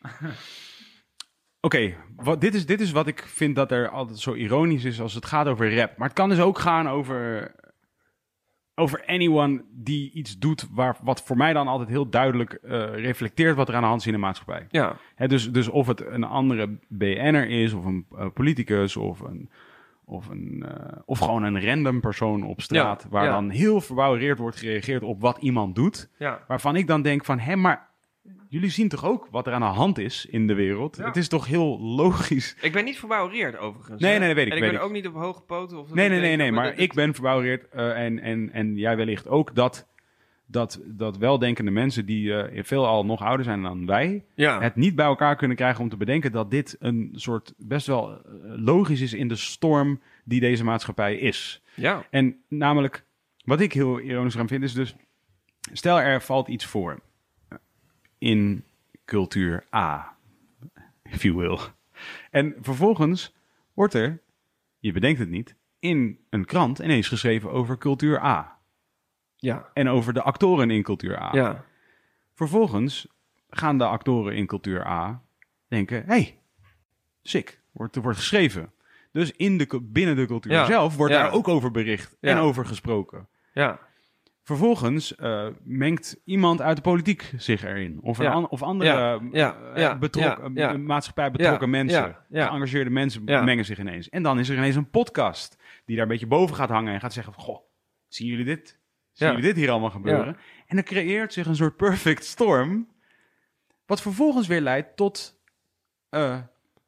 Oké, wat dit, is, dit is wat ik vind dat er altijd zo ironisch is als het gaat over rap. Maar het kan dus ook gaan over, over anyone die iets doet waar, wat voor mij dan altijd heel duidelijk eh, reflecteert wat er aan de hand is in de maatschappij. Ja. Hè, dus, dus of het een andere B N'er is, of een uh, politicus, of, een, of, een, uh, of gewoon een random persoon op straat, Ja, waar ja. dan heel verbouwereerd wordt gereageerd op wat iemand doet. Ja. Waarvan ik dan denk van, hé, maar jullie zien toch ook wat er aan de hand is in de wereld? Ja. Het is toch heel logisch? Ik ben niet verbouwereerd overigens. Nee, hè? nee, dat weet ik, En ik weet ben ik. ook niet op hoge poten. Of dat Nee, ik nee, nee, denk, nee, maar dat- ik ben verbouwereerd uh, en, en, en jij wellicht ook dat, dat, dat weldenkende mensen die uh, veelal nog ouder zijn dan wij, Ja. het niet bij elkaar kunnen krijgen om te bedenken dat dit een soort best wel uh, logisch is in de storm die deze maatschappij is. Ja. En namelijk, wat ik heel ironisch aan vind, is dus, stel er valt iets voor in cultuur A, if you will. En vervolgens wordt er, je bedenkt het niet, in een krant ineens geschreven over cultuur A. Ja. En over de actoren in cultuur A. Ja. Vervolgens gaan de actoren in cultuur A denken, hey, sick, wordt, er wordt geschreven. Dus in de, binnen de cultuur Ja. zelf wordt Ja. daar ook over bericht en Ja. over gesproken. Ja. Vervolgens uh, mengt iemand uit de politiek zich erin. Of, een Ja. an, of andere Ja. Ja. uh, Ja. betrokken, Ja. Ja. maatschappij betrokken Ja. mensen, Ja. Ja. geëngageerde mensen Ja. mengen zich ineens. En dan is er ineens een podcast die daar een beetje boven gaat hangen en gaat zeggen van, goh, zien jullie dit? Zien Ja. jullie dit hier allemaal gebeuren? Ja. En dan creëert zich een soort perfect storm, wat vervolgens weer leidt tot uh,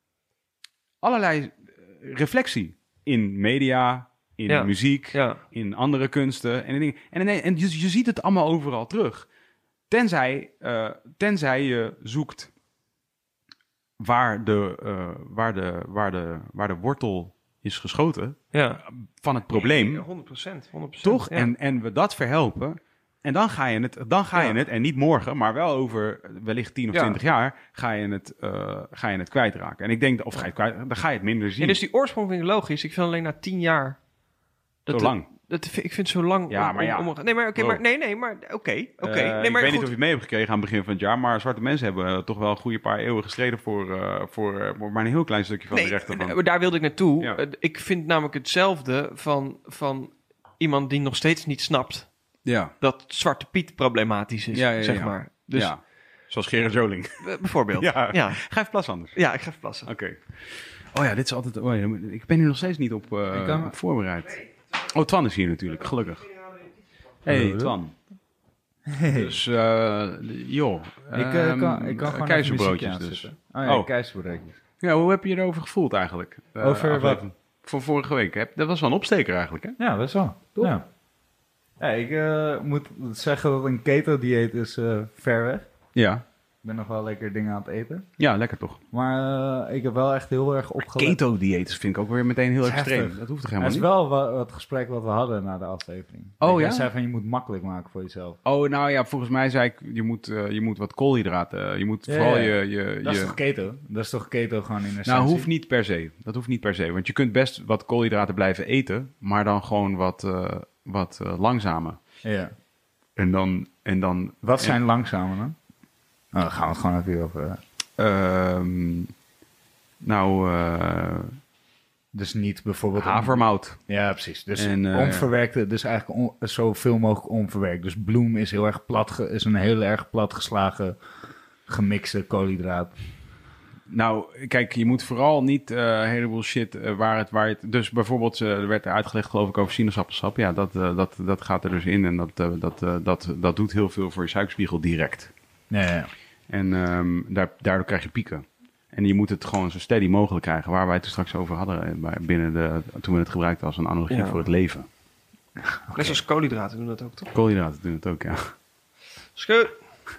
allerlei reflectie in media, in Ja. muziek, Ja. in andere kunsten en in dingen. En, en, en je, je ziet het allemaal overal terug. Tenzij, uh, tenzij je zoekt waar de, uh, waar, de, waar, de, waar de wortel is geschoten Ja. van het probleem. honderd procent. honderd procent. Toch? Ja. En, en we dat verhelpen. En dan ga je het, dan ga je Ja. het, en niet morgen, maar wel over wellicht tien of Ja. twintig jaar, ga je het, uh, ga je het kwijtraken. En ik denk, of ga je het kwijt, dan ga je het minder zien. Ja, dus die oorsprong vind ik logisch. Ik vind alleen na tien jaar... Dat Zo lang. Dat, vind- ik vind het zo lang. Ja, om- maar ja. om- om- nee, maar oké, Wow. maar nee, nee, maar oké, oké. Uh, nee, ik maar weet goed. niet of je het mee hebt gekregen aan het begin van het jaar, maar zwarte mensen hebben uh, toch wel een goede paar eeuwen gestreden voor, uh, voor, uh, voor maar een heel klein stukje van Nee, de rechten van. maar daar wilde ik naartoe. Ja. Uh, Ik vind namelijk hetzelfde van, van iemand die nog steeds niet snapt Ja. dat Zwarte Piet problematisch is, Ja, ja, ja, zeg ja. maar. Dus ja. Zoals Gerard Joling. b- bijvoorbeeld. Ja. Ja. Ja. Ga even plassen anders. ik ga even plassen. Oké. Oh ja, dit is altijd. Oh ja, ik ben hier nog steeds niet op, uh, Ik kan- op voorbereid. Oh, Twan is hier natuurlijk, gelukkig. Hey, Hallo. Twan. Hey. Dus, uh, joh. ik, uh, ehm, kan, ik kan gewoon keizerbroodjes even muziekje dus. aanzetten. Oh ja, Oh. keizerbroodjes. Ja, hoe heb je je erover gevoeld eigenlijk? Uh, Over aflevering Van vorige week. Heb- Dat was wel een opsteker eigenlijk, hè? Ja, best wel. Toch? Ja. Ja, ik uh, moet zeggen dat een keto-dieet is uh, ver weg. Ja. Ik ben nog wel lekker dingen aan het eten. Ja, lekker toch? Maar uh, ik heb wel echt heel erg opgelet. Keto-dieet vind ik ook weer meteen heel Dat is extreem. heftig. Dat hoeft toch Dat helemaal is niet? wel wa- het gesprek wat we hadden na de aflevering. Oh, Ik ja? zei van je moet makkelijk maken voor jezelf. Oh, nou ja, volgens mij zei ik, je moet, uh, je moet wat koolhydraten. Je moet Ja, vooral ja, ja. je... je, Dat je is toch keto? Dat is toch keto gewoon in essentie? Nou, hoeft niet per se. Dat hoeft niet per se. Want je kunt best wat koolhydraten blijven eten, maar dan gewoon wat, uh, wat uh, langzamer. Ja. En dan... En dan Wat zijn langzamer dan? Oh, dan gaan we het gewoon even over hebben. Ehm nou, uh, Dus niet bijvoorbeeld... havermout. Ja, precies. Dus En, uh, onverwerkte, dus eigenlijk on, zoveel mogelijk onverwerkt. Dus bloem is heel erg plat, ge, is een heel erg platgeslagen, gemixte koolhydraat. Nou, kijk, je moet vooral niet uh, een heleboel shit uh, waar het... Waar het dus bijvoorbeeld, uh, er werd er uitgelegd geloof ik over sinaasappelsap. Ja, dat, uh, dat, dat gaat er dus in en dat, uh, dat, uh, dat, dat doet heel veel voor je suikerspiegel direct. Ja, ja. En um, daar, daardoor krijg je pieken. En je moet het gewoon zo steady mogelijk krijgen. Waar wij het er straks over hadden bij, binnen de, toen we het gebruikten als een analogie Ja. voor het leven. Net zoals koolhydraten doen dat ook, toch? Koolhydraten doen het ook, ja. Scheur.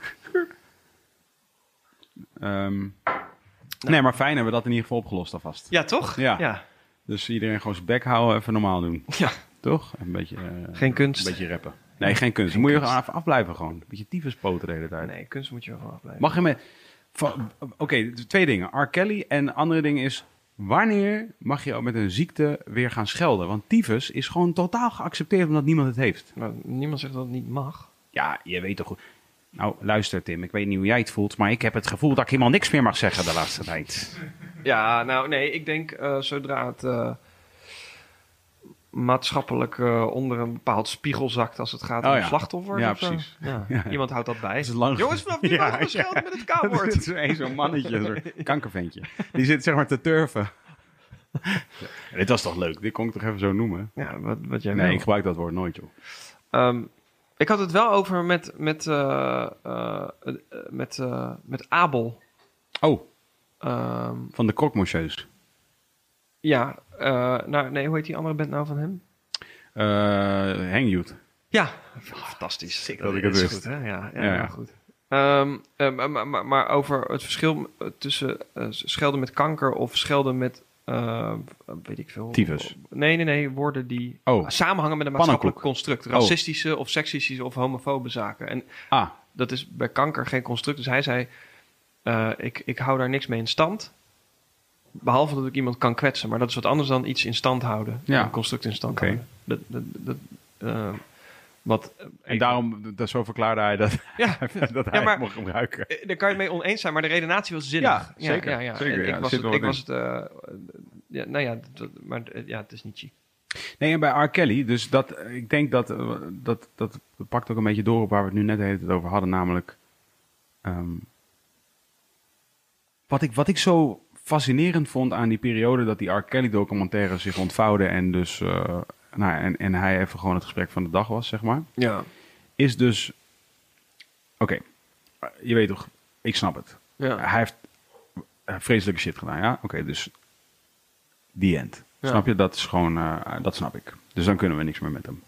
Um, nee, maar fijn hebben we dat in ieder geval opgelost alvast. Ja, toch? Ja. ja. Dus iedereen gewoon zijn bek houden, even normaal doen. Ja. Toch? Een beetje, uh, Geen kunst. Een beetje rappen. Nee, geen kunst. Dan moet je gewoon even afblijven gewoon. Een beetje tyfuspoten de hele tijd. Nee, kunst moet je wel gewoon afblijven. Mag je met... van- Oké, twee dingen. R. Kelly en andere ding is... Wanneer mag je met een ziekte weer gaan schelden? Want tyfus is gewoon totaal geaccepteerd omdat niemand het heeft. Nou, niemand zegt dat het niet mag. Ja, je weet toch goed. Nou, luister Tim, ik weet niet hoe jij het voelt, maar ik heb het gevoel dat ik helemaal niks meer mag zeggen de laatste tijd. Ja, nou nee, ik denk uh, zodra het uh, maatschappelijk uh, onder een bepaald spiegel zakt als het gaat om Oh ja. slachtoffers Ja, of zo. precies. Ja. Ja. Iemand houdt dat bij. Dat is lang- Jongens, vanaf nu Ja, mogen we schelden ja. met het K-woord. Het is een zo'n mannetje, een soort kankerventje. Die zit zeg maar te turven. Ja, dit was toch leuk? Dit kon ik toch even zo noemen? Ja, wat, wat jij Nee, wil. ik gebruik dat woord nooit, joh. Um, ik had het wel over met, met, uh, uh, uh, met, uh, met Abel. Oh, Um, van de Krokmoncheus. ja, uh, nou, nee, hoe heet die andere band nou van hem? Uh, Hangyout. Ja, fantastisch. Sick dat ik het is wist. goed, hè? Ja, ja, Ja. ja, goed. Um, uh, maar, maar, maar over het verschil tussen uh, schelden met kanker of schelden met, uh, weet ik veel. Tyfus. Nee, nee, nee, woorden die Oh. samenhangen met een maatschappelijk Pannenkoek. construct. Oh. Racistische of seksistische of homofobe zaken. En Ah, dat is bij kanker geen construct. Dus hij zei, uh, ik, ik hou daar niks mee in stand. Behalve dat ik iemand kan kwetsen. Maar dat is wat anders dan iets in stand houden. Ja. Een construct in stand Oké. houden. Dat, dat, dat, uh, wat, uh, en even- daarom, dat, zo verklaarde hij dat, Ja, dat hij ja, maar het mocht gebruiken. eh, daar kan je het mee oneens zijn, maar de redenatie was zinnig. Ja, zeker, zeker, En ja, ik er was zit het, wel ik wat was het uh, ja, nou ja, dat, maar uh, ja, het is niet chic. Nee, en bij R. Kelly, dus dat, ik denk dat, uh, dat, dat, dat pakt ook een beetje door op waar we het nu net de hele tijd over hadden, namelijk um, wat, ik, wat ik zo fascinerend vond aan die periode dat die R. Kelly documentaire zich ontvouwde en dus, uh, nou, en, en hij even gewoon het gesprek van de dag was, zeg maar, Ja. is dus, oké, okay, je weet toch, ik snap het. Ja. Hij heeft uh, vreselijke shit gedaan, ja, oké, okay, dus the end. Ja. Snap je? Dat is gewoon, uh, dat snap ik. Dus dan kunnen we niks meer met hem.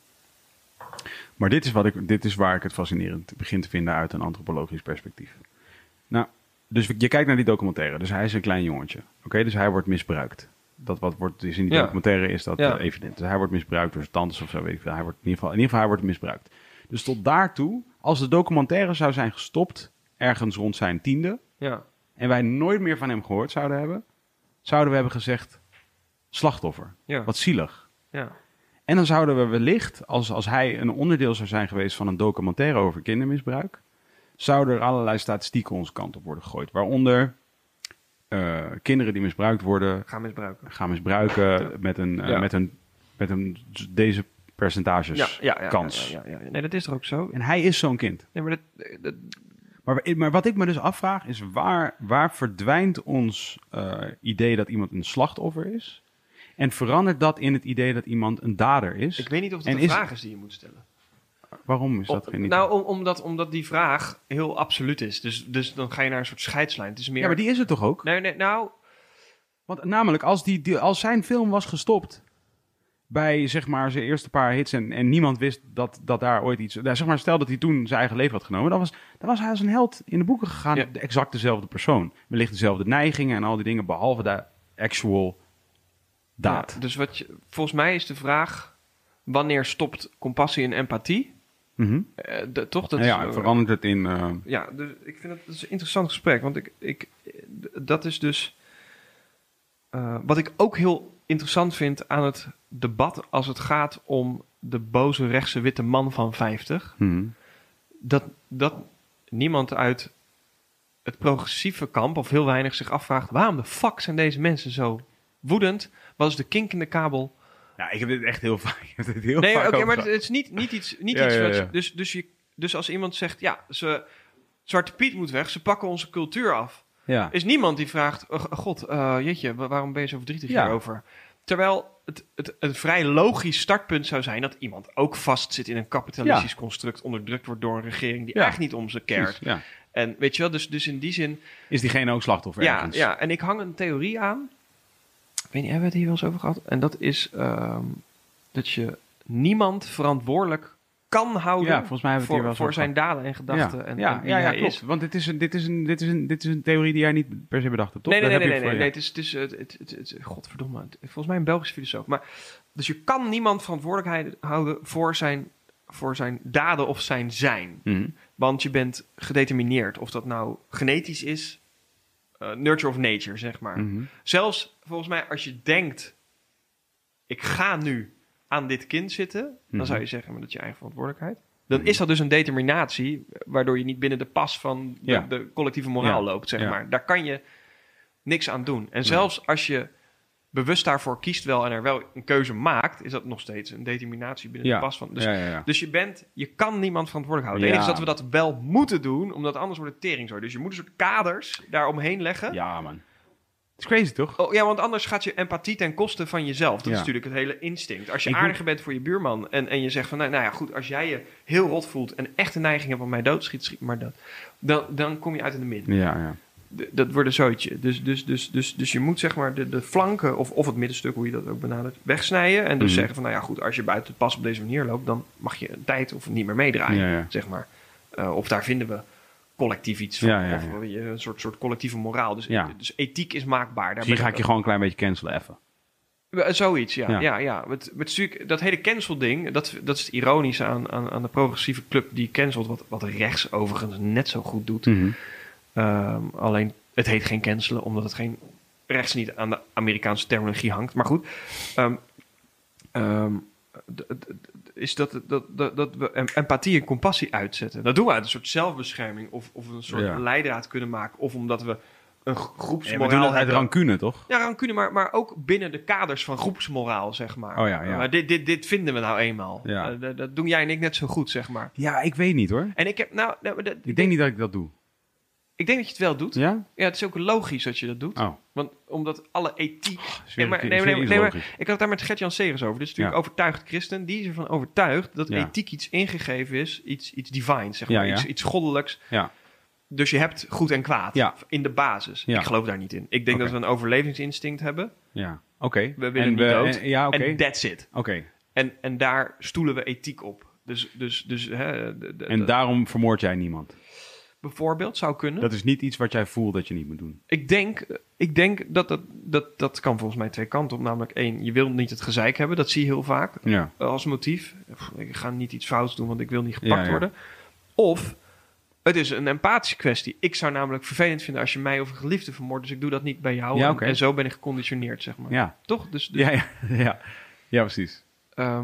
Maar dit is, wat ik, dit is waar ik het fascinerend begin te vinden uit een antropologisch perspectief. Nou, dus je kijkt naar die documentaire. Dus hij is een klein jongetje. Oké, okay? Dus hij wordt misbruikt. Dat wat wordt, dus in die ja. documentaire is dat ja. uh, evident. Dus hij wordt misbruikt door zijn tantes of zo, weet ik veel. Hij wordt in ieder geval, in ieder geval hij wordt misbruikt. Dus tot daartoe, als de documentaire zou zijn gestopt, ergens rond zijn tiende, Ja. en wij nooit meer van hem gehoord zouden hebben, zouden we hebben gezegd, slachtoffer. Ja. Wat zielig. Ja. En dan zouden we wellicht, als, als hij een onderdeel zou zijn geweest van een documentaire over kindermisbruik, zouden er allerlei statistieken onze kant op worden gegooid. Waaronder uh, kinderen die misbruikt worden, Gaan misbruiken. gaan misbruiken ja. met, een, uh, ja. met, een, met een deze percentages ja, ja, ja, kans. Ja, ja, ja, ja. Nee, dat is toch ook zo? En hij is zo'n kind. Nee, maar, dat, dat... Maar, maar wat ik me dus afvraag is, waar, waar verdwijnt ons uh, idee dat iemand een slachtoffer is? En verandert dat in het idee dat iemand een dader is? Ik weet niet of het en een is... vraag is die je moet stellen. Waarom is dat Om, geen idee? Nou, om, omdat, omdat die vraag heel absoluut is. Dus, dus dan ga je naar een soort scheidslijn. Het is meer... Ja, maar die is het toch ook? Nee, nee, nou... Want namelijk, als, die, die, als zijn film was gestopt bij zeg maar zijn eerste paar hits en, en niemand wist dat, dat daar ooit iets... Nou, zeg maar, stel dat hij toen zijn eigen leven had genomen, dan was, dan was hij als een held in de boeken gegaan. Ja. De exact dezelfde persoon. Wellicht dezelfde neigingen en al die dingen, behalve de actual daad. Ja, dus wat je, volgens mij is de vraag, wanneer stopt compassie en empathie? Mm-hmm. Uh, de, toch? Dat ja, ja, is, uh, verandert het in... Uh... Ja, dus ik vind het, dat is een interessant gesprek. Want ik, ik, dat is dus... Uh, wat ik ook heel interessant vind aan het debat als het gaat om de boze rechtse witte man van vijftig. Mm-hmm. Dat, dat niemand uit het progressieve kamp, of heel weinig, zich afvraagt, waarom de fuck zijn deze mensen zo woedend? Wat is de kink in de kabel? Ja, ik heb dit echt heel vaak. Ik heb dit heel nee, vaak oké, okay, maar het is niet, niet iets. Niet ja, iets ja, wat, ja. Dus, dus, je, dus als iemand zegt, ja, ze, Zwarte Piet moet weg, ze pakken onze cultuur af. Ja. Is niemand die vraagt, oh, god, uh, jeetje, waarom ben je zo verdrietig ja. hierover? Terwijl het, het een vrij logisch startpunt zou zijn dat iemand ook vastzit in een kapitalistisch ja. construct, onderdrukt wordt door een regering die ja. echt niet om ze keert. Ja. En weet je wel, dus, dus in die zin... Is diegene ook slachtoffer Ja, ergens? ja, en ik hang een theorie aan. Ik weet niet, hebben we het hier wel eens over gehad? En dat is um, dat je niemand verantwoordelijk kan houden ja, volgens mij hebben we het voor, hier wel voor zijn gehad. daden en gedachten. Ja, en, ja, en wie ja, ja hij klopt. is. Want dit is, een, dit, is een, dit, is een, dit is een theorie die jij niet per se bedacht hebt, toch? Nee, nee, Daar nee, heb nee, je nee, het nee, voor, nee. Het is, het is, het, het, het, het, godverdomme, het, volgens mij een Belgische filosoof. Maar, dus je kan niemand verantwoordelijkheid houden voor zijn, voor zijn daden of zijn zijn. ja. Mm-hmm. Want je bent gedetermineerd. Of dat nou genetisch is, uh, nurture of nature, zeg maar. Mm-hmm. Zelfs, volgens mij, als je denkt, ik ga nu aan dit kind zitten, dan Mm-hmm. zou je zeggen, maar dat is je eigen verantwoordelijkheid. Dan is dat dus een determinatie, waardoor je niet binnen de pas van de, Ja. de collectieve moraal Ja. loopt, zeg Ja. maar. Daar kan je niks aan doen. En zelfs als je bewust daarvoor kiest wel en er wel een keuze maakt, is dat nog steeds een determinatie binnen Ja. de pas van. Dus, ja, ja, ja. dus je bent, je kan niemand verantwoordelijk houden. Het Ja. enige is dat we dat wel moeten doen, omdat anders wordt het tering zo. Dus je moet een soort kaders daaromheen leggen. ja, man. Het is crazy, toch? Oh, ja, want anders gaat je empathie ten koste van jezelf. Dat Ja. is natuurlijk het hele instinct. Als je Ik aardiger bent voor je buurman en, en je zegt van, nou, nou ja, goed, als jij je heel rot voelt en echt de neiging hebt om mij dood te schieten, schiet maar dat. Dan, dan kom je uit in de min. Ja, ja. D- dat wordt een zootje. Dus, dus, dus, dus, dus je moet zeg maar de, de flanken of, of het middenstuk, hoe je dat ook benadert, wegsnijden. En dus Mhm. zeggen van, nou ja, goed, als je buiten het pas op deze manier loopt, dan mag je een tijd of niet meer meedraaien, Ja, ja. zeg maar. Uh, of daar vinden we collectief iets van. Ja, ja, of ja. weet je, een soort, soort collectieve moraal. Dus, Ja. dus ethiek is maakbaar. Daar Misschien ben ga ik je gewoon een klein beetje cancelen, even. Uh, Zoiets, ja. Ja. ja. ja, Het, het, stuk- dat hele cancel-ding, dat, dat is het ironische aan, aan, aan de progressieve club die cancelt, wat, wat rechts overigens net zo goed doet. Mm-hmm. Um, alleen, het heet geen cancelen, omdat het geen rechts niet aan de Amerikaanse terminologie hangt. Maar goed, um, um, d- d- d- is dat, dat, dat, dat we em- empathie en compassie uitzetten. Dat doen we uit een soort zelfbescherming of, of een soort Ja. leidraad kunnen maken. Of omdat we een Ja, groepsmoraal we doen het uit hebben. rancune, toch? Ja, rancune, maar, maar ook binnen de kaders van groepsmoraal, zeg maar. Oh ja, ja. Maar dit, dit, dit vinden we nou eenmaal. Ja. Uh, dat, dat doen jij en ik net zo goed, zeg maar. Ja, ik weet niet hoor. En ik heb, nou, nou dat, Ik denk niet dat ik dat doe. ik denk dat je het wel doet. Ja, Ja? het is ook logisch dat je dat doet. Oh, Want omdat alle ethiek... is Nee, weer- maar, is nee, weer nee, iets nee, maar logisch. ik had het daar met Gert-Jan Segers over. Dit is natuurlijk Ja. overtuigd christen. Die is ervan overtuigd dat Ja. ethiek iets ingegeven is. Iets, iets divine, zeg Ja, maar. ja. Iets, iets goddelijks. Ja. Dus je hebt goed en kwaad. Ja. In de basis. Ja. Ik geloof daar niet in. Ik denk Oké. dat we een overlevingsinstinct hebben. Ja, oké. We willen En niet dood. en- ja, oké. En that's it. Oké. En, en daar stoelen we ethiek op. Dus, dus, dus hè, de, de, En de- daarom vermoord jij niemand. bijvoorbeeld zou kunnen. Dat is niet iets wat jij voelt dat je niet moet doen. Ik denk, ik denk dat, dat dat dat kan volgens mij twee kanten op. Namelijk één, je wil niet het gezeik hebben. Dat zie je heel vaak Ja. eh, als motief. Pff, Ik ga niet iets fouts doen, want ik wil niet gepakt Ja, ja. worden. Of het is een empathische kwestie. Ik zou namelijk vervelend vinden als je mij of een geliefde vermoordt. Dus ik doe dat niet bij jou. Ja, En- oké. en, zo ben ik geconditioneerd, zeg maar. Ja. Toch? Dus, dus, Ja, ja, ja. Ja, precies. ehm,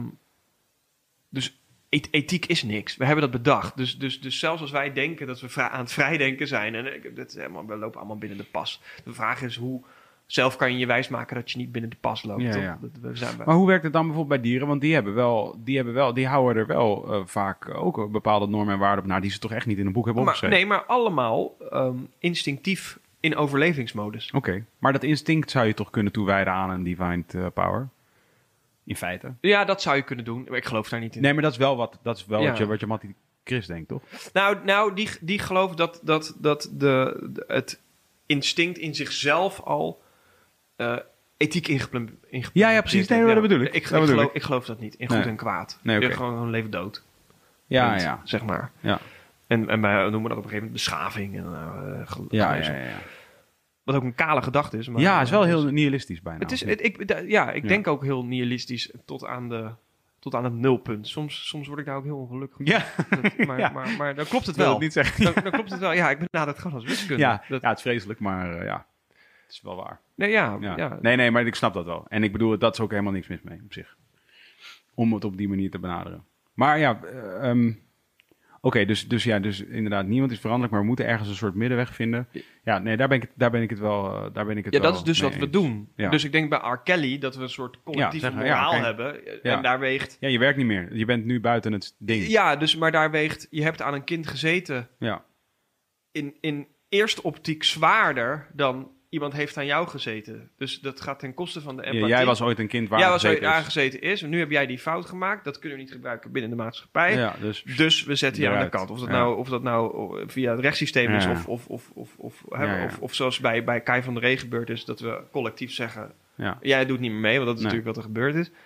dus eth- ethiek is niks. We hebben dat bedacht. Dus, dus, dus zelfs als wij denken dat we vrij- aan het vrijdenken zijn... en ik- dat, is helemaal, we lopen allemaal binnen de pas. De vraag is hoe... Zelf kan je je wijsmaken dat je niet binnen de pas loopt. Ja, toch? ja. Dat, we zijn bij- Maar hoe werkt het dan bijvoorbeeld bij dieren? Want die hebben wel, die hebben wel, die houden er wel eh, vaak ook een bepaalde normen en waarden op na die ze toch echt niet in een boek hebben maar, opgeschreven. nee, maar allemaal ehm, instinctief in overlevingsmodus. Oké, maar dat instinct zou je toch kunnen toewijden aan een divine eh, power? In feite. Ja, dat zou je kunnen doen. Maar ik geloof daar niet in. Nee, maar dat is wel wat, dat is wel Ja. wat je, wat je Mattie Chris denkt, toch? Nou, nou die, die gelooft dat, dat, dat de, de- het instinct in zichzelf al eh, ethiek ingeplan- ingeplanteerd Ja, ja, precies. Nee, dat bedoel ik. Ik, ik, Dat bedoel geloof, ik. ik geloof dat niet. In goed Nee. en kwaad. Nee, Je oké. gewoon een leven dood. Ja, Punt, ja. Zeg maar. Ja. En, en wij noemen dat op een gegeven moment beschaving. En, uh, gel- Ja, ja, genezen. ja, ja. Wat ook een kale gedachte is. Maar, ja, het is wel uh, heel dus- nihilistisch bijna. Het is, of het, niet? ik, da- ja, ik Ja. denk ook heel nihilistisch tot aan, de, tot aan het nulpunt. Soms, soms word ik daar ook heel ongelukkig van. Ja, Dat- maar, Ja. maar, maar dan klopt het ik wil wel. het niet zeggen. Dan, dan klopt het wel. Ja, ik benader het gewoon als wiskunde. Ja, Dat, ja, het is vreselijk, maar eh, ja, het is wel waar. nee, ja, Ja. ja. Nee, nee, maar ik snap dat wel. En ik bedoel, dat is ook helemaal niks mis mee op zich. Om het op die manier te benaderen. Maar ja, eh, ehm, oké, dus, dus ja, dus inderdaad, niemand is veranderlijk, maar we moeten ergens een soort middenweg vinden. Ja, nee, daar ben ik, het- daar ben ik het wel, eh, daar ben ik het Ja, wel dat is dus mee wat we eens. doen. Ja. Dus ik denk bij R. Kelly dat we een soort collectieve Ja, zeggen, ja, moraal kijk. hebben. En Ja. daar weegt... Ja, je werkt niet meer. Je bent nu buiten het ding. Ja, dus, maar daar weegt... Je hebt aan een kind gezeten Ja, in, in eerste optiek zwaarder dan iemand heeft aan jou gezeten. Dus dat gaat ten koste van de Ja, empathie. jij was ooit een kind waar Jij het was ooit gezeten is. aangezeten is. En nu heb jij die fout gemaakt. Dat kunnen we niet gebruiken binnen de maatschappij. Ja, dus Dus we zetten je aan de Eruit. kant. Of dat, Ja. nou, of dat nou via het rechtssysteem is Ja. of, of, of, of, of, hè, Ja, ja. of, of zoals bij, bij Kai van der Ree gebeurd is, dat we collectief zeggen, ja. jij doet niet meer mee, want dat is Nee. natuurlijk wat er gebeurd is.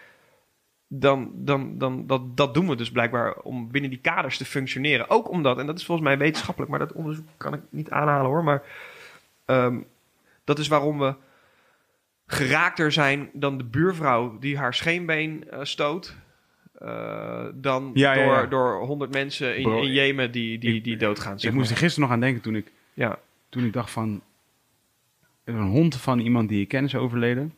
Dan, dan, dan dat, dat doen we dus blijkbaar om binnen die kaders te functioneren. Ook omdat, en dat is volgens mij wetenschappelijk, maar dat onderzoek kan ik niet aanhalen hoor, maar ehm, dat is waarom we geraakter zijn dan de buurvrouw die haar scheenbeen eh, stoot. eh, dan Ja, ja, door, ja. door honderd mensen in, Bro, in Jemen die, die, ik- die doodgaan. zeg Ik moest er maar. gisteren nog aan denken toen ik, Ja. toen ik dacht van... Een hond van iemand die ik ken is overleden.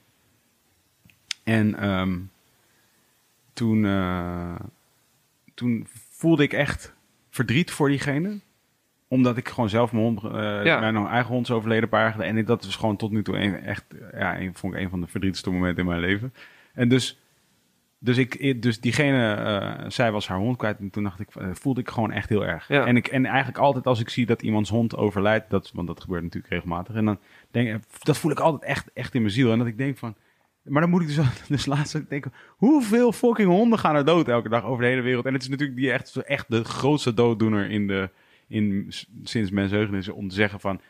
En ehm, toen, eh, toen voelde ik echt verdriet voor diegene. Omdat ik gewoon zelf mijn hond... eh Ja. Mijn eigen hond is overleden een paar jaar geleden. En dat is gewoon tot nu toe een, echt... Ja, een, vond ik een van de verdrietigste momenten in mijn leven. En dus... Dus, ik, dus diegene, eh, zij was haar hond kwijt. En toen dacht ik, eh, voelde ik gewoon echt heel erg. Ja. En, ik, en eigenlijk altijd als ik zie dat iemands hond overlijdt, dat, want dat gebeurt natuurlijk regelmatig. En dan denk ik, dat voel ik altijd echt, echt in mijn ziel. En dat ik denk van, maar dan moet ik dus, dus laatst denken, hoeveel fucking honden gaan er dood elke dag over de hele wereld? En het is natuurlijk die echt, echt de grootste dooddoener in de, in, sinds mensheugenis om te zeggen van,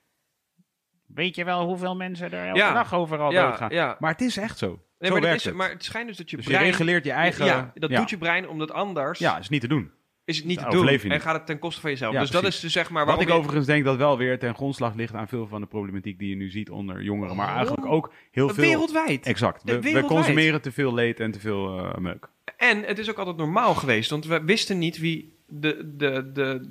weet je wel hoeveel mensen er elke Ja. dag overal Ja, doodgaan? ja. Maar het is echt zo. Nee, zo maar, dat werkt is, het. maar het schijnt dus dat je Dus brein... je reguleert je eigen... Ja, dat ja. doet je brein omdat anders Ja, is niet te doen. is het niet Ja, te doen. overleef je En niet. gaat het ten koste van jezelf. Ja, dus dat precies. is dus zeg maar Wat waarom ik je- overigens denk dat wel weer ten grondslag ligt aan veel van de problematiek die je nu ziet onder jongeren. Maar eigenlijk ook heel veel... Wereldwijd. Exact. We, we Wereldwijd. consumeren te veel leed en te veel eh, meuk. En het is ook altijd normaal geweest. Want we wisten niet wie, de, de, de,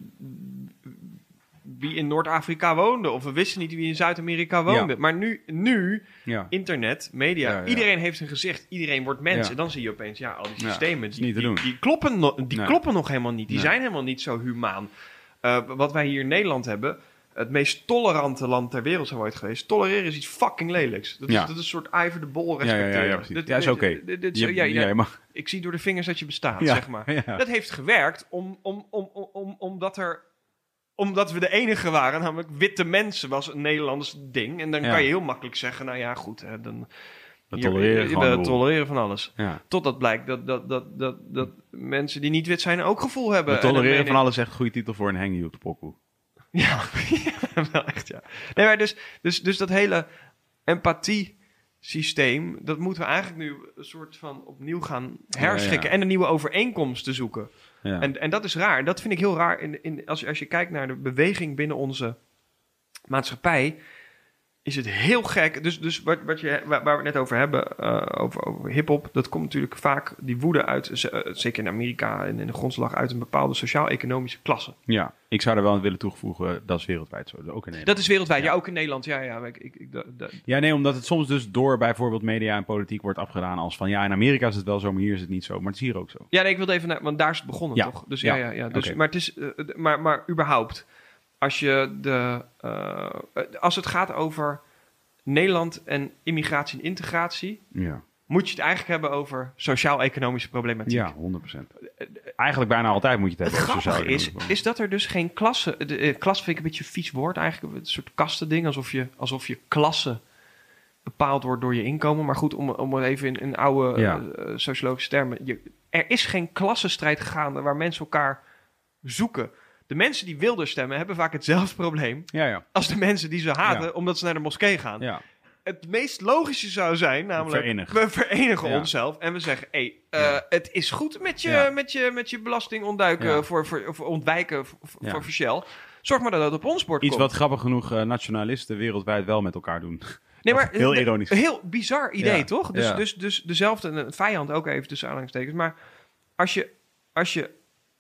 wie in Noord-Afrika woonde. Of we wisten niet wie in Zuid-Amerika woonde. Ja. Maar nu, nu, Ja. internet, media, Ja, ja. iedereen heeft een gezicht. Iedereen wordt mens. Ja. En dan zie je opeens, ja, al die Ja, systemen, is die, niet te die, doen. die kloppen, no- die Nee. kloppen nog helemaal niet. Die Nee. zijn helemaal niet zo humaan. Uh, wat wij hier in Nederland hebben... het meest tolerante land ter wereld zijn we ooit geweest. Tolereren is iets fucking lelijks. Dat is, Ja. dat is een soort Iver de Bol Ja, ja, respecteren. ja, ja, precies. Dit- Ja, is dit- oké. dit- dit- Je- ja, ja, ja, je mag- Ik zie door de vingers dat je bestaat, Ja, zeg maar. ja. Dat heeft gewerkt om, om, om, om, om, omdat, er, omdat we de enige waren. Namelijk witte mensen was een Nederlands ding. En dan Ja. kan je heel makkelijk zeggen, nou ja, goed. Hè, dan, We hier- tolereren we gewoon de boel. tolereren van alles. Ja. Totdat blijkt dat, dat, dat, dat, dat mensen die niet wit zijn ook gevoel hebben. We En dan tolereren meen van ik- alles echt een goede titel voor een hang you op de pokoe. Ja, ja, wel echt, ja. Nee, maar dus, dus, dus dat hele empathie-systeem, dat moeten we eigenlijk nu een soort van opnieuw gaan herschikken Ja, ja. en een nieuwe overeenkomst te zoeken. Ja. En, en dat is raar. Dat vind ik heel raar. In, in, als, je- als je kijkt naar de beweging binnen onze maatschappij, is het heel gek. Dus, dus wat, wat je, waar, waar we het net over hebben, uh, over, over hip-hop, dat komt natuurlijk vaak, die woede uit, z- uh, zeker in Amerika en in de grondslag, uit een bepaalde sociaal-economische klasse. Ja, ik zou er wel aan willen toevoegen, dat is wereldwijd zo. Ook in Nederland. Dat is wereldwijd, ja, Ja. ook in Nederland. Ja, ja, ik, ik, ik, dat- dat- Ja, nee, omdat het soms dus door bijvoorbeeld media en politiek wordt afgedaan als van ja, in Amerika is het wel zo, maar hier is het niet zo. Maar het is hier ook zo. Ja, nee, ik wilde even naar, want daar is het begonnen, Ja. toch? Dus ja, Ja. ja, ja. Dus, Oké. maar het is, eh, d- maar, maar überhaupt, als je de, eh, als het gaat over Nederland en immigratie en integratie, Ja, moet je het eigenlijk hebben over sociaal-economische problematiek. ja honderd procent. Eigenlijk bijna altijd moet je het Het hebben over grappige is, sociale- is dat er dus geen klasse... De, eh, klasse vind ik een beetje een vies woord eigenlijk. Een soort kastending, alsof je, alsof je klasse bepaald wordt door je inkomen. Maar goed, om, om het even in, in oude Ja. eh, sociologische termen... Je, er is geen klassenstrijd gaande waar mensen elkaar zoeken. De mensen die Wilders stemmen hebben vaak hetzelfde probleem Ja, ja. als de mensen die ze haten Ja. omdat ze naar de moskee gaan. ja. Het meest logische zou zijn, namelijk, Verenigen. we verenigen Ja. onszelf en we zeggen, hé, hey, Ja. het is goed met je, Ja. met je, met je belasting ontduiken, Ja. voor, voor, voor ontwijken voor, Ja. voor Shell. Zorg maar dat het op ons bord Iets komt. wat grappig genoeg eh, nationalisten wereldwijd wel met elkaar doen. nee, maar, heel de- ironisch. Een heel bizar idee, Ja. toch? Dus, Ja. dus, dus dezelfde, een vijand ook even tussen aanhalingstekens. Maar als je, als je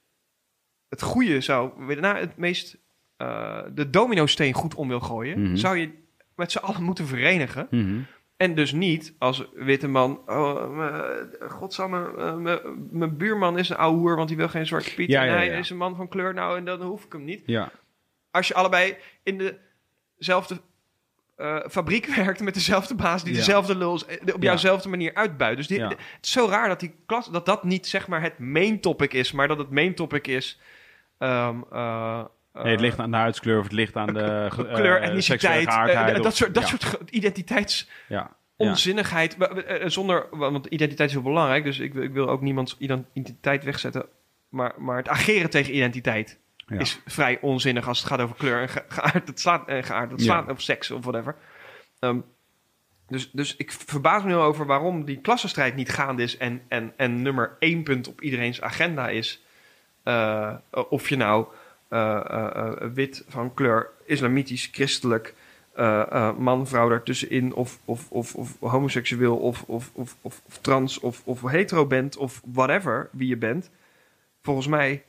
het goede zou willen, nou, het meest, eh, de domino-steen goed om wil gooien, Mhm. zou je met z'n allen moeten verenigen. Mhm. En dus niet als witte man, oh, me- godsamme, eh, me- mijn buurman is een ouwe hoer, want die wil geen zwarte piet. Ja, en ja, hij ja. is een man van kleur, nou, en dan hoef ik hem niet. Ja. Als je allebei in dezelfde eh, fabriek werkt met dezelfde baas, die Ja. dezelfde lul is, eh, op Ja. jouwzelfde manier uitbuit. Dus die, Ja. de- het is zo raar dat die klas, dat dat niet zeg maar het main topic is, maar dat het main topic is. ehm, eh, Nee, het ligt aan de huidskleur of het ligt aan de eh, eh, kleur, seksuele etniciteit, eh, geaardheid dat of- soort, dat ja. soort ge- identiteits. Ja. Ja. Onzinnigheid, wa- wa- eh, zonder, want identiteit is heel belangrijk, dus ik, wil- ik wil ook niemands identiteit wegzetten. Maar, maar het ageren tegen identiteit Ja. is vrij onzinnig als het gaat over kleur en ge- geaard. Het slaat, en geaard, het Ja. slaat of seks of whatever. Ehm, dus, dus ik verbaas me heel over waarom die klassenstrijd niet gaande is en, en, en nummer één punt op iedereen's agenda is. Eh, of je nou eh, eh, eh, wit van kleur, islamitisch, christelijk, eh, eh, man, vrouw daartussenin, of, of, of, of homoseksueel, of, of, of, of, of trans, of, of hetero bent, of whatever, wie je bent. Volgens mij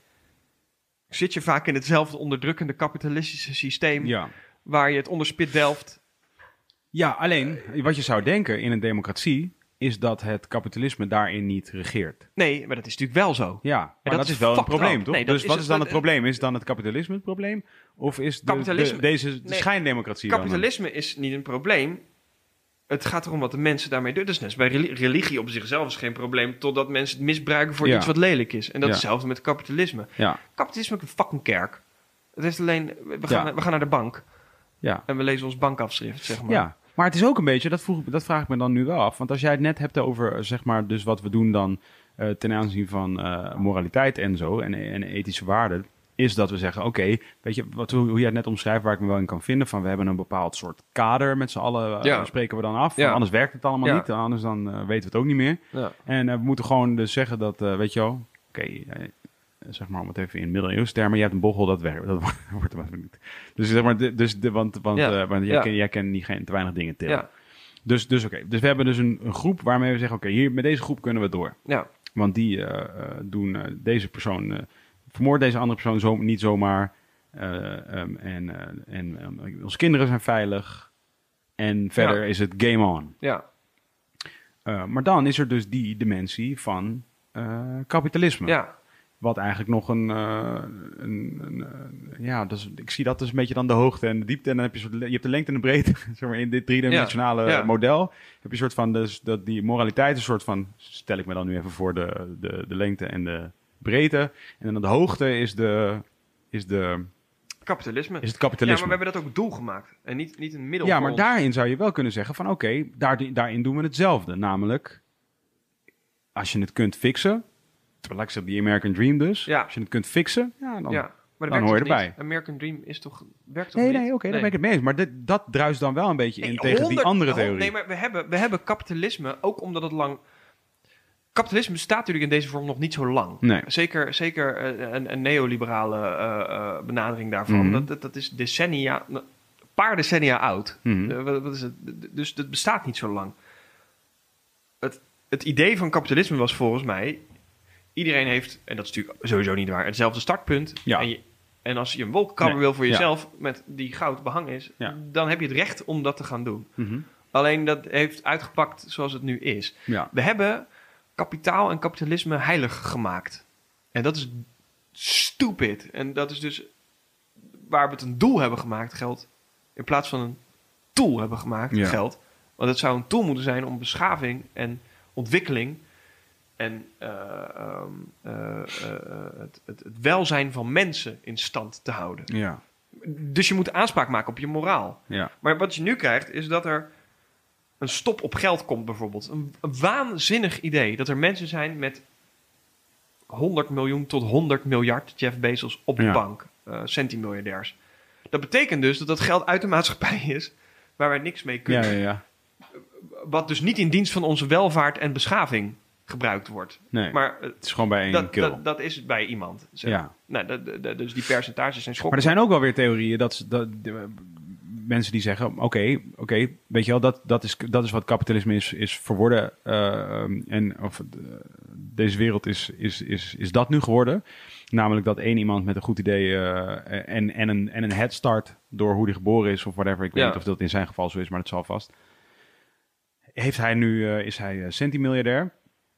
zit je vaak in hetzelfde onderdrukkende kapitalistische systeem, Ja. waar je het onderspit delft. Ja, alleen wat je zou denken in een democratie is dat het kapitalisme daarin niet regeert. Nee, maar dat is natuurlijk wel zo. Ja, maar dat dat, is is wel een fucked probleem, up. toch? Nee, dat dus is wat het- is dan het dat- probleem? Is dan het kapitalisme het probleem? Of is de, Kapitalisme- de- deze de nee, schijndemocratie dan een- Kapitalisme is niet een probleem. Het gaat erom wat de mensen daarmee doen. Dus net als bij reli- religie op zichzelf is geen probleem, totdat mensen het misbruiken voor Ja. iets wat lelijk is. En dat Ja. is hetzelfde met kapitalisme. Ja, Kapitalisme is ook een fucking kerk. Het is alleen, we gaan, Ja. we gaan naar de bank ja. en we lezen ons bankafschrift, zeg maar. Ja, maar het is ook een beetje, dat, vroeg, dat vraag ik me dan nu wel af. Want als jij het net hebt over, eh, zeg maar, dus wat we doen dan eh, ten aanzien van eh, moraliteit en zo, en, en ethische waarden, is dat we zeggen, oké, weet je, wat, hoe, hoe jij het net omschrijft, waar ik me wel in kan vinden, van we hebben een bepaald soort kader met z'n allen, eh, Ja. spreken we dan af. Ja. Van, anders werkt het allemaal Ja. niet, anders dan eh, weten we het ook niet meer. Ja. En eh, we moeten gewoon dus zeggen dat, eh, weet je wel, oké, eh, zeg maar om het even in middeleeuwse termen, je hebt een bochel, dat werkt, dat wordt hem even niet. Dus zeg maar, de- dus de, want, want, Ja. eh, want jij, Ja. ken, jij kent niet geen, te weinig dingen tillen. Ja. Dus, dus oké, dus we hebben dus een, een groep waarmee we zeggen, oké, hier met deze groep kunnen we door. Ja. Want die eh, eh, doen eh, deze persoon, eh vermoord deze andere persoon zo, niet zomaar. Eh, ehm, en eh, en ehm, onze kinderen zijn veilig. En verder Ja. is het game on. Ja. Eh, maar dan is er dus die dimensie van eh, kapitalisme. Ja. Wat eigenlijk nog een... Uh, een, een, een ja, dus, ik zie dat dus een beetje dan de hoogte en de diepte. En dan heb je, soort, je hebt de lengte en de breedte. Zeg maar, in dit driedimensionale ja, ja. model heb je een soort van... Dus, dat die moraliteit een soort van... Stel ik me dan nu even voor de, de, de lengte en de breedte. En dan de hoogte is de... Is de Kapitalisme. Is het kapitalisme. Ja, maar we hebben dat ook doel gemaakt. En niet, niet een middel Ja, voor maar ons. daarin zou je wel kunnen zeggen van... Oké, okay, daar, daarin doen we hetzelfde. Namelijk, als je het kunt fixen... Terwijl ik zeg, die American Dream dus. Ja. Als je het kunt fixen, ja, dan, ja, maar dan hoor je erbij. Niet. American Dream is toch, werkt toch nee, niet? Nee, oké, okay, nee. daar ben ik het mee eens. Maar dit, dat druist dan wel een beetje in nee, tegen honderd, die andere honderd, theorie. Nee, maar we hebben, we hebben kapitalisme, ook omdat het lang... Kapitalisme bestaat natuurlijk in deze vorm nog niet zo lang. Nee. Zeker, zeker een, een neoliberale uh, uh, benadering daarvan. Mm-hmm. Dat, dat, dat is decennia, een paar decennia oud. Mm-hmm. Uh, wat, wat is het? Dus het bestaat niet zo lang. Het, het idee van kapitalisme was volgens mij... Iedereen heeft, en dat is natuurlijk sowieso niet waar, hetzelfde startpunt. Ja. En, je, en als je een wolkenkrabber Nee. wil voor Ja. jezelf, met die goud behangen is, Ja. dan heb je het recht om dat te gaan doen. Mm-hmm. Alleen dat heeft uitgepakt zoals het nu is. Ja. We hebben kapitaal en kapitalisme heilig gemaakt. En dat is stupid. En dat is dus waar we het een doel hebben gemaakt, geld, in plaats van een tool hebben gemaakt, Ja. geld. Want het zou een tool moeten zijn om beschaving en ontwikkeling en uh, um, uh, uh, het, het, het welzijn van mensen in stand te houden. Ja. Dus je moet aanspraak maken op je moraal. Ja. Maar wat je nu krijgt, is dat er een stop op geld komt bijvoorbeeld. Een, een waanzinnig idee. Dat er mensen zijn met honderd miljoen tot honderd miljard, Jeff Bezos, op de Ja. bank. Uh, centimiljardairs. Dat betekent dus dat dat geld uit de maatschappij is, waar wij niks mee Ja, kunnen. ja, ja. Wat dus niet in dienst van onze welvaart en beschaving gebruikt wordt. Nee, Maar uh, het is gewoon bij één dat, kill. dat, dat is het bij iemand. Zeg. Ja. Nou, dat, dat, dus die percentages zijn Maar schokkend. er zijn ook wel weer theorieën dat, ze- dat de, mensen die zeggen... Oké, okay, oké, weet je wel, dat, dat, is, dat is wat kapitalisme is, is verworden. Uh, en of, uh, deze wereld is, is, is, is dat nu geworden. Namelijk dat één iemand met een goed idee uh, en, en, een, en een head start... door hoe hij geboren is of whatever. Ik weet Ja. niet of dat in zijn geval zo is, maar dat zal vast. Heeft hij nu, uh, is hij uh, centimiljardair?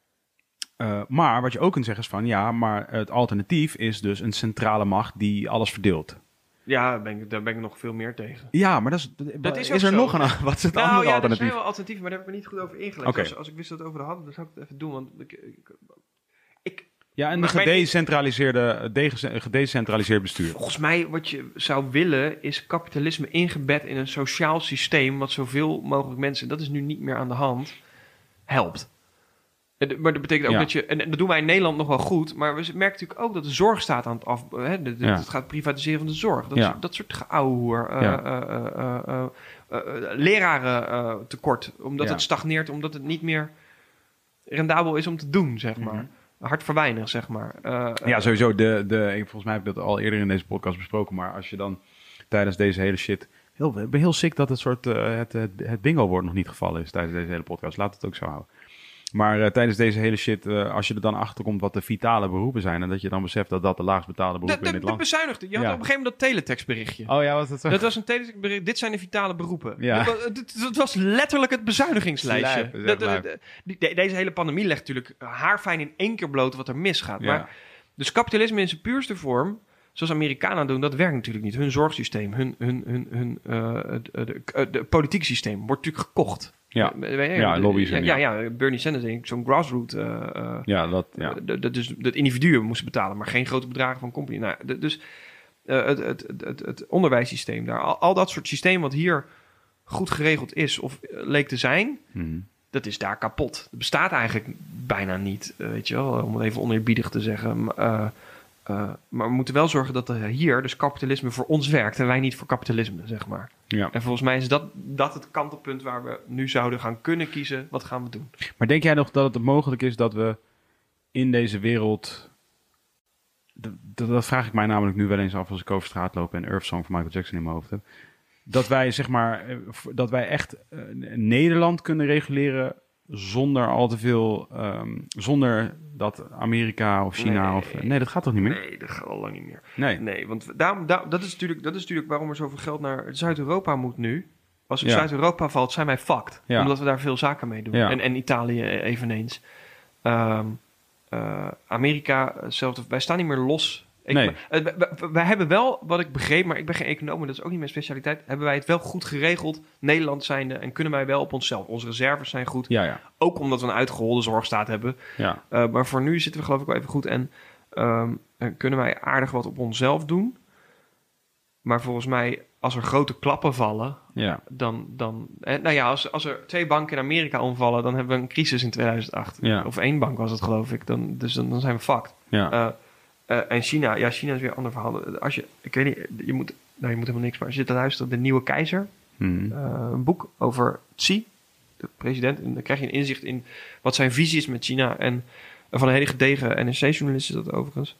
Uh, maar wat je ook kunt zeggen is van... ja, maar het alternatief is dus een centrale macht die alles verdeelt. Ja, daar ben, ik, daar ben ik nog veel meer tegen. Ja, maar dat is, Dat is is, ook er zo. nog een... Wat is het Nou andere ja, er alternatief? zijn wel alternatieven, maar daar heb ik me niet goed over ingelezen. Oké. Als, als ik wist dat we het over hadden, dan zou ik het even doen. Want ik, ik, ik, Ja, en een Maar- maar- gedecentraliseerde, dege- gedecentraliseerd bestuur. volgens mij wat je zou willen is kapitalisme ingebed in een sociaal systeem wat zoveel mogelijk mensen, dat is nu niet meer aan de hand, helpt. En, maar dat betekent ook Ja. dat je, en, en dat doen wij in Nederland nog wel goed, maar we merken natuurlijk ook dat de zorg staat aan het af, hè, de, de, Ja. het gaat privatiseren van de zorg. Dat, Ja. soort, dat soort geouwehoer. Uh, Ja. uh, uh, uh, uh, uh, leraren uh, tekort, omdat Ja. het stagneert, omdat het niet meer rendabel is om te doen, zeg maar. Mhm. Hard voor weinig, zeg maar. Uh, Ja, sowieso. De, de, ik- volgens mij heb ik dat al eerder in deze podcast besproken. Maar als je dan tijdens deze hele shit... Heel, ik ben heel sick dat het, soort, uh, het, het, het bingo-woord nog niet gevallen is tijdens deze hele podcast. Laat het ook zo houden. Maar uh, tijdens deze hele shit, uh, als je er dan achter komt wat de vitale beroepen zijn... en dat je dan beseft dat dat de laagst betaalde de, beroepen de, in dit de land... bezuinigde. Je had Ja. op een gegeven moment dat teletextberichtje. Oh ja, was dat zo? Dat was een teletextbericht. Dit zijn de vitale beroepen. Ja. Dat, dat- dat was letterlijk het bezuinigingslijstje. Slijp, is echt Dat- dat- lijp. dat- die- de- deze hele pandemie legt natuurlijk haarfijn in één keer bloot wat er misgaat. Ja. Maar, dus kapitalisme in zijn puurste vorm, zoals Amerikanen doen, dat werkt natuurlijk niet. Hun zorgsysteem, hun, hun, hun, hun uh, de, de, de, de politiek systeem wordt natuurlijk gekocht. Ja. Eh, weet je, Ja, de- lobby's en Ja, ja. ja, Bernie Sanders denk ik, zo'n grassroots... uh, uh, Ja, dat... Ja. de- de- dus dat individuen moesten betalen, maar geen grote bedragen van company. Nou, de- dus uh, het, het, het, het, het onderwijssysteem daar, al, al dat soort systeem wat hier goed geregeld is of uh, leek te zijn, Mhm. dat is daar kapot. Dat bestaat eigenlijk bijna niet, uh, weet je wel, om het even oneerbiedig te zeggen. Maar, uh, uh, maar we moeten wel zorgen dat er hier, dus kapitalisme voor ons werkt en wij niet voor kapitalisme, zeg maar. Ja. En volgens mij is dat, dat het kantelpunt waar we nu zouden gaan kunnen kiezen. Wat gaan we doen? Maar denk jij nog dat het mogelijk is dat we in deze wereld... Dat, dat, dat vraag ik mij namelijk nu wel eens af als ik over straat loop en Earth Song van Michael Jackson in mijn hoofd heb. Dat wij zeg maar, eh, v- dat wij echt eh, Nederland kunnen reguleren zonder al te veel, ehm, zonder dat Amerika of China Nee. of... Nee, dat gaat toch niet meer? Nee, dat gaat al lang niet meer. Nee. Nee, want daarom, daar, dat, is natuurlijk, dat is natuurlijk waarom er zoveel geld naar Zuid-Europa moet nu. Als Ja. Zuid-Europa valt, zijn wij fucked. Ja. Omdat we daar veel zaken mee doen. Ja. En, en Italië eveneens. Ehm, uh, Amerika, hetzelfde. Wij staan niet meer los. Ik, Nee. uh, wij, wij hebben wel, wat ik begreep, maar ik ben geen econoom, en dat is ook niet mijn specialiteit. Hebben wij het wel goed geregeld, Nederland zijnde, en kunnen wij wel op onszelf. Onze reserves zijn goed. Ja, ja. Ook omdat we een uitgeholde zorgstaat hebben. ja. Uh, maar voor nu zitten we geloof ik wel even goed. En um, kunnen wij aardig wat op onszelf doen. Maar volgens mij, als er grote klappen vallen, ja. dan... dan eh, nou ja, als, als er twee banken in Amerika omvallen, dan hebben we een crisis in tweeduizend acht. Ja. Of één bank was het, geloof ik. Dan, dus dan, dan zijn we fucked. ja. Uh, uh, en China, ja, China is weer een ander verhaal. Als je, ik weet niet, je moet, nou, je moet helemaal niks, maar als je te luisteren, De Nieuwe Keizer, Hmm. uh, een boek over Xi, de president. En dan krijg je een inzicht in wat zijn visie is met China. En uh, van een hele gedegen N R C-journalist is dat overigens.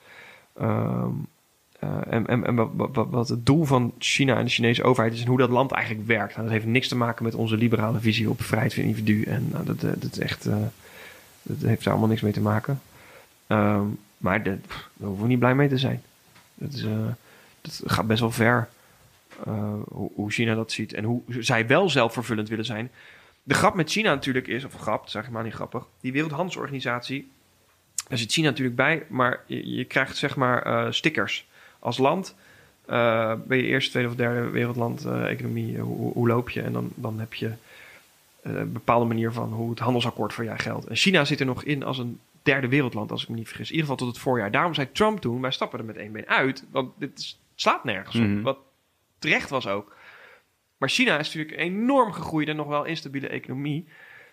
Um, uh, en en, en wat, wat, wat het doel van China en de Chinese overheid is en hoe dat land eigenlijk werkt. Nou, dat heeft niks te maken met onze liberale visie op vrijheid van individu. En nou, dat, dat is echt, uh, dat heeft daar allemaal niks mee te maken. Um, maar de, pff, daar hoeven we niet blij mee te zijn. Dat, is, uh, dat gaat best wel ver. Uh, hoe, hoe China dat ziet en hoe zij wel zelfvervullend willen zijn. De grap met China natuurlijk is, of grap, dat is eigenlijk maar niet grappig, die Wereldhandelsorganisatie, daar zit China natuurlijk bij, maar je, je krijgt zeg maar uh, stickers. Als land uh, ben je eerste, tweede of derde wereldland, uh, economie, uh, hoe, hoe loop je? En dan, dan heb je uh, een bepaalde manier van hoe het handelsakkoord voor jou geldt. En China zit er nog in als een derde wereldland, als ik me niet vergis. In ieder geval tot het voorjaar. Daarom zei Trump toen, wij stappen er met één been uit, want dit is, slaat nergens op. Mm-hmm. Wat terecht was ook. Maar China is natuurlijk een enorm gegroeide en nog wel instabiele economie.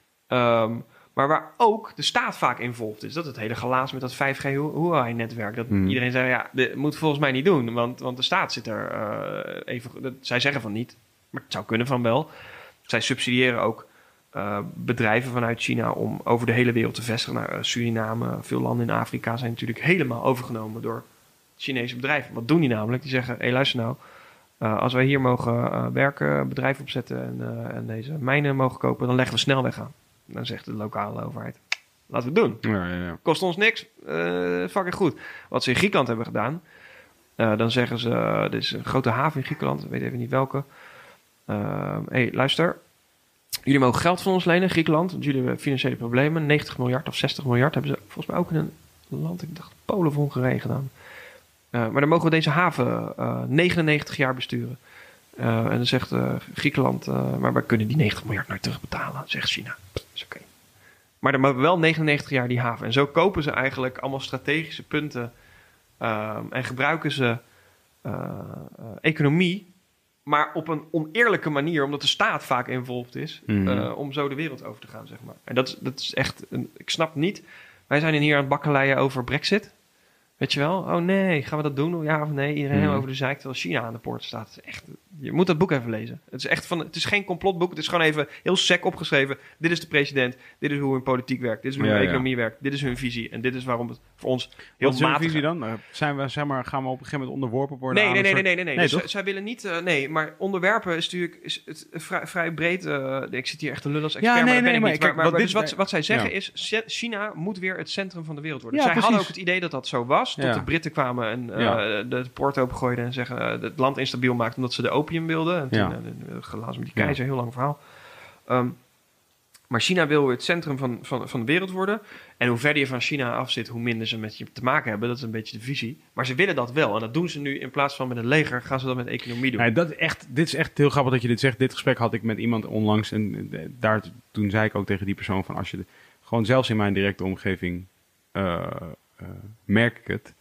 Um, maar waar ook de staat vaak involved is. Dat het hele gelaas met dat vijf G Huawei-netwerk. Dat Hmm. iedereen zei, ja, dit moet volgens mij niet doen. Want, want de staat zit er uh, even... Dat, zij zeggen van niet, maar het zou kunnen van wel. Zij subsidiëren ook uh, bedrijven vanuit China om over de hele wereld te vestigen. Nou, uh, Suriname, veel landen in Afrika zijn natuurlijk helemaal overgenomen door Chinese bedrijven. Wat doen die namelijk? Die zeggen, hé, hey, luister nou. Uh, als wij hier mogen uh, werken, bedrijf opzetten en, uh, en deze mijnen mogen kopen, dan leggen we snelweg aan. Dan zegt de lokale overheid, laten we het doen. Ja, ja, ja. Kost ons niks, uh, fucking goed. Wat ze in Griekenland hebben gedaan, uh, dan zeggen ze, uh, dit is een grote haven in Griekenland, ik weet even niet welke. Hé, uh, hey, luister, jullie mogen geld van ons lenen, Griekenland, want jullie hebben financiële problemen. negentig miljard of zestig miljard hebben ze volgens mij ook in een land, ik dacht Polen of Hongarije gedaan. Uh, maar dan mogen we deze haven uh, negenennegentig jaar besturen. Uh, en dan zegt uh, Griekenland, uh, maar we kunnen die negentig miljard naar terugbetalen, zegt China. Dat is oké. Okay. Maar dan mogen we wel negenennegentig jaar die haven. En zo kopen ze eigenlijk allemaal strategische punten uh, en gebruiken ze uh, uh, economie, maar op een oneerlijke manier, omdat de staat vaak involved is, Mm-hmm. uh, om zo de wereld over te gaan, zeg maar. En dat is, dat is echt, een, ik snap niet. Wij zijn hier aan het bakkeleien over Brexit. Weet je wel? Oh nee, gaan we dat doen? Ja of nee? Iedereen Hmm. over de zeik terwijl China aan de poort staat. Het is echt, je moet dat boek even lezen. Het is echt van, het is geen complotboek. Het is gewoon even heel sec opgeschreven. Dit is de president. Dit is hoe hun politiek werkt. Dit is hoe hun Ja, ja. economie werkt. Dit is hun visie. En dit is waarom het voor ons heel Wat is hun matig visie is. dan? Uh, zijn we, zeg maar, gaan we op een gegeven moment onderworpen worden? Nee, aan nee, een nee, nee, soort- nee, nee, nee. Nee, Dus toch? zij willen niet, uh, nee, maar onderwerpen is natuurlijk is het vrij, vrij breed. Uh, ik zit hier echt te lullen als expert, Ja, maar nee, dat ben nee, ik maar niet. kijk, maar wat maar dit- dus wat, wat zij zeggen ja. is, Ch- China moet weer het centrum van de wereld worden. Ja, zij hadden precies. ook het idee dat dat zo was, tot Ja. de Britten kwamen en uh, Ja. de, de poort opengooiden en zeggen uh, het land instabiel maakt omdat ze de opium wilden. En toen Ja. uh, de- de gelazen met die Ja. keizer, heel lang verhaal. Um, maar China wil weer het centrum van, van, van de wereld worden. En hoe verder je van China af zit, hoe minder ze met je te maken hebben. Dat is een beetje de visie. Maar ze willen dat wel. En dat doen ze nu in plaats van met een leger, gaan ze dat met economie doen. Nee, dat is echt, dit is echt heel grappig dat je dit zegt. Dit gesprek had ik met iemand onlangs. En eh, daar, toen zei ik ook tegen die persoon van... als je de, gewoon zelfs in mijn directe omgeving uh, uh, merk ik het.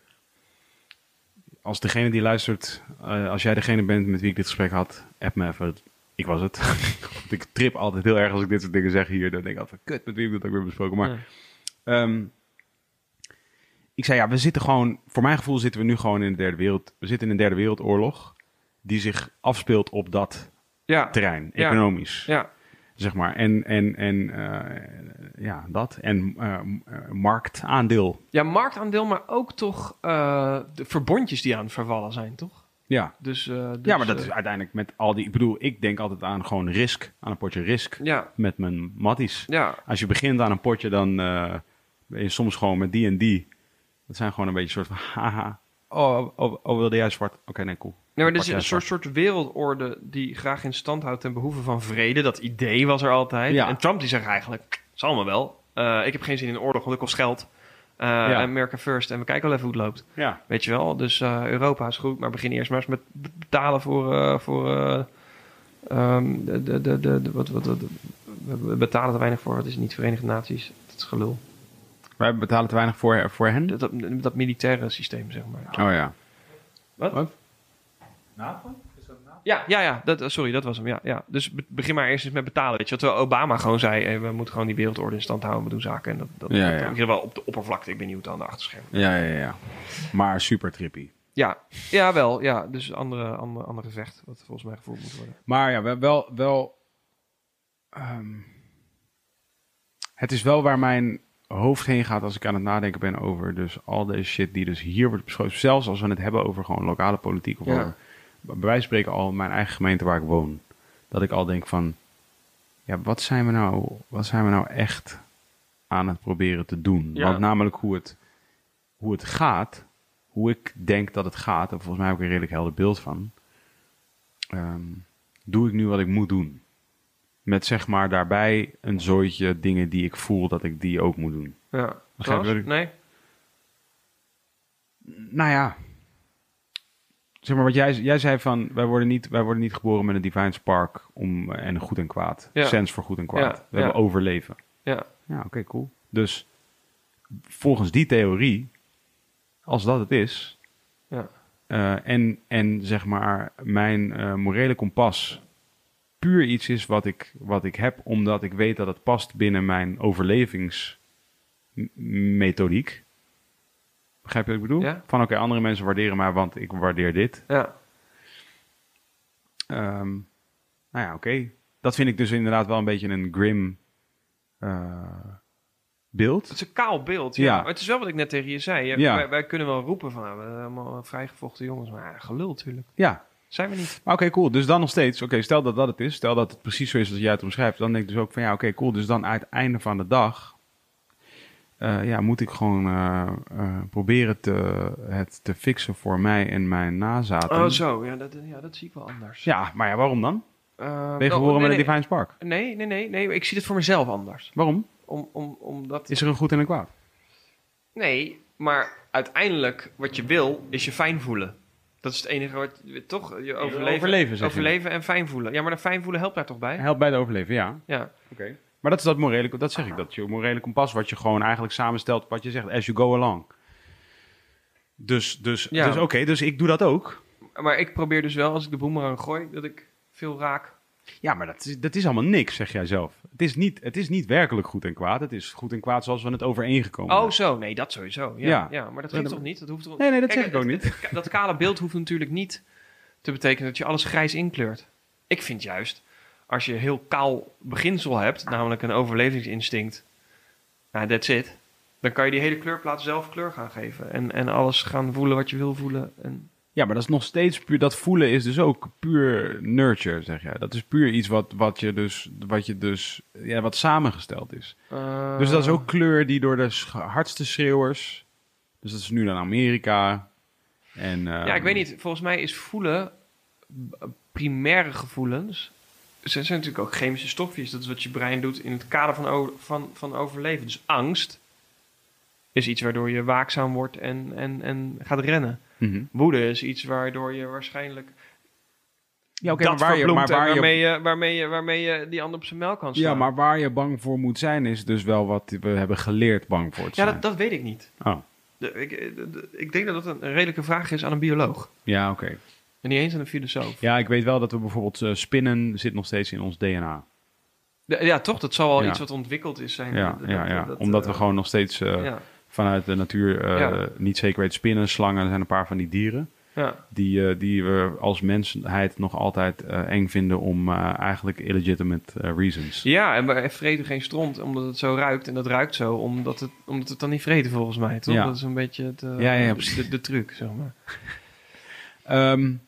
Als degene die luistert... Uh, als jij degene bent met wie ik dit gesprek had... app me even. Ik was het. Ik trip altijd heel erg als ik dit soort dingen zeg hier. Dan denk ik altijd van, kut, met wie heb ik dat ook weer besproken. Maar... Ja. Um, ik zei, ja, we zitten gewoon... Voor mijn gevoel zitten we nu gewoon in de derde wereld... We zitten in een derde wereldoorlog... die zich afspeelt op dat Ja, terrein, Ja. economisch, ja. zeg maar. En, en, en uh, ja, dat. En uh, uh, marktaandeel. ja, marktaandeel, maar ook toch uh, de verbondjes die aan het vervallen zijn, toch? Ja. Dus, uh, dus, ja, maar dat uh, is uiteindelijk met al die... Ik bedoel, ik denk altijd aan gewoon risk. Aan een potje risk Ja, met mijn matties. ja. Als je begint aan een potje, dan uh, ben je soms gewoon met die en die. Dat zijn gewoon een beetje een soort van... Haha. Oh, oh, oh, wilde jij zwart? Oké, okay, nee, cool. Nee, maar er Pak is jij een soort, zwart. soort wereldorde die graag in stand houdt ten behoeve van vrede. Dat idee was er altijd. Ja. En Trump die zegt eigenlijk, zal me wel. Uh, ik heb geen zin in oorlog, want het kost geld. Uh, Ja. America first. En we kijken wel even hoe het loopt. Ja. Weet je wel? Dus uh, Europa is goed. Maar begin eerst maar eens met betalen voor... Uh, voor uh, um, de, de, de, de, de, wat, wat, wat, we betalen te weinig voor. Het is niet Verenigde Naties. Dat is gelul. Wij betalen te weinig voor, voor hen? Dat, dat, dat militaire systeem, zeg maar. Oh ja. Wat? Wat? NAVO? Is dat NAVO? Ja, ja, ja. Dat, sorry, dat was hem. Ja, ja. Dus be- begin maar eerst eens met betalen. Weet je, terwijl Obama gewoon zei: hey, we moeten gewoon die wereldorde in stand houden. We doen zaken. En dat, dat, Ja, dat ja. in ieder geval op de oppervlakte. Ik ben niet hoe het aan de achterschermen. Ja, ja, ja. Maar super trippy. Ja, ja, wel. Ja, dus andere, andere, andere gevecht. Wat volgens mij gevoerd moet worden. Maar ja, wel... wel, wel ehm, het is wel waar mijn hoofd heen gaat als ik aan het nadenken ben over dus al deze shit die dus hier wordt besproken. Zelfs als we het hebben over gewoon lokale politiek of Ja. over, bij wijze van spreken al mijn eigen gemeente waar ik woon. Dat ik al denk van, ja, wat zijn we nou, wat zijn we nou echt aan het proberen te doen? Ja. Want namelijk hoe het, hoe het gaat, hoe ik denk dat het gaat, en volgens mij heb ik een redelijk helder beeld van, ehm, doe ik nu wat ik moet doen. Met zeg maar daarbij een zooitje dingen die ik voel dat ik die ook moet doen. Ja. Begrijp je Zoals? wat ik- Nee? Nou ja, zeg maar wat jij, jij zei van, wij worden, niet, wij worden niet geboren met een divine spark om, en een goed en kwaad. Ja. Sens voor goed en kwaad. Ja, We ja. hebben overleven. Ja. Ja, oké, cool. Dus volgens die theorie, als dat het is, Ja. eh, en, en zeg maar mijn eh, morele kompas puur iets is wat ik, wat ik heb, omdat ik weet dat het past binnen mijn overlevingsmethodiek. Begrijp je wat ik bedoel? Ja. Van oké, andere mensen waarderen mij, want ik waardeer dit. Ja. Ehm, nou ja, oké. Dat vind ik dus inderdaad wel een beetje een grim eh, beeld. Het is een kaal beeld. Ja. Ja. Maar het is wel wat ik net tegen je zei. Je- Ja. Wij, wij kunnen wel roepen van, nou, we zijn allemaal vrijgevochten jongens. Maar ja, gelul natuurlijk. Ja, Zijn we niet. maar oké, cool. Dus dan nog steeds, oké, stel dat dat het is. Stel dat het precies zo is als jij het omschrijft. Dan denk ik dus ook van, ja, oké, cool. Dus dan aan het einde van de dag, eh, ja, moet ik gewoon eh, eh, proberen te, het te fixen voor mij en mijn nazaten. Oh, zo. Ja dat, ja, dat zie ik wel anders. Ja, maar ja, waarom dan? Uh, Ben je geboren met een Divine Spark? Nee, nee, nee, nee. Ik zie het voor mezelf anders. Waarom? Om, om, omdat... Is er een goed en een kwaad? Nee, maar uiteindelijk wat je wil, is je fijn voelen. Dat is het enige wat... Toch? Je overleven, overleven, zeg je. overleven en fijn voelen. Ja, maar dat fijn voelen helpt daar toch bij? Helpt bij het overleven, ja. Ja. Oké. Maar dat is dat morele, dat zeg ik, dat je morele kompas, wat je gewoon eigenlijk samenstelt, wat je zegt, as you go along. Dus, dus, Ja. dus oké, dus ik doe dat ook. Maar ik probeer dus wel, als ik de boemerang gooi, dat ik veel raak. Ja, maar dat is, dat is allemaal niks, zeg jij zelf. Het is, niet, het is niet werkelijk goed en kwaad. Het is goed en kwaad zoals we het overeengekomen Oh, zo. Nee, dat sowieso. Ja, ja. Ja. maar dat Ja, geeft dat- toch niet? Dat hoeft toch... Nee, nee, dat Kijk, zeg ik ook het- niet. het- het- dat kale beeld hoeft natuurlijk niet te betekenen dat je alles grijs inkleurt. Ik vind juist, als je heel kaal beginsel hebt, namelijk een overlevingsinstinct, nou, that's it. Dan kan je die hele kleurplaat zelf kleur gaan geven. En, en alles gaan voelen wat je wil voelen. En, Ja, maar dat is nog steeds puur, dat voelen is dus ook puur nurture, zeg jij. Dat is puur iets wat, wat je dus, wat je dus, ja, wat samengesteld is. uh, Dus dat is ook kleur die door de sch- hardste schreeuwers, dus dat is nu dan Amerika. En, Ja, ik weet niet. Volgens mij is voelen, b- primaire gevoelens, ze zijn natuurlijk ook chemische stofjes. Dat is wat je brein doet in het kader van, o- van, van overleven. Dus angst is iets waardoor je waakzaam wordt en, en, en gaat rennen. Mhm. Woede is iets waardoor je waarschijnlijk Ja, oké, dat maar waar je, verbloemt maar en waar je, waarmee je, waarmee, je, waarmee je die ander op zijn melk kan slaan. ja, maar waar je bang voor moet zijn is dus wel wat we hebben geleerd bang voor te Ja, zijn. dat, dat weet ik niet. Oh, De, ik, de- de- ik denk dat dat een redelijke vraag is aan een bioloog. ja, oké. En niet eens aan een filosoof. Ja, ik weet wel dat we bijvoorbeeld uh, spinnen zit nog steeds in ons D N A. De- ja, toch? Dat zal wel Ja. iets wat ontwikkeld is zijn. Ja, Dat- ja, dat- ja. dat, Omdat eh, we gewoon nog steeds uh, ja, vanuit de natuur uh, Ja. niet zeker weten spinnen, slangen. Er zijn een paar van die dieren ja. die, uh, die we als mensheid nog altijd uh, eng vinden om uh, eigenlijk illegitimate uh, reasons. ja, en we vreten geen stront omdat het zo ruikt. En dat ruikt zo omdat het, omdat het dan niet vreten volgens mij, toch? Ja. Dat is een beetje het, eh, Ja, ja, de, precies. de, de truc, zeg maar. Um,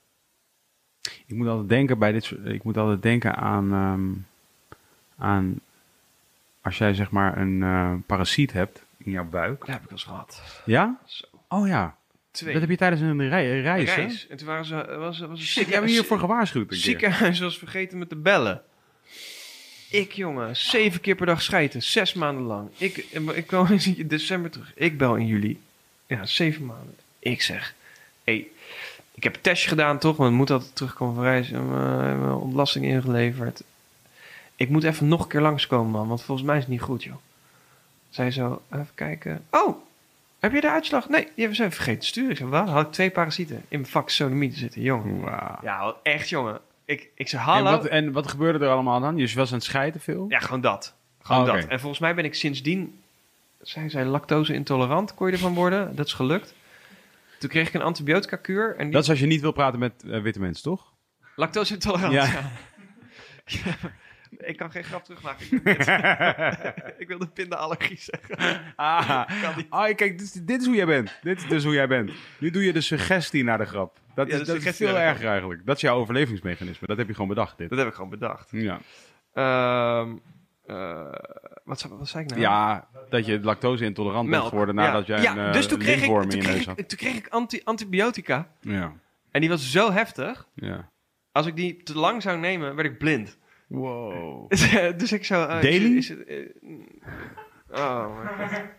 ik moet altijd denken bij dit soort, ik moet altijd denken aan, um, aan als jij zeg maar een uh, parasiet hebt in jouw buik. Dat heb ik al eens gehad. Ja? Zo. Oh ja. Twee. Dat heb je tijdens een rei- reis, hè? reis. En toen waren ze, was, was een Shit, jij hebt me hiervoor gewaarschuwd. een keer. ziekenhuis was vergeten met de bellen. Ik, jongen, zeven keer per dag schijten. Zes maanden lang. Ik, ik kwam in december terug. Ik bel in juli. Ja, zeven maanden. Ik zeg, hé, hey, ik heb een testje gedaan toch, want ik moet altijd terugkomen van reis. En mijn uh, ontlasting ingeleverd. Ik moet even nog een keer langskomen, man, want volgens mij is het niet goed, joh. Zij zo, even kijken. Oh, heb je de uitslag? Nee, die hebben ze even vergeten te sturen. Ik zei, wat? Had ik twee parasieten in mijn vak sodomieten zitten, jongen. Wow. Ja, echt, jongen. Ik, ik zei, En hallo. wat, en wat gebeurde er allemaal dan? Je was aan het schijten veel? Ja, gewoon dat. Gewoon Oh, dat. okay. En volgens mij ben ik sindsdien... Zijn zij lactose-intolerant, kon je ervan worden? Dat is gelukt. Toen kreeg ik een antibiotica-kuur. En die... Dat is als je niet wil praten met uh, witte mensen, toch? Lactose-intolerant, Ja. ja. Ja. Ik kan geen grap terugmaken. Ik, wil dit. Ik wilde pindaallergie zeggen. Ah, Kan niet. ah kijk, dit, dit is hoe jij bent. Dit is dus hoe jij bent. Nu doe je de suggestie naar de grap. Dat Ja, is, de dat is suggestie veel naar de erger eigenlijk. Dat is jouw overlevingsmechanisme. Dat heb je gewoon bedacht, dit. Dat heb ik gewoon bedacht. Ja, Ehm uh, wat, wat zei ik nou? ja dat je lactose-intolerant bent Melk. geworden nadat ja. jij ja, een uh, dus toen kreeg, ik, lintworm in toen, je kreeg neus ik, had. toen kreeg ik anti, antibiotica. Ja, En die was zo heftig. ja. Als ik die te lang zou nemen, werd ik blind. Wow. Dus ik zou... Uh, Daily? Is het, is het, uh, oh, my god.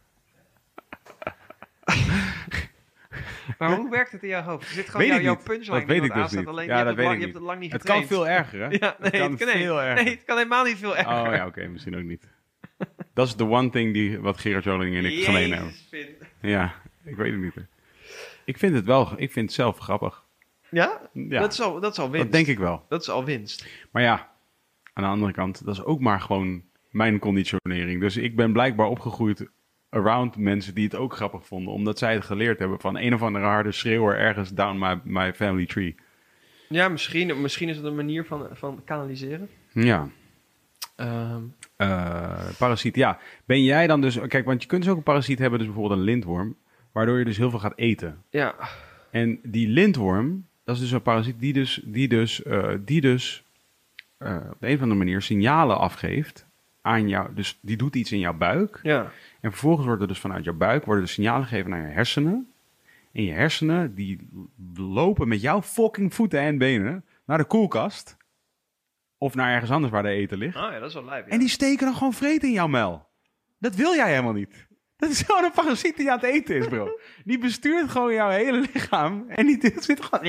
Maar hoe werkt het in jouw hoofd? Er zit gewoon Weet jouw, ik jouw niet. punchline Dat weet die ik dus aanstaat, niet. Alleen, Ja, je, dat hebt het weet lang, je ik hebt het lang niet Het getraind. kan veel erger, hè? Ja, nee, het kan het kan, veel nee, erger. nee, het kan helemaal niet veel erger. Oh ja, oké, okay, misschien ook niet. Dat is de one thing die wat Gerard Joling en ik gemeen hebben. Jezus, Finn. Ja, ik weet het niet. Ik vind het wel, ik vind het zelf grappig. Ja? Ja, Dat, is al, dat is al winst. dat denk ik wel. Dat is al winst. Maar ja, aan de andere kant, dat is ook maar gewoon mijn conditionering. Dus ik ben blijkbaar opgegroeid around mensen die het ook grappig vonden. Omdat zij het geleerd hebben van een of andere harde schreeuwer ergens down my, my family tree. Ja, misschien, misschien is het een manier van, van kanaliseren. Ja. Um, Uh, parasiet, ja. Ben jij dan dus... Kijk, want je kunt dus ook een parasiet hebben, dus bijvoorbeeld een lintworm, waardoor je dus heel veel gaat eten. ja. En die lintworm, dat is dus een parasiet die dus, die dus, uh, die dus uh, op de een of andere manier signalen afgeeft aan jou. Dus die doet iets in jouw buik. Ja. En vervolgens worden er dus vanuit jouw buik worden er signalen gegeven naar je hersenen. En je hersenen, die lopen met jouw fucking voeten en benen naar de koelkast. Of naar ergens anders waar de eten ligt. Oh ja, dat is wel lijp. Ja. En die steken dan gewoon vreten in jouw muil. Dat wil jij helemaal niet. Dat is gewoon een parasiet die aan het eten is, bro. Die bestuurt gewoon jouw hele lichaam. En die zit gewoon...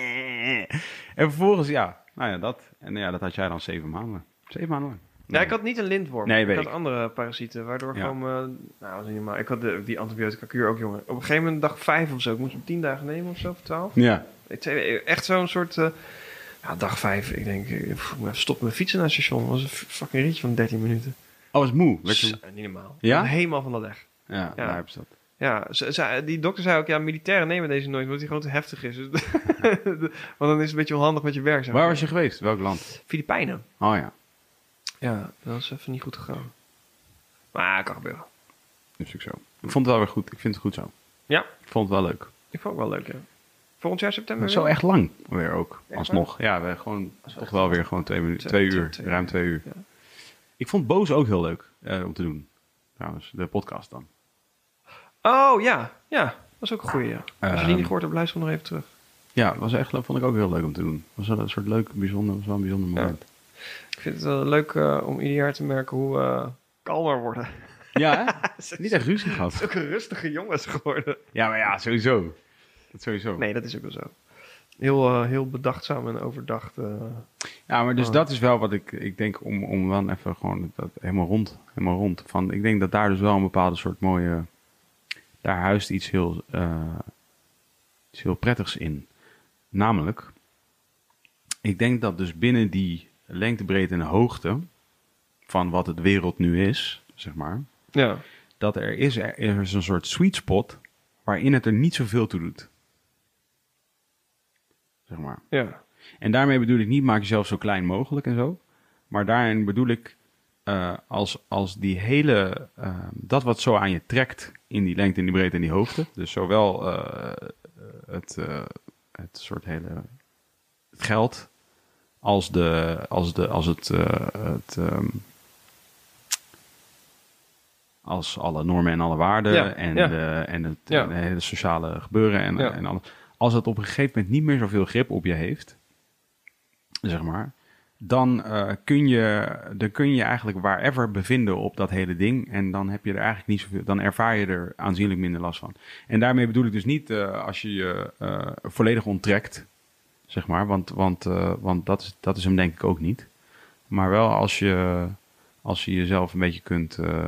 En vervolgens, ja, nou ja, dat. En ja, dat had jij dan zeven maanden. Zeven maanden lang. Ja, ik had niet een lintworm. Nee, ik weet had ik. andere parasieten, waardoor Ja. gewoon... me- nou, dat is niet maar. Ik had de, die antibiotica kuur ook, jongen. Op een gegeven moment dag vijf of zo. Ik moest hem tien dagen nemen of zo, of twaalf. Ja. Ik zei, echt zo'n soort... uh, ja, dag vijf. Ik denk, ik pff, ik moet even stoppen met fietsen naar het station. Dat was een f- fucking ritje van dertien minuten. Oh, was moe. Werd je- Zo, niet normaal. Ja? Ik ben helemaal van de leg. Ja, Ja. daar heb je dat. Ja, ze, ze- die dokter zei ook, ja, militairen nemen deze nooit, omdat hij gewoon te heftig is. Dus want dan is het een beetje onhandig met je werk. zeg Waar maar. was je geweest? Welk land? Filipijnen. Oh ja, Ja, dat was even niet goed gegaan. Maar kan gebeuren. dat is ook zo. Ik vond het wel weer goed. Ik vind het goed zo. Ja, Ik vond het wel leuk. ik vond het wel leuk, ja. Volgend jaar september Maar zo weer? echt lang weer ook. Echt Alsnog. Ja, we gewoon Dat is toch echt wel lang. weer gewoon twee, minuten, Twee- twee uur. twee- Ruim twee uur. Ja. Ik vond Boos ook heel leuk eh, om te doen. Trouwens, de podcast dan. Oh, ja. Ja, dat is ook een goeie, ja. Als je die Ehm, niet gehoord hebt, luister hem nog even terug. Ja, dat was echt, vond ik ook heel leuk om te doen. Was wel een soort leuk, bijzonder, was wel een bijzonder Ja. moment. Ik vind het wel leuk uh, om ieder jaar te merken hoe uh, kalmer worden. Ja, hè? Niet echt ruzie gehad. Ook een rustige jongens geworden. Ja, maar ja, sowieso. Dat sowieso. Nee, dat is ook wel zo. Heel, uh, heel bedachtzaam en overdacht. Uh, Ja, maar dus Oh. dat is wel wat ik, ik denk om, om dan even gewoon dat helemaal rond, helemaal rond. Van, ik denk dat daar dus wel een bepaalde soort mooie, daar huist iets heel, uh, iets heel prettigs in. Namelijk, ik denk dat dus binnen die lengte, breedte en hoogte van wat het wereld nu is, zeg maar, ja. dat er is, er is een soort sweet spot waarin het er niet zoveel toe doet. Zeg maar. Ja. En daarmee bedoel ik niet maak jezelf zo klein mogelijk en zo. Maar daarin bedoel ik uh, als, als die hele, uh, dat wat zo aan je trekt in die lengte, in die breedte en die hoogte. Dus zowel uh, het, uh, het soort hele het geld als, de, als, de, als het, uh, het um, als alle normen en alle waarden Ja, en, ja. De, en het Ja. en het hele sociale gebeuren en, Ja. en alles. Als het op een gegeven moment niet meer zoveel grip op je heeft, zeg maar, dan, uh, kun je, dan kun je eigenlijk wherever bevinden op dat hele ding. En dan heb je er eigenlijk niet zoveel, dan ervaar je er aanzienlijk minder last van. En daarmee bedoel ik dus niet uh, als je je uh, volledig onttrekt, zeg maar. Want, want, uh, want dat, is, dat is hem denk ik ook niet. Maar wel als je, als je jezelf een beetje kunt uh,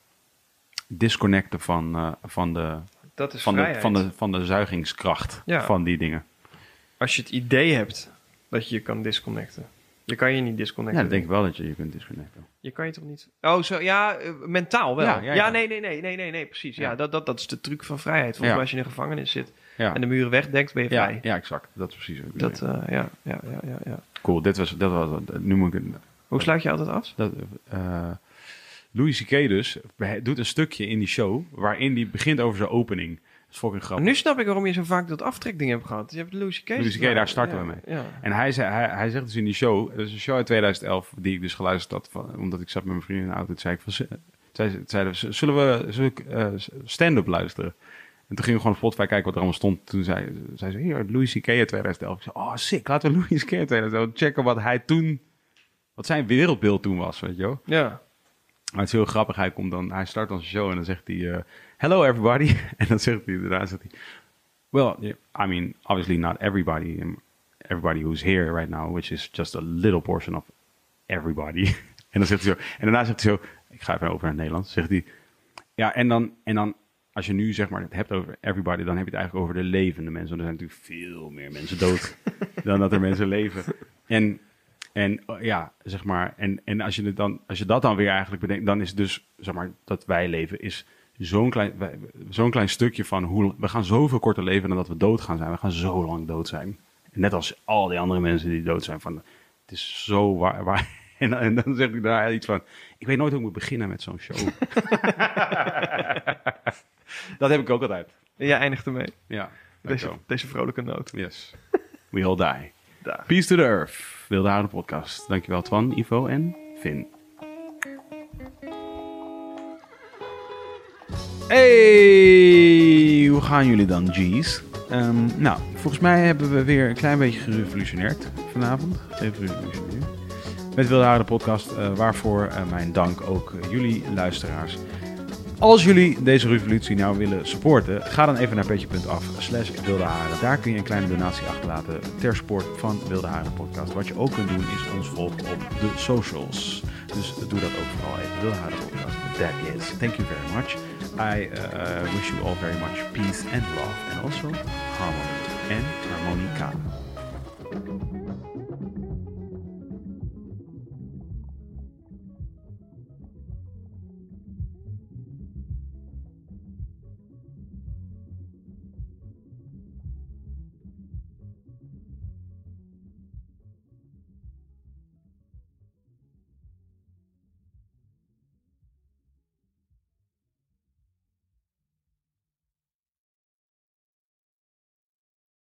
disconnecten van, uh, van, de, Dat is van, de, vrijheid. van, de, van de zuigingskracht Ja. van die dingen. Als je het idee hebt dat je je kan disconnecten. Je kan je niet Ja, disconnecten. dan denk ik wel dat je je kunt disconnecten. Je kan je toch niet... Oh, zo, ja, uh, mentaal wel. Ja, Ja, ja, ja. nee, nee, nee, nee, nee, nee, precies. Ja, Ja. dat, dat, dat is de truc van vrijheid. Volgens Ja. mij als je in een gevangenis zit Ja, en de muren wegdenkt, ben je ja, vrij. ja, exact. Dat is precies wat ik Dat, bedoel. uh, ja, ja, ja, ja, ja. Cool, dit was, dat was, nu moet ik... Hoe sluit je altijd af? Dat, uh, Louis C K dus doet een stukje in die show waarin die begint over zijn opening. Dat is fucking grappig. Nu snap ik waarom je zo vaak dat aftrekding hebt gehad. Je hebt Louis C K. Louis C K, daar starten we mee. Ja. En hij, zei, hij, hij zegt dus in die show, dat is een show uit tweeduizend elf, die ik dus geluisterd had, van, omdat ik zat met mijn vrienden in de auto. Toen zei ik van, zei, zeiden we, zullen we, zullen we uh, stand-up luisteren? En toen gingen we gewoon op Spotify kijken wat er allemaal stond. Toen zei, zei ze, hier, Louis C K uit tweeduizend elf. Ik zei, oh sick, laten we Louis C K uit tweeduizend elf checken wat hij toen, wat zijn wereldbeeld toen was, weet je wel. Ja. Maar het is heel grappig, hij, komt dan, hij start onze show en dan zegt hij, uh, hello everybody. En dan zegt hij, daarna zegt hij, well, I mean, obviously not everybody, everybody who's here right now, which is just a little portion of everybody. En dan zegt hij zo, en daarna zegt hij zo, ik ga even over naar het Nederlands, zegt hij, ja, en dan, en dan, als je nu zeg maar het hebt over everybody, dan heb je het eigenlijk over de levende mensen. Want er zijn natuurlijk veel meer mensen dood dan dat er mensen leven. En, en uh, ja, zeg maar, en, en als, je het dan, als je dat dan weer eigenlijk bedenkt, dan is het dus, zeg maar, dat wij leven is zo'n klein, wij, zo'n klein stukje van hoe, we gaan zoveel korter leven dan dat we dood gaan zijn. We gaan zo lang dood zijn. Net als al die andere mensen die dood zijn. Van, het is zo waar. waar en, en dan zeg ik daar iets van, ik weet nooit hoe ik moet beginnen met zo'n show. Dat heb ik ook altijd. En jij eindigt ermee. Ja, Deze, deze vrolijke noot. yes. We all die. Daar. Peace to the earth. Wilde Haren podcast. Dankjewel Twan, Ivo en Finn. Hey, hoe gaan jullie dan, G's? Um, nou, volgens mij hebben we weer een klein beetje gerevolutioneerd vanavond. Gerevolutioneerd. Met Wilde Haren podcast, uh, waarvoor uh, mijn dank ook uh, jullie luisteraars. Als jullie deze revolutie nou willen supporten, ga dan even naar petje.af slash Wilde Haren. Daar kun je een kleine donatie achterlaten ter support van Wilde Haren podcast. Wat je ook kunt doen is ons volgen op de socials. Dus doe dat ook vooral even. Wilde Haren podcast. That is. Thank you very much. I uh, wish you all very much peace and love and also harmony and harmonica.